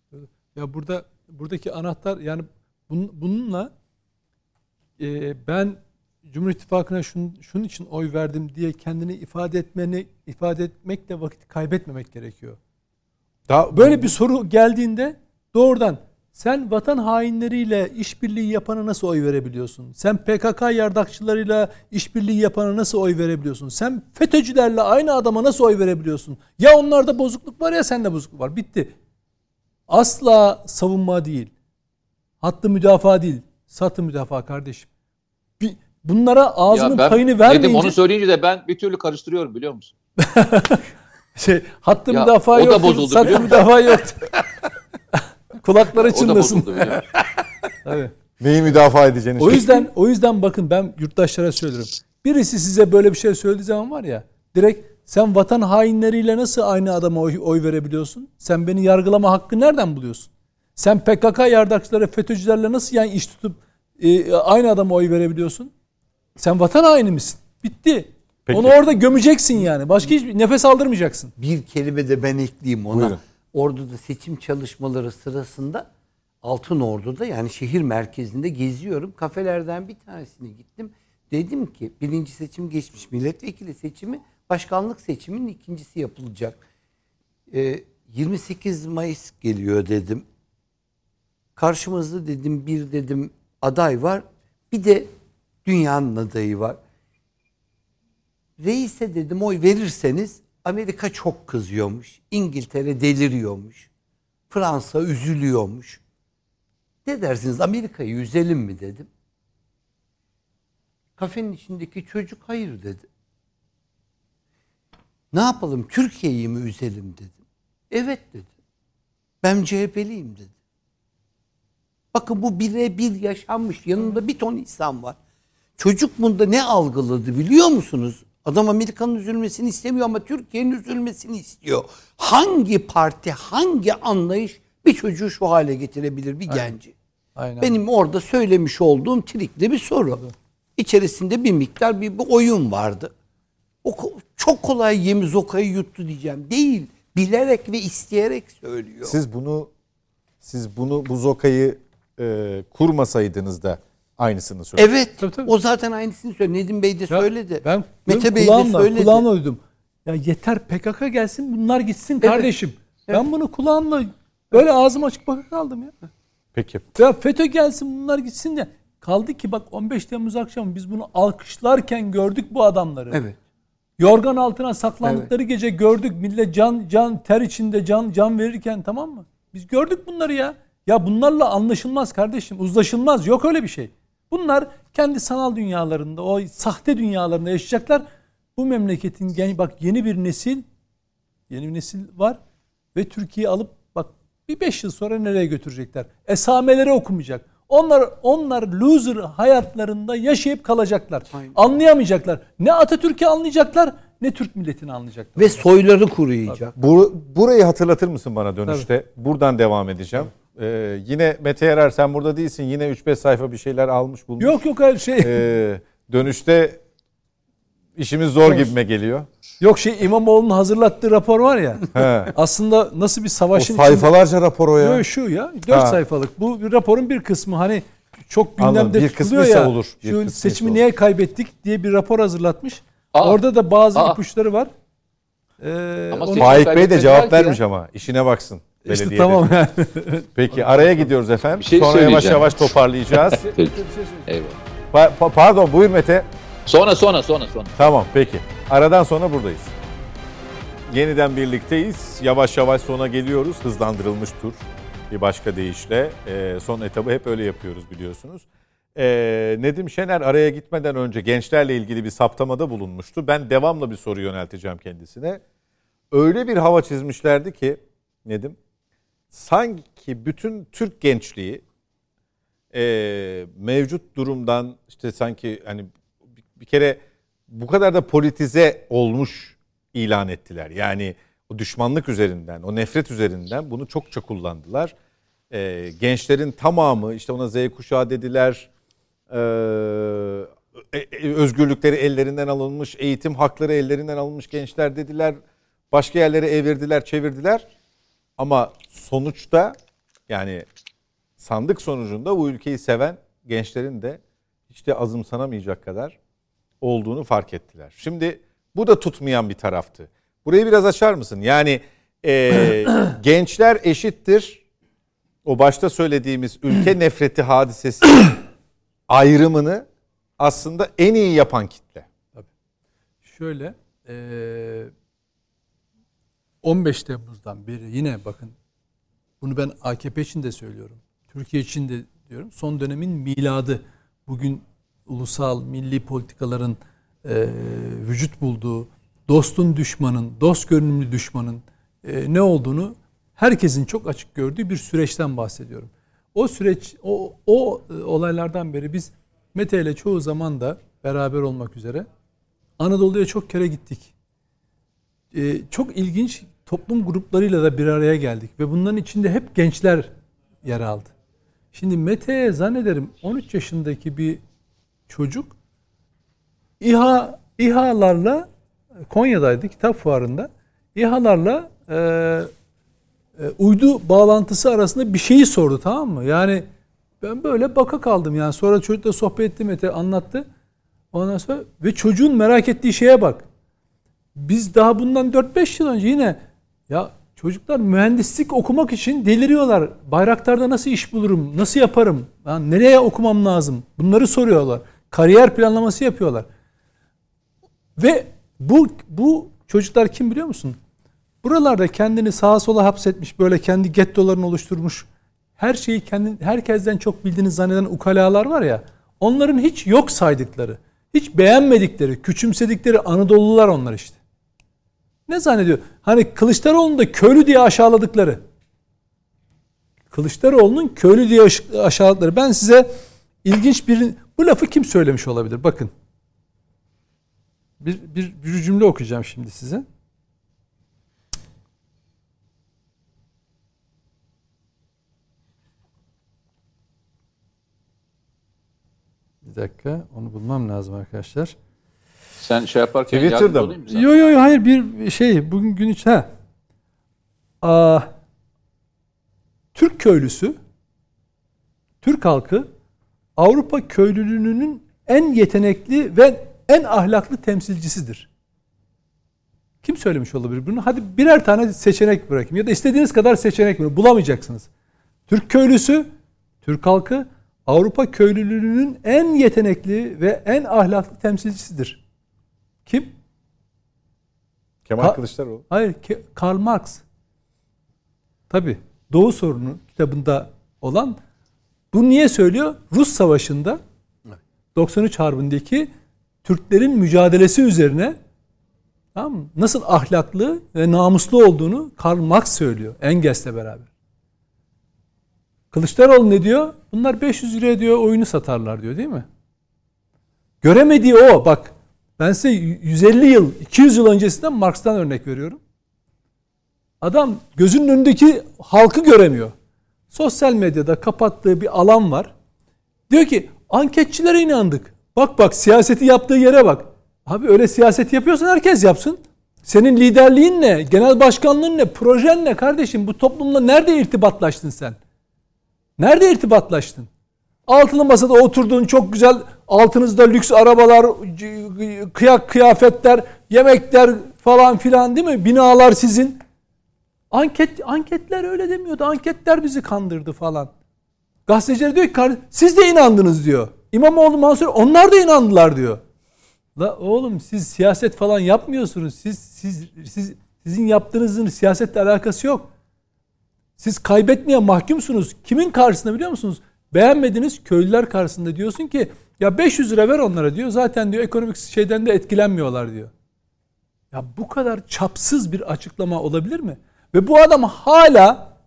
Ya burada buradaki anahtar yani bun, bununla e, ben Cumhur İttifakı'na şun, şunun için oy verdim diye kendini ifade etmeni ifade etmekle vakit kaybetmemek gerekiyor. Daha, Böyle bir soru geldiğinde doğrudan sen vatan hainleriyle işbirliği yapana nasıl oy verebiliyorsun? Sen P K K yardakçılarıyla işbirliği yapana nasıl oy verebiliyorsun? Sen FETÖ'cülerle aynı adama nasıl oy verebiliyorsun? Ya onlarda bozukluk var ya sende bozukluk var. Bitti. Asla savunma değil. Hattı müdafaa değil. Satı müdafaa kardeşim. Bir, bunlara ağzının Ya ben, payını vermeyince... Nedim onu söyleyince de ben bir türlü karıştırıyorum biliyor musun? şey, hattı Ya, müdafaa o da yoktur, bozuldu, biliyor satı musun? müdafaa yoktur. Kulakları O da çınlasın. bozuldu biliyor musun? Tabii. neyi müdafaa edeceğini O yüzden o yüzden bakın ben yurttaşlara söylüyorum. Birisi size böyle bir şey söylediği zaman var ya direkt sen vatan hainleriyle nasıl aynı adama oy, oy verebiliyorsun? Sen beni yargılama hakkı nereden buluyorsun? Sen P K K yardakçıları, FETÖ'cülerle nasıl yani iş tutup e, aynı adama oy verebiliyorsun? Sen vatan haini misin? Bitti. Peki. Onu orada gömeceksin yani. Başka hiçbir nefes aldırmayacaksın. Bir kelime de ben ekleyeyim ona. Buyurun. Ordu'da seçim çalışmaları sırasında Altınordu'da yani şehir merkezinde geziyorum. Kafelerden bir tanesine gittim. Dedim ki birinci seçim geçmiş, milletvekili seçimi, başkanlık seçiminin ikincisi yapılacak. Ee, yirmi sekiz Mayıs geliyor dedim. Karşımızda dedim bir dedim aday var. Bir de dünyanın adayı var. Reis'e dedim oy verirseniz Amerika çok kızıyormuş. İngiltere deliriyormuş. Fransa üzülüyormuş. Ne dersiniz Amerika'yı üzelim mi dedim. Kafenin içindeki çocuk hayır dedi. Ne yapalım Türkiye'yi mi üzelim dedim. Evet dedi. Ben C H P'liyim dedi. Bakın bu birebir yaşanmış. Yanında bir ton insan var. Çocuk bunda ne algıladı biliyor musunuz? Adam Amerika'nın üzülmesini istemiyor ama Türkiye'nin üzülmesini istiyor. Hangi parti, hangi anlayış bir çocuğu şu hale getirebilir bir Aynen. genci? Aynen. Benim orada söylemiş olduğum trikli bir soru. İçerisinde bir miktar bir, bir oyun vardı. O ko- çok kolay yemi zokayı yuttu diyeceğim. Değil. Bilerek ve isteyerek söylüyor. Siz bunu siz bunu bu zokayı e, kurmasaydınız da aynısını söylediniz. Evet. Tabii, tabii. O zaten aynısını söyledi. Nedim Bey de Ya söyledi. Ben Mete Bey de kulağımla, söyledi. kulağımla duydum. Ya yeter P K K gelsin bunlar gitsin kardeşim. Ben bunu kulağımla böyle ağzım açık baka kaldım ya. Peki. Ya FETÖ gelsin bunlar gitsin de. Kaldı ki bak on beş Temmuz akşamı biz bunu alkışlarken gördük bu adamları. Evet. Yorgan altına saklandıkları evet. gece gördük. Millet can can ter içinde can can verirken tamam mı? Biz gördük bunları ya. Ya bunlarla anlaşılmaz kardeşim. Uzlaşılmaz. Yok öyle bir şey. Bunlar kendi sanal dünyalarında, o sahte dünyalarında yaşayacaklar. Bu memleketin gen bak yeni bir nesil yeni bir nesil var ve Türkiye'yi alıp bak bir beş yıl sonra nereye götürecekler? Esameleri okumayacak. Onlar onlar loser hayatlarında yaşayıp kalacaklar. Aynen. Anlayamayacaklar. Ne Atatürk'ü anlayacaklar, ne Türk milletini anlayacaklar. Ve soyları kuruyacak. Bu, burayı hatırlatır mısın bana dönüşte? Tabii. Buradan devam edeceğim. Ee, yine Mete Yarar sen burada değilsin. Yine üç beş sayfa bir şeyler almış bulmuş. Yok yok öyle şey. Ee, dönüşte işimiz zor gibime geliyor. Yok şey İmamoğlu'nun hazırlattığı rapor var ya. He. Aslında nasıl bir savaşın o sayfalarca içinde... rapor o ya. Yok şu ya dört Ha. sayfalık. Bu bir raporun bir kısmı hani çok gündemde Anladım. Bir tutuluyor kısmıysa ya. olur. Bir Şu kısmıysa seçimi olur. niye kaybettik diye bir rapor hazırlatmış. Aa. Orada da bazı Aa. ipuçları var. Ee, Ama onu- seçim- Faik Bey de kaybetmediler cevap ki vermiş ya. ama işine baksın. işte belediyede. tamam yani. Peki araya gidiyoruz efendim. Bir şey Sonra yavaş söyleyeceğim. yavaş toparlayacağız. Peki. Eyvallah. Pa- pa- pardon buyur Mete. Sonra sonra sonra sonra. Tamam peki. Aradan sonra buradayız. Yeniden birlikteyiz. Yavaş yavaş sona geliyoruz. Hızlandırılmış tur. Bir başka deyişle. Ee, son etabı hep öyle yapıyoruz biliyorsunuz. Ee, Nedim Şener araya gitmeden önce gençlerle ilgili bir saptamada bulunmuştu. Ben devamlı bir soru yönelteceğim kendisine. Öyle bir hava çizmişlerdi ki Nedim, sanki bütün Türk gençliği e, mevcut durumdan işte sanki hani bir kere bu kadar da politize olmuş ilan ettiler. Yani o düşmanlık üzerinden, o nefret üzerinden bunu çokça kullandılar. E, gençlerin tamamı işte ona Z kuşağı dediler, e, e, özgürlükleri ellerinden alınmış, eğitim hakları ellerinden alınmış gençler dediler. Başka yerlere evirdiler, çevirdiler. Ama sonuçta Yani sandık sonucunda bu ülkeyi seven gençlerin de hiç de azımsanamayacak kadar olduğunu fark ettiler. Şimdi bu da tutmayan bir taraftı. Burayı biraz açar mısın? Yani e, gençler eşittir o başta söylediğimiz ülke nefreti hadisesi ayrımını aslında en iyi yapan kitle. Tabii. Şöyle e, on beş Temmuz'dan beri yine bakın bunu ben A K P için de söylüyorum. Türkiye için de diyorum. Son dönemin miladı. Bugün ulusal, milli politikaların e, vücut bulduğu, dostun düşmanın, dost görünümlü düşmanın e, ne olduğunu herkesin çok açık gördüğü bir süreçten bahsediyorum. O süreç, o, o e, olaylardan beri biz Mete ile çoğu zaman da beraber olmak üzere Anadolu'ya çok kere gittik. E, çok ilginç toplum gruplarıyla da bir araya geldik ve bunların içinde hep gençler yer aldı. Şimdi Mete'ye zannederim on üç yaşındaki bir çocuk İHA İHA'larla Konya'daydı kitap fuarında. İHA'larla e, e, uydu bağlantısı arasında bir şeyi sordu, tamam mı? Yani ben böyle baka kaldım yani. Sonra çocukla sohbet etti, Mete anlattı. Ondan sonra ve çocuğun merak ettiği şeye bak. Biz daha bundan dört beş yıl önce yine ya çocuklar mühendislik okumak için deliriyorlar. Bayraktar'da nasıl iş bulurum? Nasıl yaparım? Yani nereye okumam lazım? Bunları soruyorlar. Kariyer planlaması yapıyorlar. Ve bu bu çocuklar kim biliyor musun? Buralarda kendini sağa sola hapsetmiş, böyle kendi gettolarını oluşturmuş, her şeyi kendi herkesten çok bildiğini zanneden ukalalar var ya, onların hiç yok saydıkları, hiç beğenmedikleri, küçümsedikleri Anadolulular onlar işte. Ne zannediyor? Hani Kılıçdaroğlu'nu da köylü diye aşağıladıkları. Kılıçdaroğlu'nun köylü diye aşağıladıkları. Ben size ilginç bir... Bu lafı kim söylemiş olabilir? Bakın. Bir, bir, bir cümle okuyacağım şimdi size. Bir dakika. Onu bulmam lazım arkadaşlar. Sen şey yaparken Twitter'da mı? Yok yok yo, hayır bir şey bugün gün için ha. Aa, Türk köylüsü, Türk halkı Avrupa köylülüğünün en yetenekli ve en ahlaklı temsilcisidir. Kim söylemiş olabilir bunu? Hadi birer tane seçenek bırakayım ya da istediğiniz kadar seçenek bırakın. Bulamayacaksınız. Türk köylüsü, Türk halkı Avrupa köylülüğünün en yetenekli ve en ahlaklı temsilcisidir. Kim? Kemal Ka- Kılıçdaroğlu. Hayır, Ke- Karl Marx. Tabii. Doğu Sorunu kitabında olan. Bu niye söylüyor? Rus Savaşı'nda doksan üç Harbi'ndeki Türklerin mücadelesi üzerine, tamam mı, nasıl ahlaklı ve namuslu olduğunu Karl Marx söylüyor. Engels'le beraber. Kılıçdaroğlu ne diyor? Bunlar beş yüz liraya diyor oyunu satarlar diyor, değil mi? Göremediği o. Bak ben size yüz elli yıl, iki yüz yıl öncesinden Marx'tan örnek veriyorum. Adam gözünün önündeki halkı göremiyor. Sosyal medyada kapattığı bir alan var. Diyor ki anketçilere inandık. Bak bak siyaseti yaptığı yere bak. Abi öyle siyaseti yapıyorsan herkes yapsın. Senin liderliğin ne? Genel başkanlığın ne? Projen ne kardeşim? Bu toplumla nerede irtibatlaştın sen? Nerede irtibatlaştın? Altılı masada oturduğun çok güzel, altınızda lüks arabalar, kıyak kıyafetler, yemekler falan filan, değil mi? Binalar sizin. Anket anketler öyle demiyordu. Anketler bizi kandırdı falan. Gazeteciler diyor ki siz de inandınız diyor. İmamoğlu, Mansur onlar da inandılar diyor. La oğlum siz siyaset falan yapmıyorsunuz. Siz siz siz sizin yaptığınızın siyasetle alakası yok. Siz kaybetmeye mahkumsunuz. Kimin karşısında biliyor musunuz? Beğenmediğiniz köylüler karşısında diyorsun ki ya beş yüz lira ver onlara diyor. Zaten diyor ekonomik şeyden de etkilenmiyorlar diyor. Ya bu kadar çapsız bir açıklama olabilir mi? Ve bu adam hala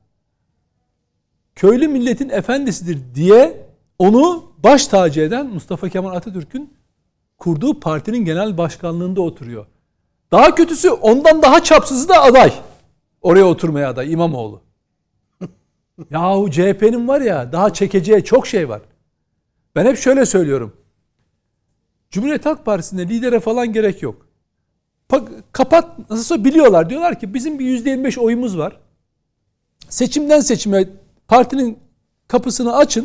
köylü milletin efendisidir diye onu baş tacı eden Mustafa Kemal Atatürk'ün kurduğu partinin genel başkanlığında oturuyor. Daha kötüsü ondan daha çapsızı da aday. Oraya oturmaya aday İmamoğlu. Yahu C H P'nin var ya daha çekeceği çok şey var. Ben hep şöyle söylüyorum. Cumhuriyet Halk Partisi'nde lidere falan gerek yok. Kapat, nasılsa biliyorlar. Diyorlar ki bizim bir yüzde yirmi beş oyumuz var. Seçimden seçime partinin kapısını açın.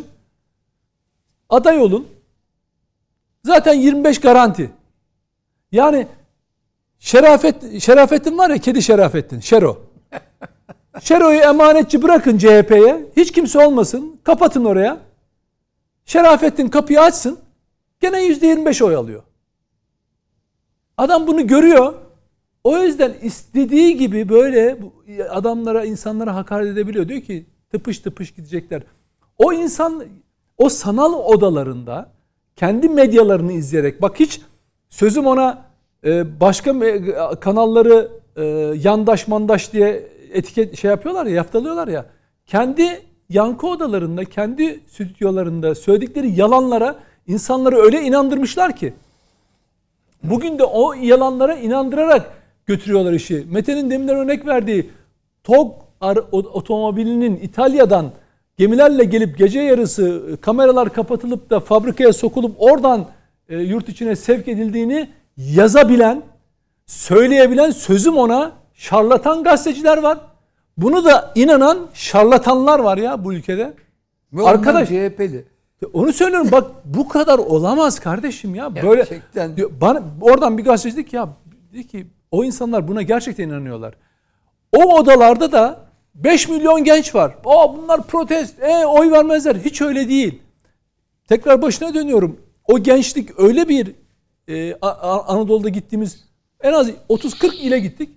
Aday olun. Zaten yirmi beş garanti. Yani Şerafet, Şerafettin var ya, kedi Şerafettin, Şero. Şero'yu emanetçi bırakın C H P'ye. Hiç kimse olmasın. Kapatın oraya. Şerafettin kapıyı açsın. Gene yüzde yirmi beş oy alıyor. Adam bunu görüyor. O yüzden istediği gibi böyle adamlara, insanlara hakaret edebiliyor. Diyor ki tıpış tıpış gidecekler. O insan o sanal odalarında kendi medyalarını izleyerek, bak hiç sözüm ona başka kanalları yandaş mandaş diye etiket şey yapıyorlar ya, yaftalıyorlar ya. Kendi yankı odalarında, kendi stüdyolarında söyledikleri yalanlara insanları öyle inandırmışlar ki bugün de o yalanlara inandırarak götürüyorlar işi. Mete'nin deminden örnek verdiği TOG otomobilinin İtalya'dan gemilerle gelip gece yarısı kameralar kapatılıp da fabrikaya sokulup oradan e, yurt içine sevk edildiğini yazabilen, söyleyebilen, sözüm ona, şarlatan gazeteciler var. Bunu da inanan şarlatanlar var ya bu ülkede. Ve arkadaş C H P'li. Onu söylüyorum, bak bu kadar olamaz kardeşim ya. Böyle Gerçekten. diyor, bana oradan bir gazeteci dedi ki ya, dedi ki o insanlar buna gerçekten inanıyorlar. O odalarda da beş milyon genç var. O bunlar protest, e, oy vermezler. Hiç öyle değil. Tekrar başına dönüyorum. O gençlik öyle bir e, Anadolu'da gittiğimiz en az otuz kırk ile gittik.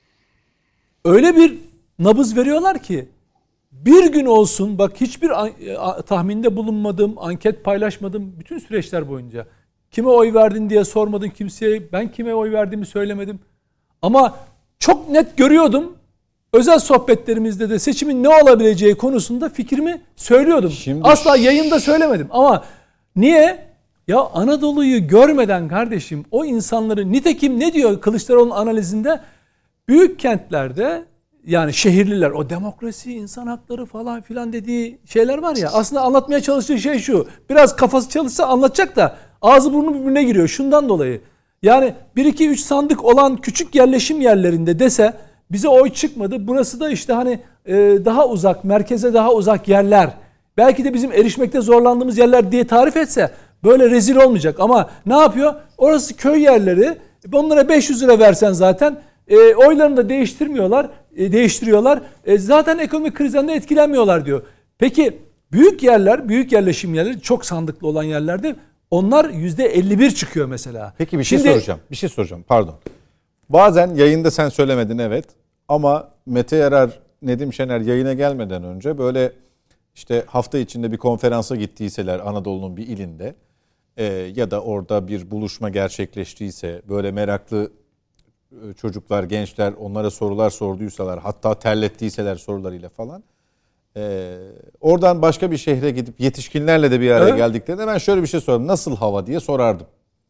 Öyle bir nabız veriyorlar ki bir gün olsun, bak hiçbir tahminde bulunmadım, anket paylaşmadım bütün süreçler boyunca. Kime oy verdin diye sormadım kimseye. Ben kime oy verdiğimi söylemedim. Ama çok net görüyordum. Özel sohbetlerimizde de seçimin ne olabileceği konusunda fikrimi söylüyordum. Şimdi asla yayında söylemedim. Ama niye? Ya Anadolu'yu görmeden kardeşim o insanları, nitekim ne diyor Kılıçdaroğlu'nun analizinde? Büyük kentlerde, yani şehirliler, o demokrasi, insan hakları falan filan dediği şeyler var ya, aslında anlatmaya çalıştığı şey şu. Biraz kafası çalışsa anlatacak da ağzı burnu birbirine giriyor şundan dolayı. Yani bir iki üç sandık olan küçük yerleşim yerlerinde dese bize oy çıkmadı. Burası da işte hani e, daha uzak, merkeze daha uzak yerler. Belki de bizim erişmekte zorlandığımız yerler diye tarif etse böyle rezil olmayacak. Ama ne yapıyor? Orası köy yerleri. Onlara beş yüz lira versen zaten e, oylarını da değiştirmiyorlar. E, değiştiriyorlar. E, zaten ekonomik krizden de etkilenmiyorlar diyor. Peki büyük yerler, büyük yerleşim yerleri, çok sandıklı olan yerlerde onlar yüzde elli bir çıkıyor mesela. Peki bir şey Şimdi, soracağım. Bir şey soracağım. Pardon. Bazen yayında sen söylemedin, evet. Ama Mete Yarar, Nedim Şener yayına gelmeden önce böyle işte hafta içinde bir konferansa gittiyseler Anadolu'nun bir ilinde e, ya da orada bir buluşma gerçekleştiyse, böyle meraklı çocuklar, gençler onlara sorular sorduysalar, hatta terlettiyseler sorularıyla falan, e, oradan başka bir şehre gidip yetişkinlerle de bir araya evet. geldiklerinde ben şöyle bir şey sorarım. Nasıl hava diye sorardım.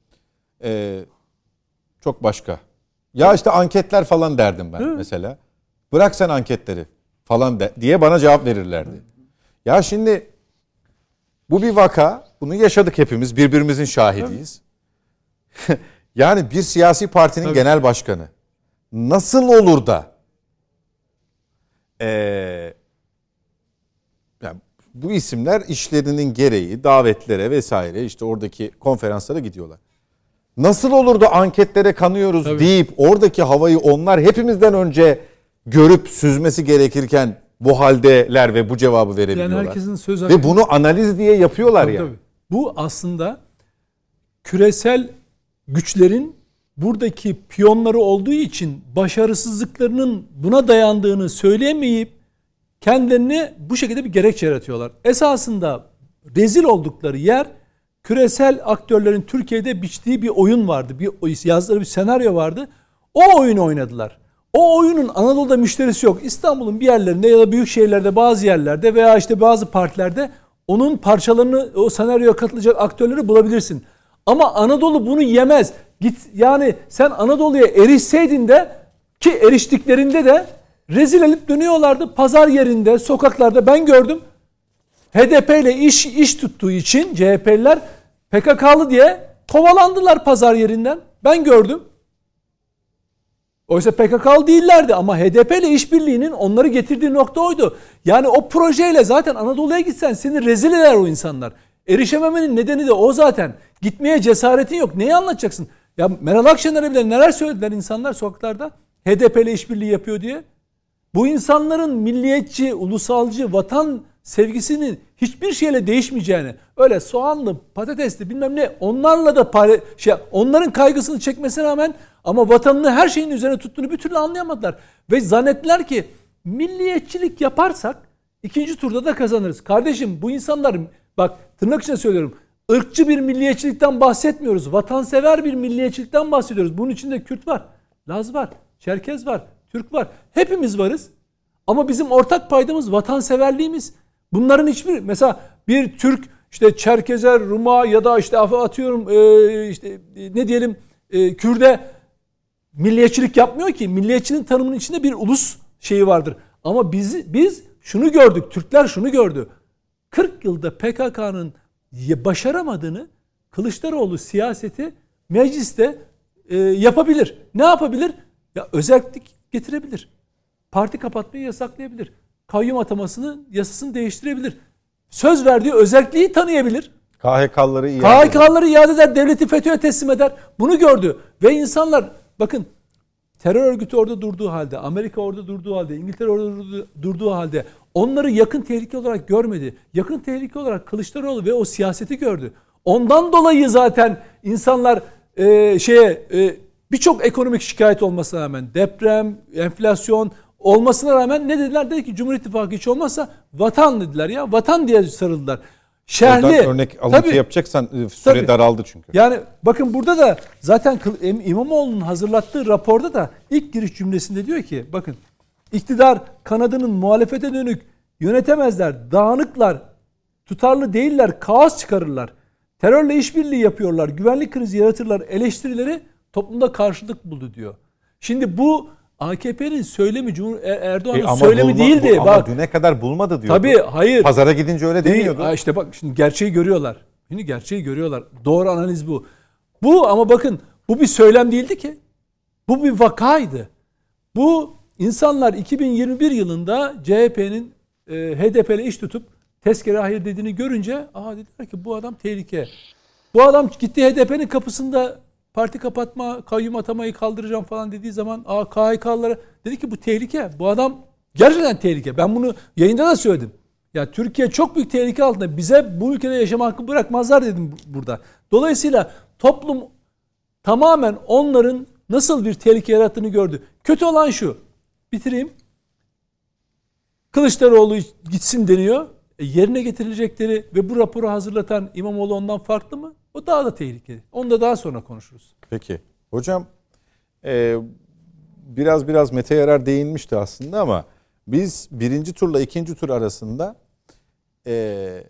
E, çok başka. Ya işte anketler falan derdim ben Hı. mesela. Bırak sen anketleri falan de, diye bana cevap verirlerdi. Hı. Ya şimdi bu bir vaka. Bunu yaşadık hepimiz. Birbirimizin şahidiyiz. Yani bir siyasi partinin Tabii. genel başkanı nasıl olur da ee, yani bu isimler işlerinin gereği davetlere vesaire işte oradaki konferanslara gidiyorlar. Nasıl olur da anketlere kanıyoruz Tabii. deyip oradaki havayı onlar hepimizden önce görüp süzmesi gerekirken bu haldeler ve bu cevabı verebiliyorlar. Yani herkesin söz hakkı. Ve bunu analiz diye yapıyorlar tabii, ya. Yani. Bu aslında küresel güçlerin buradaki piyonları olduğu için başarısızlıklarının buna dayandığını söyleyemeyip kendilerini bu şekilde bir gerekçe yaratıyorlar. Esasında rezil oldukları yer küresel aktörlerin Türkiye'de biçtiği bir oyun vardı. Bir yazdığı bir senaryo vardı. O oyunu oynadılar. O oyunun Anadolu'da müşterisi yok. İstanbul'un bir yerlerinde ya da büyük şehirlerde, bazı yerlerde veya işte bazı partilerde onun parçalarını, o senaryoya katılacak aktörleri bulabilirsin. Ama Anadolu bunu yemez. Git yani sen Anadolu'ya erişseydin de, ki eriştiklerinde de rezil edip dönüyorlardı. Pazar yerinde, sokaklarda ben gördüm. H D P ile iş iş tuttuğu için C H P'liler P K K'lı diye kovalandılar pazar yerinden. Ben gördüm. Oysa P K K'lı değillerdi ama H D P ile işbirliğinin onları getirdiği nokta oydu. Yani o projeyle zaten Anadolu'ya gitsen seni rezil eder o insanlar. Erişememenin nedeni de o zaten. Gitmeye cesaretin yok. Neyi anlatacaksın? Ya Meral Akşener'e bile neler söylediler insanlar sokaklarda? H D P ile işbirliği yapıyor diye. Bu insanların milliyetçi, ulusalcı, vatan sevgisinin hiçbir şeyle değişmeyeceğini, öyle soğanlı, patatesli bilmem ne onlarla da pare, şey, onların kaygısını çekmesine rağmen ama vatanını her şeyin üzerine tuttuğunu bir türlü anlayamadılar. Ve zannettiler ki milliyetçilik yaparsak ikinci turda da kazanırız. Kardeşim bu insanlar, bak tırnak içinde söylüyorum, ırkçı bir milliyetçilikten bahsetmiyoruz. Vatansever bir milliyetçilikten bahsediyoruz. Bunun içinde Kürt var, Laz var, Çerkez var, Türk var. Hepimiz varız. Ama bizim ortak paydamız vatanseverliğimiz. Bunların hiçbir, mesela bir Türk işte Çerkezer, Ruma ya da işte atıyorum e, işte ne diyelim e, Kürt'e milliyetçilik yapmıyor ki. Milliyetçiliğin tanımının içinde bir ulus şeyi vardır. Ama biz biz şunu gördük. Türkler şunu gördü. kırk yılda P K K'nın başaramadığını Kılıçdaroğlu siyaseti mecliste e, yapabilir. Ne yapabilir? Ya özellik getirebilir. Parti kapatmayı yasaklayabilir. Kayyum atamasını, yasasını değiştirebilir. Söz verdiği özelliği tanıyabilir. K H K'ları iade K H K'ları iade eder, devleti FETÖ'ye teslim eder. Bunu gördü. Ve insanlar, bakın terör örgütü orada durduğu halde, Amerika orada durduğu halde, İngiltere orada durduğu, durduğu halde onları yakın tehlike olarak görmedi. Yakın tehlike olarak Kılıçdaroğlu ve o siyaseti gördü. Ondan dolayı zaten insanlar e, şeye e, birçok ekonomik şikayet olmasına rağmen, deprem, enflasyon olmasına rağmen ne dediler? Dedi ki Cumhur İttifakı hiç olmazsa vatan dediler ya. Vatan diye sarıldılar. Şerli. Oradan örnek alıntı tabii, yapacaksan süre tabii. daraldı çünkü. Yani bakın burada da zaten İmamoğlu'nun hazırlattığı raporda da ilk giriş cümlesinde diyor ki bakın iktidar kanadının muhalefete dönük yönetemezler, dağınıklar, tutarlı değiller, kaos çıkarırlar. Terörle işbirliği yapıyorlar, güvenlik krizi yaratırlar eleştirileri toplumda karşılık buldu diyor. Şimdi bu A K P'nin söylemi, Cumhur Erdoğan'ın E söylemi bulma, değildi. Bu, bak, ama düne kadar bulmadı diyor. Tabii hayır. Pazara gidince öyle demiyordu. Değil. İşte bak şimdi gerçeği görüyorlar. Şimdi gerçeği görüyorlar. Doğru analiz bu. Bu ama bakın bu bir söylem değildi ki. Bu bir vakaydı. Bu insanlar iki bin yirmi bir yılında C H P'nin e, H D P ile iş tutup tezkere hayır dediğini görünce aha dediler ki bu adam tehlike. Bu adam gitti H D P'nin kapısında parti kapatma, kayyum atamayı kaldıracağım falan dediği zaman K H K'lara dedi ki bu tehlike. Bu adam gerçekten tehlike. Ben bunu yayında da söyledim. Ya Türkiye çok büyük tehlike altında. Bize bu ülkede yaşama hakkı bırakmazlar dedim burada. Dolayısıyla toplum tamamen onların nasıl bir tehlike yarattığını gördü. Kötü olan şu. Bitireyim. Kılıçdaroğlu gitsin deniyor. E yerine getirilecekleri ve bu raporu hazırlatan İmamoğlu ondan farklı mı? O daha da tehlikeli. Onu da daha sonra konuşuruz. Peki. Hocam e, biraz biraz Mete Yarar değinmişti aslında ama biz birinci turla ikinci tur arasında e,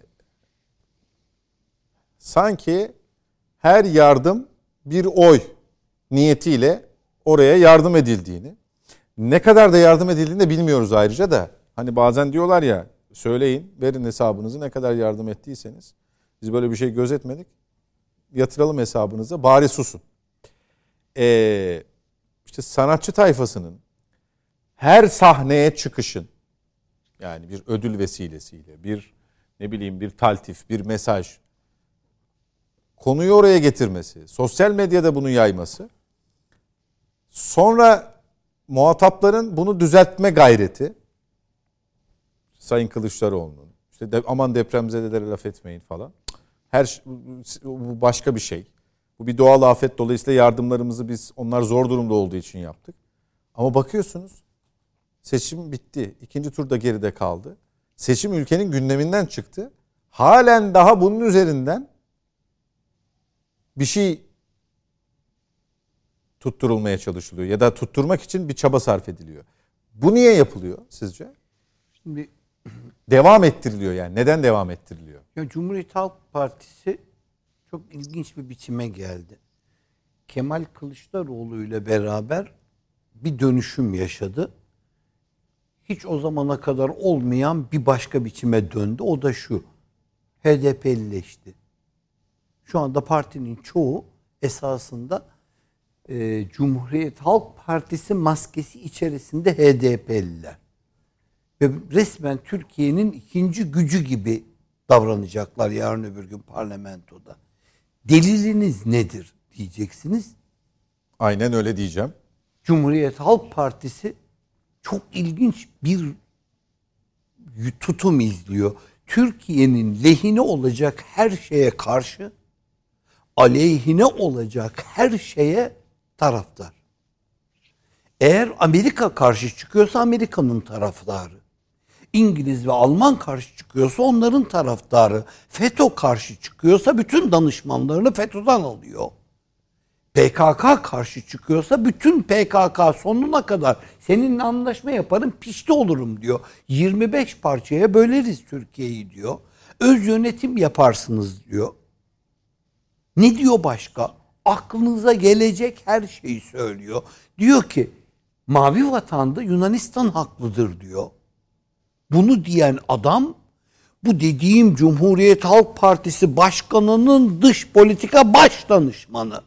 sanki her yardım bir oy niyetiyle oraya yardım edildiğini, ne kadar da yardım edildiğini de bilmiyoruz ayrıca da. Hani bazen diyorlar ya söyleyin, verin hesabınızı ne kadar yardım ettiyseniz. Biz böyle bir şey gözetmedik. Yatıralım hesabınıza, bari susun. Ee, işte sanatçı tayfasının her sahneye çıkışın, yani bir ödül vesilesiyle, bir ne bileyim bir taltif, bir mesaj, konuyu oraya getirmesi, sosyal medyada bunu yayması, sonra muhatapların bunu düzeltme gayreti, Sayın Kılıçdaroğlu'nun, işte de, aman depremzedelere laf etmeyin falan. Her bu başka bir şey. Bu bir doğal afet, dolayısıyla yardımlarımızı biz onlar zor durumda olduğu için yaptık. Ama bakıyorsunuz seçim bitti. İkinci turda geride kaldı. Seçim ülkenin gündeminden çıktı. Halen daha bunun üzerinden bir şey tutturulmaya çalışılıyor ya da tutturmak için bir çaba sarf ediliyor. Bu niye yapılıyor sizce? Şimdi devam ettiriliyor yani. Neden devam ettiriliyor? ya Cumhuriyet Halk Partisi çok ilginç bir biçime geldi. Kemal Kılıçdaroğlu ile beraber bir dönüşüm yaşadı. Hiç o zamana kadar olmayan bir başka biçime döndü. O da şu. H D P'lileşti. Şu anda partinin çoğu esasında e, Cumhuriyet Halk Partisi maskesi içerisinde H D P'liler. Ve resmen Türkiye'nin ikinci gücü gibi davranacaklar yarın öbür gün parlamentoda. Deliliniz nedir diyeceksiniz. Aynen öyle diyeceğim. Cumhuriyet Halk Partisi çok ilginç bir tutum izliyor. Türkiye'nin lehine olacak her şeye karşı, aleyhine olacak her şeye taraftar. Eğer Amerika karşı çıkıyorsa Amerika'nın taraftarı. İngiliz ve Alman karşı çıkıyorsa onların taraftarı. FETÖ karşı çıkıyorsa bütün danışmanlarını FETÖ'den alıyor. P K K karşı çıkıyorsa bütün P K K sonuna kadar seninle anlaşma yaparım, pişti olurum diyor. yirmi beş parçaya böleriz Türkiye'yi diyor. Öz yönetim yaparsınız diyor. Ne diyor başka? Aklınıza gelecek her şeyi söylüyor. Diyor ki Mavi Vatan'da Yunanistan haklıdır diyor. Bunu diyen adam bu dediğim Cumhuriyet Halk Partisi Başkanı'nın dış politika baş danışmanı.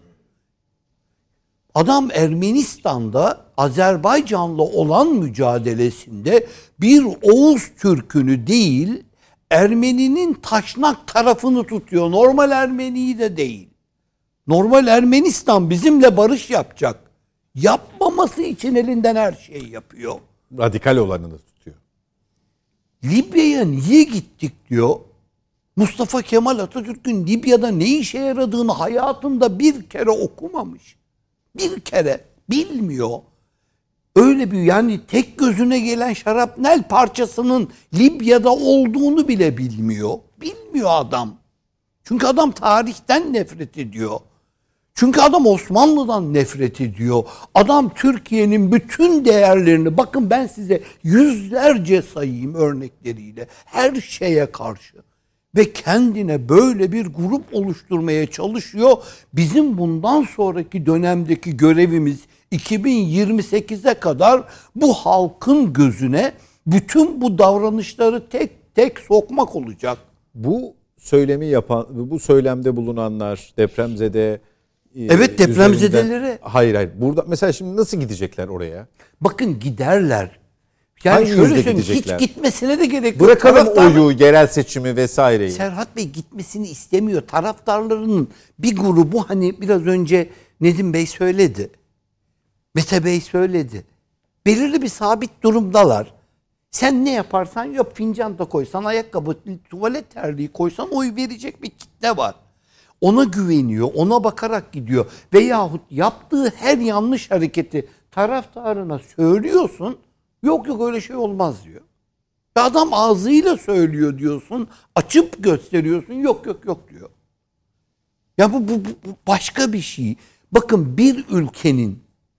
Adam Ermenistan'da Azerbaycan'la olan mücadelesinde bir Oğuz Türk'ünü değil, Ermeninin taşnak tarafını tutuyor. Normal Ermeniyi de değil. Normal Ermenistan bizimle barış yapacak. Yapmaması için elinden her şeyi yapıyor. Radikal olanını tutuyor. Libya'ya niye gittik diyor. Mustafa Kemal Atatürk'ün Libya'da ne işe yaradığını hayatında bir kere okumamış. Bir kere bilmiyor. Öyle bir yani tek gözüne gelen şarapnel parçasının Libya'da olduğunu bile bilmiyor. Bilmiyor adam. Çünkü adam tarihten nefret ediyor. Çünkü adam Osmanlı'dan nefret ediyor. Adam Türkiye'nin bütün değerlerini, bakın ben size yüzlerce sayayım örnekleriyle, her şeye karşı ve kendine böyle bir grup oluşturmaya çalışıyor. Bizim bundan sonraki dönemdeki görevimiz iki bin yirmi sekize kadar bu halkın gözüne bütün bu davranışları tek tek sokmak olacak. Bu söylemi yapan, bu söylemde bulunanlar depremzede Evet, depremzedeleri. Hayır hayır. Burada mesela şimdi nasıl gidecekler oraya? Bakın giderler. Yani Hangi şöyle yüzde söyleyeyim, gidecekler? hiç gitmesine de gerek yok. Bırakalım Taraftar- oyu, yerel seçimi vesaireyi. Serhat Bey gitmesini istemiyor. Taraftarlarının bir grubu, hani biraz önce Nedim Bey söyledi. Mete Bey söyledi. Belirli bir sabit durumdalar. Sen ne yaparsan yap, fincan da koysan, ayakkabı, tuvalet terliği koysan oy verecek bir kitle var. Ona güveniyor, ona bakarak gidiyor. Veyahut yaptığı her yanlış hareketi taraftarına söylüyorsun. Yok yok öyle şey olmaz diyor. Ve adam ağzıyla söylüyor diyorsun. Açıp gösteriyorsun. Yok yok yok diyor. Ya bu, bu, bu başka bir şey. Bakın bir ülkenin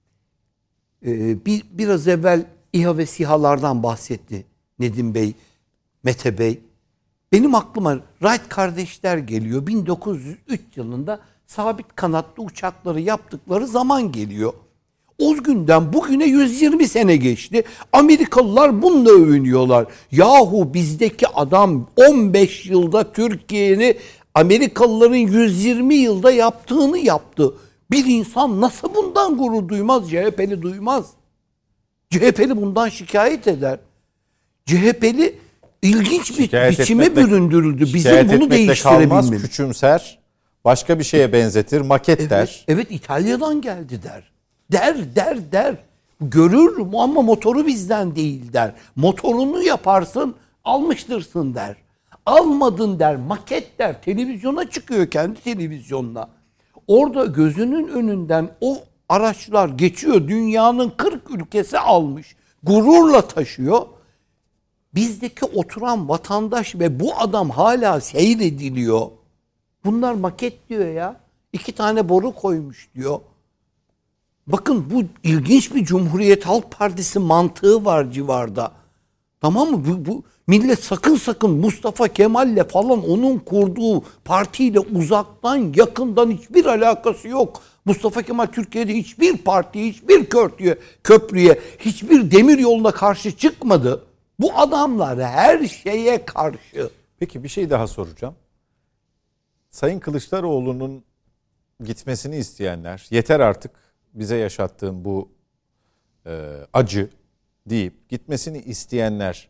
e, bir, biraz evvel İHA ve SİHA'lardan bahsetti Nedim Bey, Mete Bey. Benim aklıma Wright kardeşler geliyor. bin dokuz yüz üç yılında sabit kanatlı uçakları yaptıkları zaman geliyor. O günden bugüne yüz yirmi sene geçti. Amerikalılar bununla övünüyorlar. Yahu bizdeki adam on beş yılda Türkiye'ni Amerikalıların yüz yirmi yılda yaptığını yaptı. Bir insan nasıl bundan gurur duymaz? C H P'li duymaz. C H P'li bundan şikayet eder. C H P'li ilginç bir Şikayet biçime etmekle- büründürüldü. Bizim şikayet bunu etmekle değiştirebilmemiz. kalmaz, küçümser, başka bir şeye benzetir, maket Evet, der. evet İtalya'dan geldi der. Der der der. Görür ama motoru bizden değil der. Motorunu yaparsın almıştırsın der. Almadın der, maket der. Televizyona çıkıyor, kendi televizyonuna. Orada gözünün önünden o araçlar geçiyor. Dünyanın kırk ülkesi almış. Gururla taşıyor. Bizdeki oturan vatandaş ve bu adam hala seyrediliyor. Bunlar maket diyor ya. İki tane boru koymuş diyor. Bakın bu ilginç bir Cumhuriyet Halk Partisi mantığı var civarda. Tamam mı? Bu, bu millet sakın sakın Mustafa Kemal'le falan onun kurduğu partiyle uzaktan yakından hiçbir alakası yok. Mustafa Kemal Türkiye'de hiçbir partiye, hiçbir köprüye, köprüye, hiçbir demir yoluna karşı çıkmadı. Bu adamlar her şeye karşı. Peki bir şey daha soracağım. Sayın Kılıçdaroğlu'nun gitmesini isteyenler, yeter artık bize yaşattığın bu e, acı deyip gitmesini isteyenler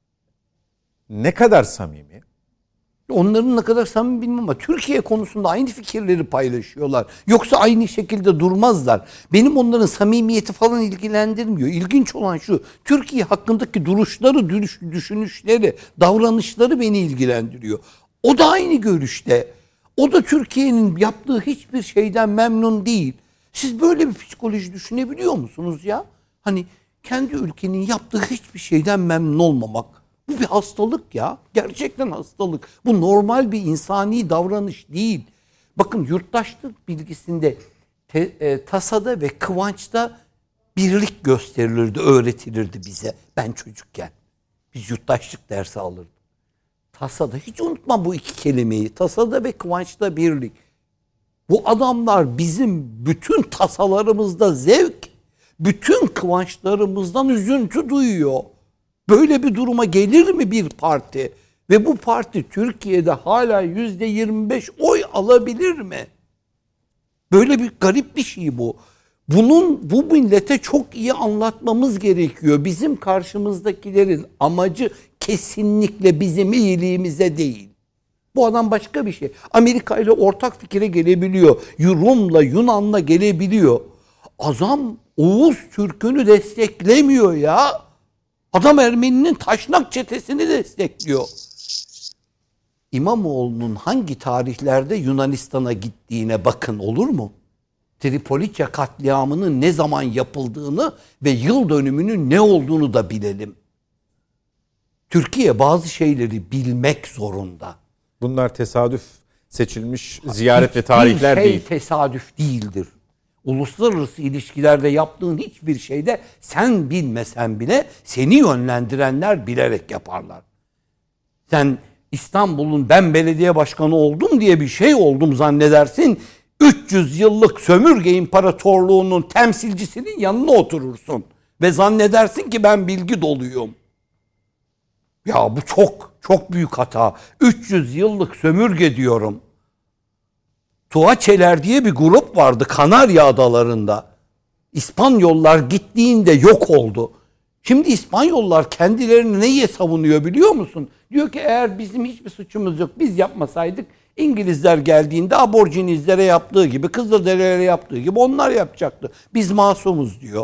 ne kadar samimi? Onların ne kadar samimi bilmem ama Türkiye konusunda aynı fikirleri paylaşıyorlar. Yoksa aynı şekilde durmazlar. Benim onların samimiyeti falan ilgilendirmiyor. İlginç olan şu, Türkiye hakkındaki duruşları, düşünüşleri, davranışları beni ilgilendiriyor. O da aynı görüşte. O da Türkiye'nin yaptığı hiçbir şeyden memnun değil. Siz böyle bir psikoloji düşünebiliyor musunuz ya? Hani kendi ülkenin yaptığı hiçbir şeyden memnun olmamak. Bu bir hastalık ya. Gerçekten hastalık. Bu normal bir insani davranış değil. Bakın yurttaşlık bilgisinde te, e, tasada ve kıvançta birlik gösterilirdi, öğretilirdi bize. Ben çocukken. Biz yurttaşlık dersi alırdık. Tasada, hiç unutmam bu iki kelimeyi. Tasada ve kıvançta birlik. Bu adamlar bizim bütün tasalarımızda zevk, bütün kıvançlarımızdan üzüntü duyuyor. Böyle bir duruma gelir mi bir parti? Ve bu parti Türkiye'de hala yüzde yirmi beş oy alabilir mi? Böyle bir garip bir şey bu. Bunun bu millete çok iyi anlatmamız gerekiyor. Bizim karşımızdakilerin amacı kesinlikle bizim iyiliğimize değil. Bu adam başka bir şey. Amerika ile ortak fikire gelebiliyor. Rum'la, Yunan'la gelebiliyor. Adam Oğuz Türk'ünü desteklemiyor ya. Adam Ermeni'nin taşnak çetesini destekliyor. İmamoğlu'nun hangi tarihlerde Yunanistan'a gittiğine bakın, olur mu? Tripolice katliamının ne zaman yapıldığını ve yıl dönümünün ne olduğunu da bilelim. Türkiye bazı şeyleri bilmek zorunda. Bunlar tesadüf seçilmiş ziyaret ve tarihler Hiçbir şey değil. tesadüf değildir. Uluslararası ilişkilerde yaptığın hiçbir şeyde sen bilmesen bile seni yönlendirenler bilerek yaparlar. Sen İstanbul'un ben belediye başkanı oldum diye bir şey oldum zannedersin. üç yüz yıllık sömürge imparatorluğunun temsilcisinin yanına oturursun. Ve zannedersin ki ben bilgi doluyum. Ya bu çok çok büyük hata. üç yüz yıllık sömürge diyorum. Tuğaçeler diye bir grup vardı Kanarya Adalarında. İspanyollar gittiğinde yok oldu. Şimdi İspanyollar kendilerini neye savunuyor biliyor musun? Diyor ki eğer bizim hiçbir suçumuz yok, biz yapmasaydık İngilizler geldiğinde aborjinizlere yaptığı gibi, Kızılderililere yaptığı gibi onlar yapacaktı. Biz masumuz diyor.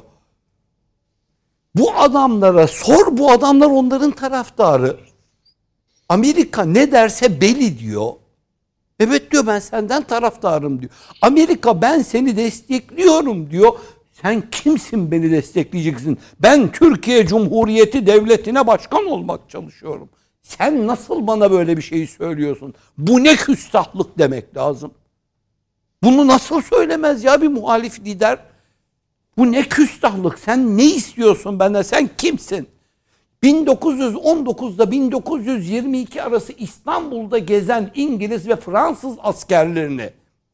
Bu adamlara sor, bu adamlar onların taraftarı. Amerika ne derse beli diyor. Evet diyor, ben senden taraftarım diyor. Amerika ben seni destekliyorum diyor. Sen kimsin beni destekleyeceksin? Ben Türkiye Cumhuriyeti Devleti'ne başkan olmak çalışıyorum. Sen nasıl bana böyle bir şeyi söylüyorsun? Bu ne küstahlık demek lazım. Bunu nasıl söylemez ya bir muhalif lider? Bu ne küstahlık? Sen ne istiyorsun benden? Sen kimsin? bin dokuz yüz on dokuzda bin dokuz yüz yirmi iki arası İstanbul'da gezen İngiliz ve Fransız askerlerini,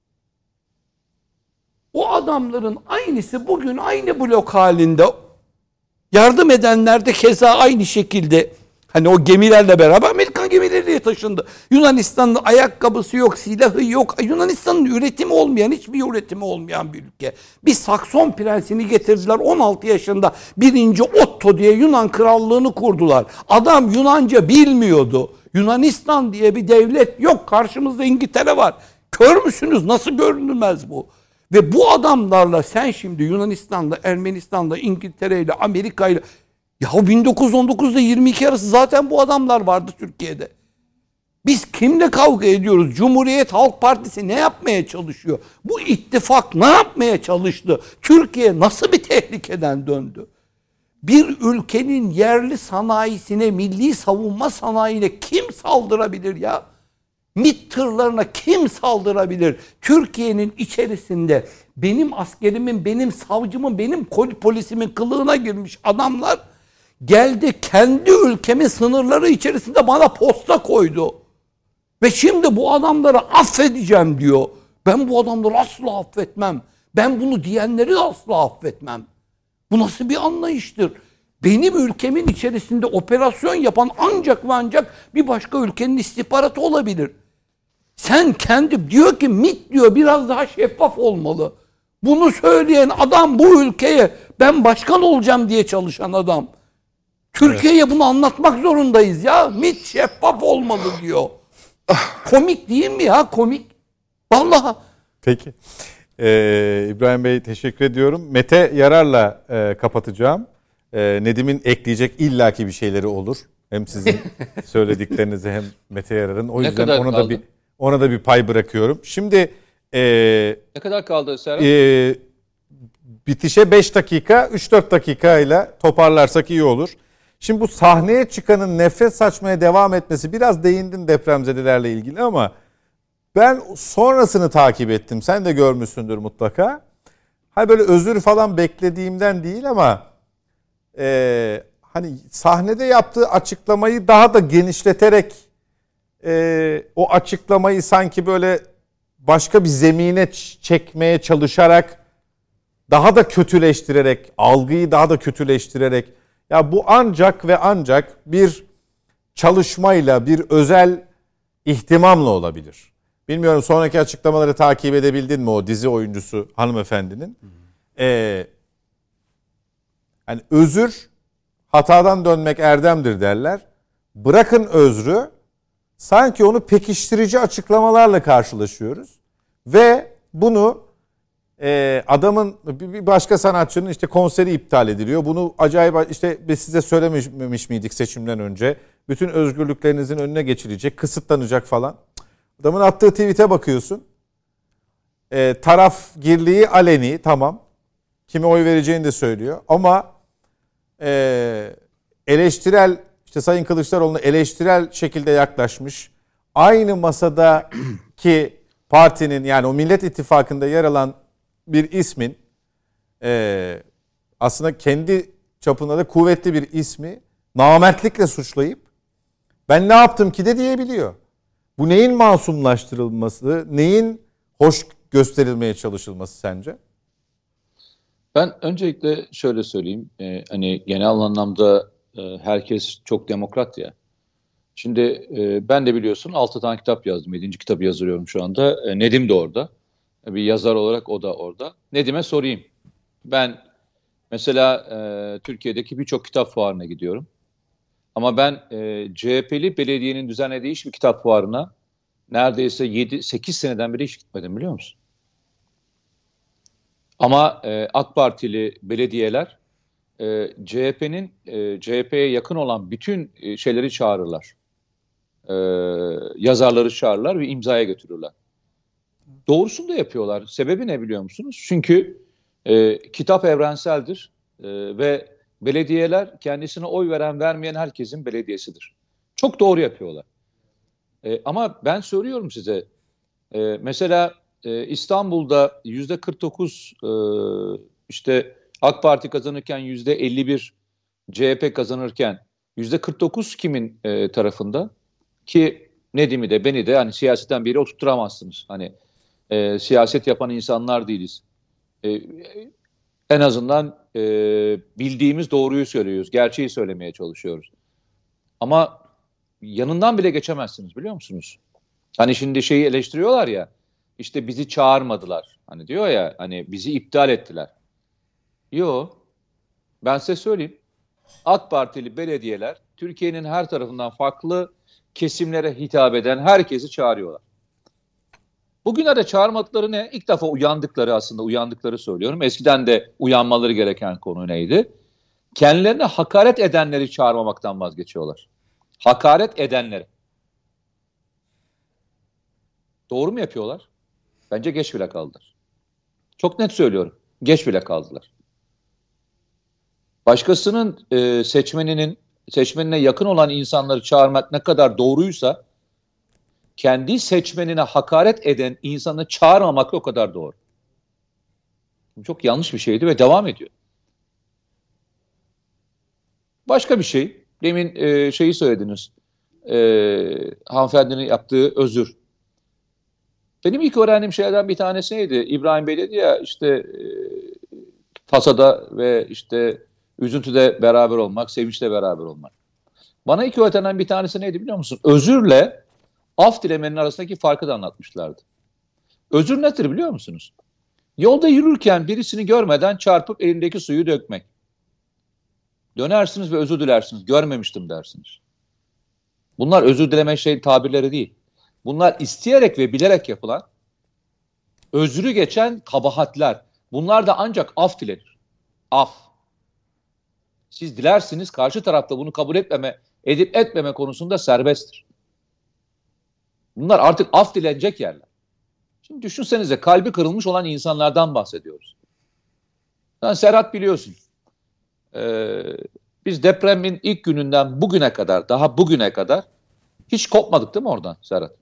o adamların aynısı bugün aynı blok halinde, yardım edenler de keza aynı şekilde, hani o gemilerle beraber Amerikan gemileriyle taşındı. Yunanistan'ın ayakkabısı yok, silahı yok. Yunanistan'ın üretimi olmayan, hiçbir üretimi olmayan bir ülke. Bir Sakson prensini getirdiler on altı yaşında. Birinci Otto diye Yunan krallığını kurdular. Adam Yunanca bilmiyordu. Yunanistan diye bir devlet yok. Karşımızda İngiltere var. Kör müsünüz? Nasıl görünmez bu? Ve bu adamlarla sen şimdi Yunanistan'da, Ermenistan'da, İngiltere'yle, Amerika'yla, ya bin dokuz yüz on dokuzda yirmi iki arası zaten bu adamlar vardı Türkiye'de. Biz kimle kavga ediyoruz? Cumhuriyet Halk Partisi ne yapmaya çalışıyor? Bu ittifak ne yapmaya çalıştı? Türkiye nasıl bir tehlikeden döndü? Bir ülkenin yerli sanayisine, milli savunma sanayine kim saldırabilir ya? MİT tırlarına kim saldırabilir? Türkiye'nin içerisinde benim askerimin, benim savcımın, benim polisimin kılığına girmiş adamlar geldi kendi ülkemin sınırları içerisinde bana posta koydu. Ve şimdi bu adamları affedeceğim diyor. Ben bu adamları asla affetmem. Ben bunu diyenleri de asla affetmem. Bu nasıl bir anlayıştır? Benim ülkemin içerisinde operasyon yapan ancak ve ancak bir başka ülkenin istihbaratı olabilir. Sen kendi diyor ki MİT diyor biraz daha şeffaf olmalı. Bunu söyleyen adam bu ülkeye ben başkan olacağım diye çalışan adam. Türkiye'ye bunu anlatmak zorundayız ya. MİT şeffaf olmalı diyor. Komik değil mi ya? Komik. Vallahi. Peki. Ee, İbrahim Bey teşekkür ediyorum. Mete Yarar'la e, kapatacağım. E, Nedim'in ekleyecek illaki bir şeyleri olur. Hem sizin söylediklerinizi hem Mete Yarar'ın. O Ne yüzden kadar ona kaldı? da bir ona da bir pay bırakıyorum. Şimdi e, Ne kadar kaldı Serhat? e, bitişe beş dakika, üç dört dakikayla toparlarsak iyi olur. Şimdi bu sahneye çıkanın nefret saçmaya devam etmesi, biraz değindin depremzedelerle ilgili ama ben sonrasını takip ettim. Sen de görmüşsündür mutlaka. Hani böyle özür falan beklediğimden değil ama e, hani sahnede yaptığı açıklamayı daha da genişleterek e, o açıklamayı sanki böyle başka bir zemine ç- çekmeye çalışarak, daha da kötüleştirerek, algıyı daha da kötüleştirerek, ya bu ancak ve ancak bir çalışmayla, bir özel ihtimamla olabilir. Bilmiyorum, sonraki açıklamaları takip edebildin mi o dizi oyuncusu hanımefendinin? Ee, hani özür, hatadan dönmek erdemdir derler. Bırakın özrü, sanki onu pekiştirici açıklamalarla karşılaşıyoruz. Ve bunu e, adamın, bir başka sanatçının işte konseri iptal ediliyor. Bunu acayip, işte biz size söylememiş miydik seçimden önce? Bütün özgürlüklerinizin önüne geçilecek, kısıtlanacak falan. Adamın attığı tweet'e bakıyorsun. E, tarafgirliği aleni, tamam. Kime oy vereceğini de söylüyor. Ama e, eleştirel, işte Sayın Kılıçdaroğlu'na eleştirel şekilde yaklaşmış. Aynı masadaki partinin, yani o Millet İttifakı'nda yer alan bir ismin e, aslında kendi çapında da kuvvetli bir ismi namertlikle suçlayıp ben ne yaptım ki de diyebiliyor. Bu neyin masumlaştırılması, neyin hoş gösterilmeye çalışılması sence? Ben öncelikle şöyle söyleyeyim. Ee, hani genel anlamda e, herkes çok demokrat ya. Şimdi e, ben de biliyorsun altı tane kitap yazdım. yedinci kitabı yazıyorum şu anda. E, Nedim de orada. E, bir yazar olarak o da orada. Nedim'e sorayım. Ben mesela e, Türkiye'deki birçok kitap fuarına gidiyorum. Ama ben e, C H P'li belediyenin düzenlediği hiçbir kitap fuarına neredeyse yedi sekiz seneden beri hiç gitmedim, biliyor musun? Ama e, AK Partili belediyeler e, C H P'nin e, C H P'ye yakın olan bütün e, şeyleri çağırırlar. E, yazarları çağırırlar ve imzaya götürürler. Doğrusunu da yapıyorlar. Sebebi ne biliyor musunuz? Çünkü e, kitap evrenseldir e, ve belediyeler kendisine oy veren vermeyen herkesin belediyesidir. Çok doğru yapıyorlar. E, ama ben söylüyorum size, e, mesela e, İstanbul'da yüzde kırk dokuz e, işte AK Parti kazanırken yüzde elli bir C H P kazanırken yüzde kırk dokuz kimin e, tarafında? Ki Nedim'i de beni de hani siyasetten biri oturtturamazsınız. Hani e, siyaset yapan insanlar değiliz. E, en azından e, bildiğimiz doğruyu söylüyoruz. Gerçeği söylemeye çalışıyoruz. Ama yanından bile geçemezsiniz, biliyor musunuz? Hani şimdi şeyi eleştiriyorlar ya, işte bizi çağırmadılar. Hani diyor ya, hani bizi iptal ettiler. Yo, ben size söyleyeyim. AK Partili belediyeler Türkiye'nin her tarafından farklı kesimlere hitap eden herkesi çağırıyorlar. Bugünlerde çağırmadıkları ne? İlk defa uyandıkları, aslında uyandıkları söylüyorum. Eskiden de uyanmaları gereken konu neydi? Kendilerine hakaret edenleri çağırmamaktan vazgeçiyorlar. Hakaret edenleri. Doğru mu yapıyorlar? Bence geç bile kaldılar. Çok net söylüyorum. Geç bile kaldılar. Başkasının e, seçmeninin, seçmenine yakın olan insanları çağırmak ne kadar doğruysa, kendi seçmenine hakaret eden insanı çağırmamak o kadar doğru. Çok yanlış bir şeydi ve devam ediyor. Başka bir şey, demin e, şeyi söylediniz, e, hanımefendinin yaptığı özür. Benim ilk öğrendiğim şeylerden bir tanesi neydi? İbrahim Bey dedi ya, işte e, tasada ve işte üzüntüde beraber olmak, sevinçle beraber olmak. Bana ilk öğretilen bir tanesi neydi biliyor musun? Özürle af dilemenin arasındaki farkı da anlatmışlardı. Özür nedir biliyor musunuz? Yolda yürürken birisini görmeden çarpıp elindeki suyu dökmek. Dönersiniz ve özür dilersiniz. Görmemiştim dersiniz. Bunlar özür dileme şey tabirleri değil. Bunlar isteyerek ve bilerek yapılan, özrü geçen kabahatler. Bunlar da ancak af dilenir. Af. Siz dilersiniz, karşı tarafta bunu kabul etmeme, edip etmeme konusunda serbesttir. Bunlar artık af dilenecek yerler. Şimdi düşünsenize, kalbi kırılmış olan insanlardan bahsediyoruz. Sen Serhat biliyorsun. Ee, biz depremin ilk gününden bugüne kadar, daha bugüne kadar hiç kopmadık değil mi oradan Serhat?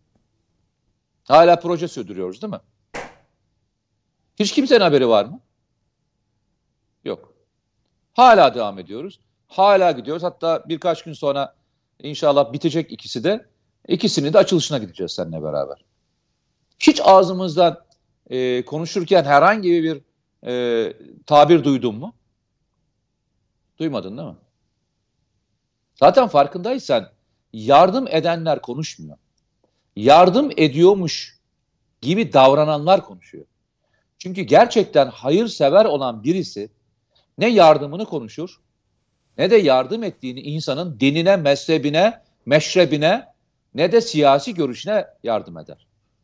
Hala proje sürdürüyoruz değil mi? Hiç kimsenin haberi var mı? Yok. Hala devam ediyoruz. Hala gidiyoruz. Hatta birkaç gün sonra inşallah bitecek ikisi de. İkisini de açılışına gideceğiz seninle beraber. Hiç ağzımızdan e, konuşurken herhangi bir e, tabir duydun mu? Duymadın değil mi? Zaten farkındaysan yardım edenler konuşmuyor. Yardım ediyormuş gibi davrananlar konuşuyor. Çünkü gerçekten hayırsever olan birisi ne yardımını konuşur, ne de yardım ettiğini insanın dinine, mezhebine, meşrebine, ne de siyasi görüşüne yardım eder.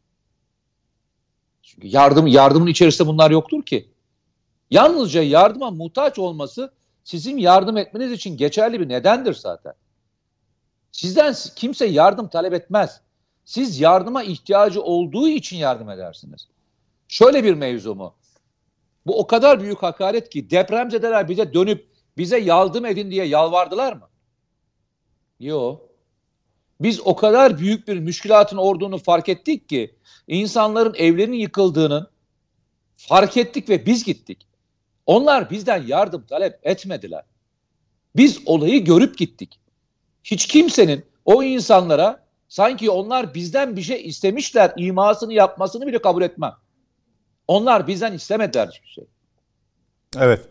Çünkü yardım, yardımın içerisinde bunlar yoktur ki. Yalnızca yardıma muhtaç olması sizin yardım etmeniz için geçerli bir nedendir zaten. Sizden kimse yardım talep etmez. Siz yardıma ihtiyacı olduğu için yardım edersiniz. Şöyle bir mevzu mu? Bu o kadar büyük hakaret ki depremzedeler bize dönüp bize yardım edin diye yalvardılar mı? Yok. Biz o kadar büyük bir müşkülatın olduğunu fark ettik ki insanların evlerinin yıkıldığını fark ettik ve biz gittik. Onlar bizden yardım talep etmediler. Biz olayı görüp gittik. Hiç kimsenin o insanlara sanki onlar bizden bir şey istemişler imasını yapmasını bile kabul etmem. Onlar bizden istemediler hiçbir şey. Evet.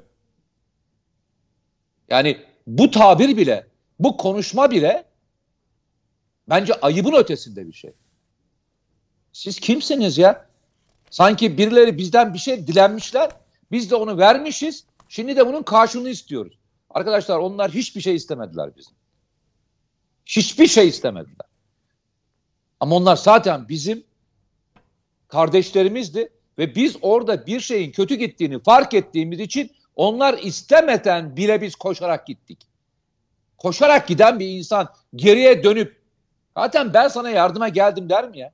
Yani bu tabir bile, bu konuşma bile bence ayıbın ötesinde bir şey. Siz kimsiniz ya? Sanki birileri bizden bir şey dilenmişler, biz de onu vermişiz, şimdi de bunun karşılığını istiyoruz. Arkadaşlar onlar hiçbir şey istemediler bizim. Hiçbir şey istemediler. Ama onlar zaten bizim kardeşlerimizdi ve biz orada bir şeyin kötü gittiğini fark ettiğimiz için onlar istemeden bile biz koşarak gittik. Koşarak giden bir insan geriye dönüp zaten ben sana yardıma geldim der mi ya?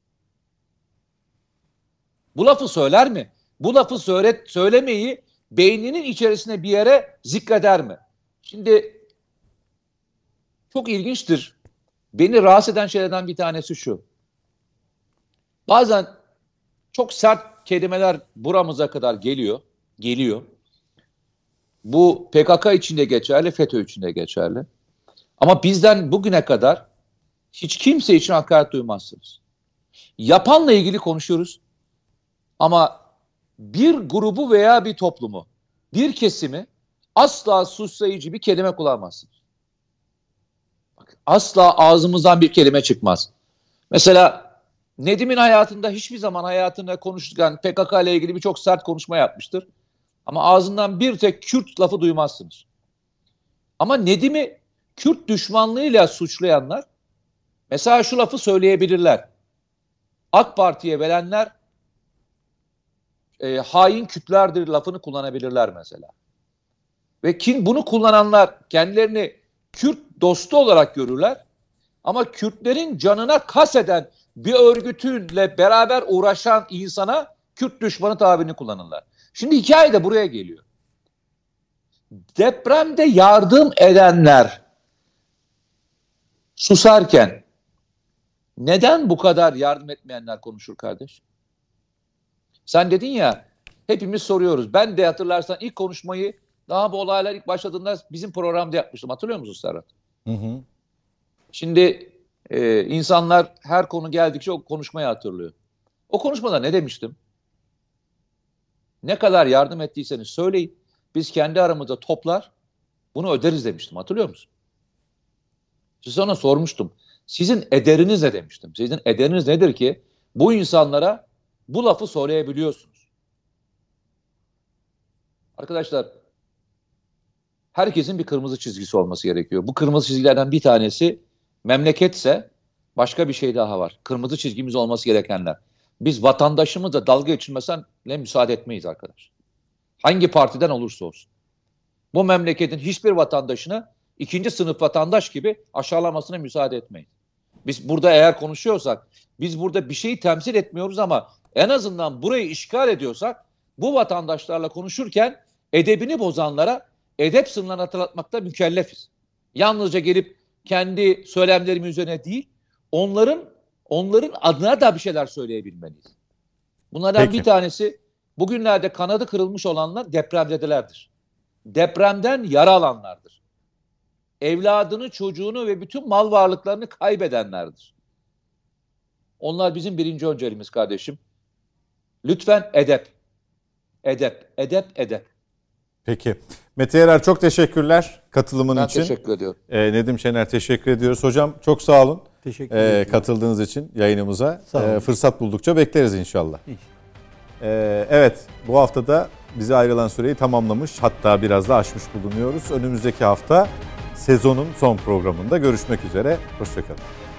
Bu lafı söyler mi? Bu lafı söyle, söylemeyi beyninin içerisine bir yere zikreder mi? Şimdi çok ilginçtir. Beni rahatsız eden şeylerden bir tanesi şu. Bazen çok sert kelimeler buramıza kadar geliyor. Geliyor. Bu P K K için de geçerli, FETÖ için de geçerli. Ama bizden bugüne kadar hiç kimse için hakaret duymazsınız. Yapanla ilgili konuşuyoruz. Ama bir grubu veya bir toplumu, bir kesimi asla suçlayıcı bir kelime kullanmazsınız. Bak, asla ağzımızdan bir kelime çıkmaz. Mesela Nedim'in hayatında hiçbir zaman hayatında konuşurken P K K ile ilgili birçok sert konuşma yapmıştır. Ama ağzından bir tek Kürt lafı duymazsınız. Ama Nedim'i Kürt düşmanlığıyla suçlayanlar mesela şu lafı söyleyebilirler. AK Parti'ye verenler e, hain Kürtlerdir lafını kullanabilirler mesela. Ve kim bunu kullananlar kendilerini Kürt dostu olarak görürler. Ama Kürtlerin canına kasteden bir örgütüyle beraber uğraşan insana Kürt düşmanı tabirini kullanırlar. Şimdi hikaye de buraya geliyor. Depremde yardım edenler susarken neden bu kadar yardım etmeyenler konuşur kardeş? Sen dedin ya, hepimiz soruyoruz. Ben de hatırlarsan ilk konuşmayı daha bu olaylar ilk başladığında bizim programda yapmıştım. Hatırlıyor musun Serhat? Hı hı. Şimdi e, insanlar her konu geldikçe o konuşmayı hatırlıyor. O konuşmada ne demiştim? Ne kadar yardım ettiyseniz söyleyin. Biz kendi aramızda toplar bunu öderiz demiştim. Hatırlıyor musun? Sonra sormuştum. Sizin ederiniz ne demiştim. Sizin ederiniz nedir ki bu insanlara bu lafı söyleyebiliyorsunuz? Arkadaşlar, herkesin bir kırmızı çizgisi olması gerekiyor. Bu kırmızı çizgilerden bir tanesi memleketse, başka bir şey daha var. Kırmızı çizgimiz olması gerekenler. Biz vatandaşımızla dalga geçilmesine müsaade etmeyiz arkadaş. Hangi partiden olursa olsun. Bu memleketin hiçbir vatandaşını ikinci sınıf vatandaş gibi aşağılamasına müsaade etmeyiz. Biz burada eğer konuşuyorsak, biz burada bir şeyi temsil etmiyoruz ama en azından burayı işgal ediyorsak, bu vatandaşlarla konuşurken edebini bozanlara edep sınırlarını hatırlatmakta mükellefiz. Yalnızca gelip kendi söylemlerimiz üzerine değil, onların onların adına da bir şeyler söyleyebilmeliyiz. Bunlardan Peki. bir tanesi, bugünlerde kanadı kırılmış olanlar depremzedelerdir. Depremden yara alanlardır. Evladını, çocuğunu ve bütün mal varlıklarını kaybedenlerdir. Onlar bizim birinci önceliğimiz kardeşim. Lütfen edep. Edep, edep, edep. Peki. Mete Yarar, çok teşekkürler katılımın Ben için. teşekkür ediyorum. Ee, Nedim Şener, teşekkür ediyoruz. Hocam çok sağ olun. Teşekkür Ee, ederim. katıldığınız için yayınımıza. Sağ olun. Ee, fırsat buldukça bekleriz inşallah. İnşallah. Ee, evet, bu haftada bize ayrılan süreyi tamamlamış, hatta biraz da aşmış bulunuyoruz. Önümüzdeki hafta sezonun son programında görüşmek üzere. Hoşçakalın.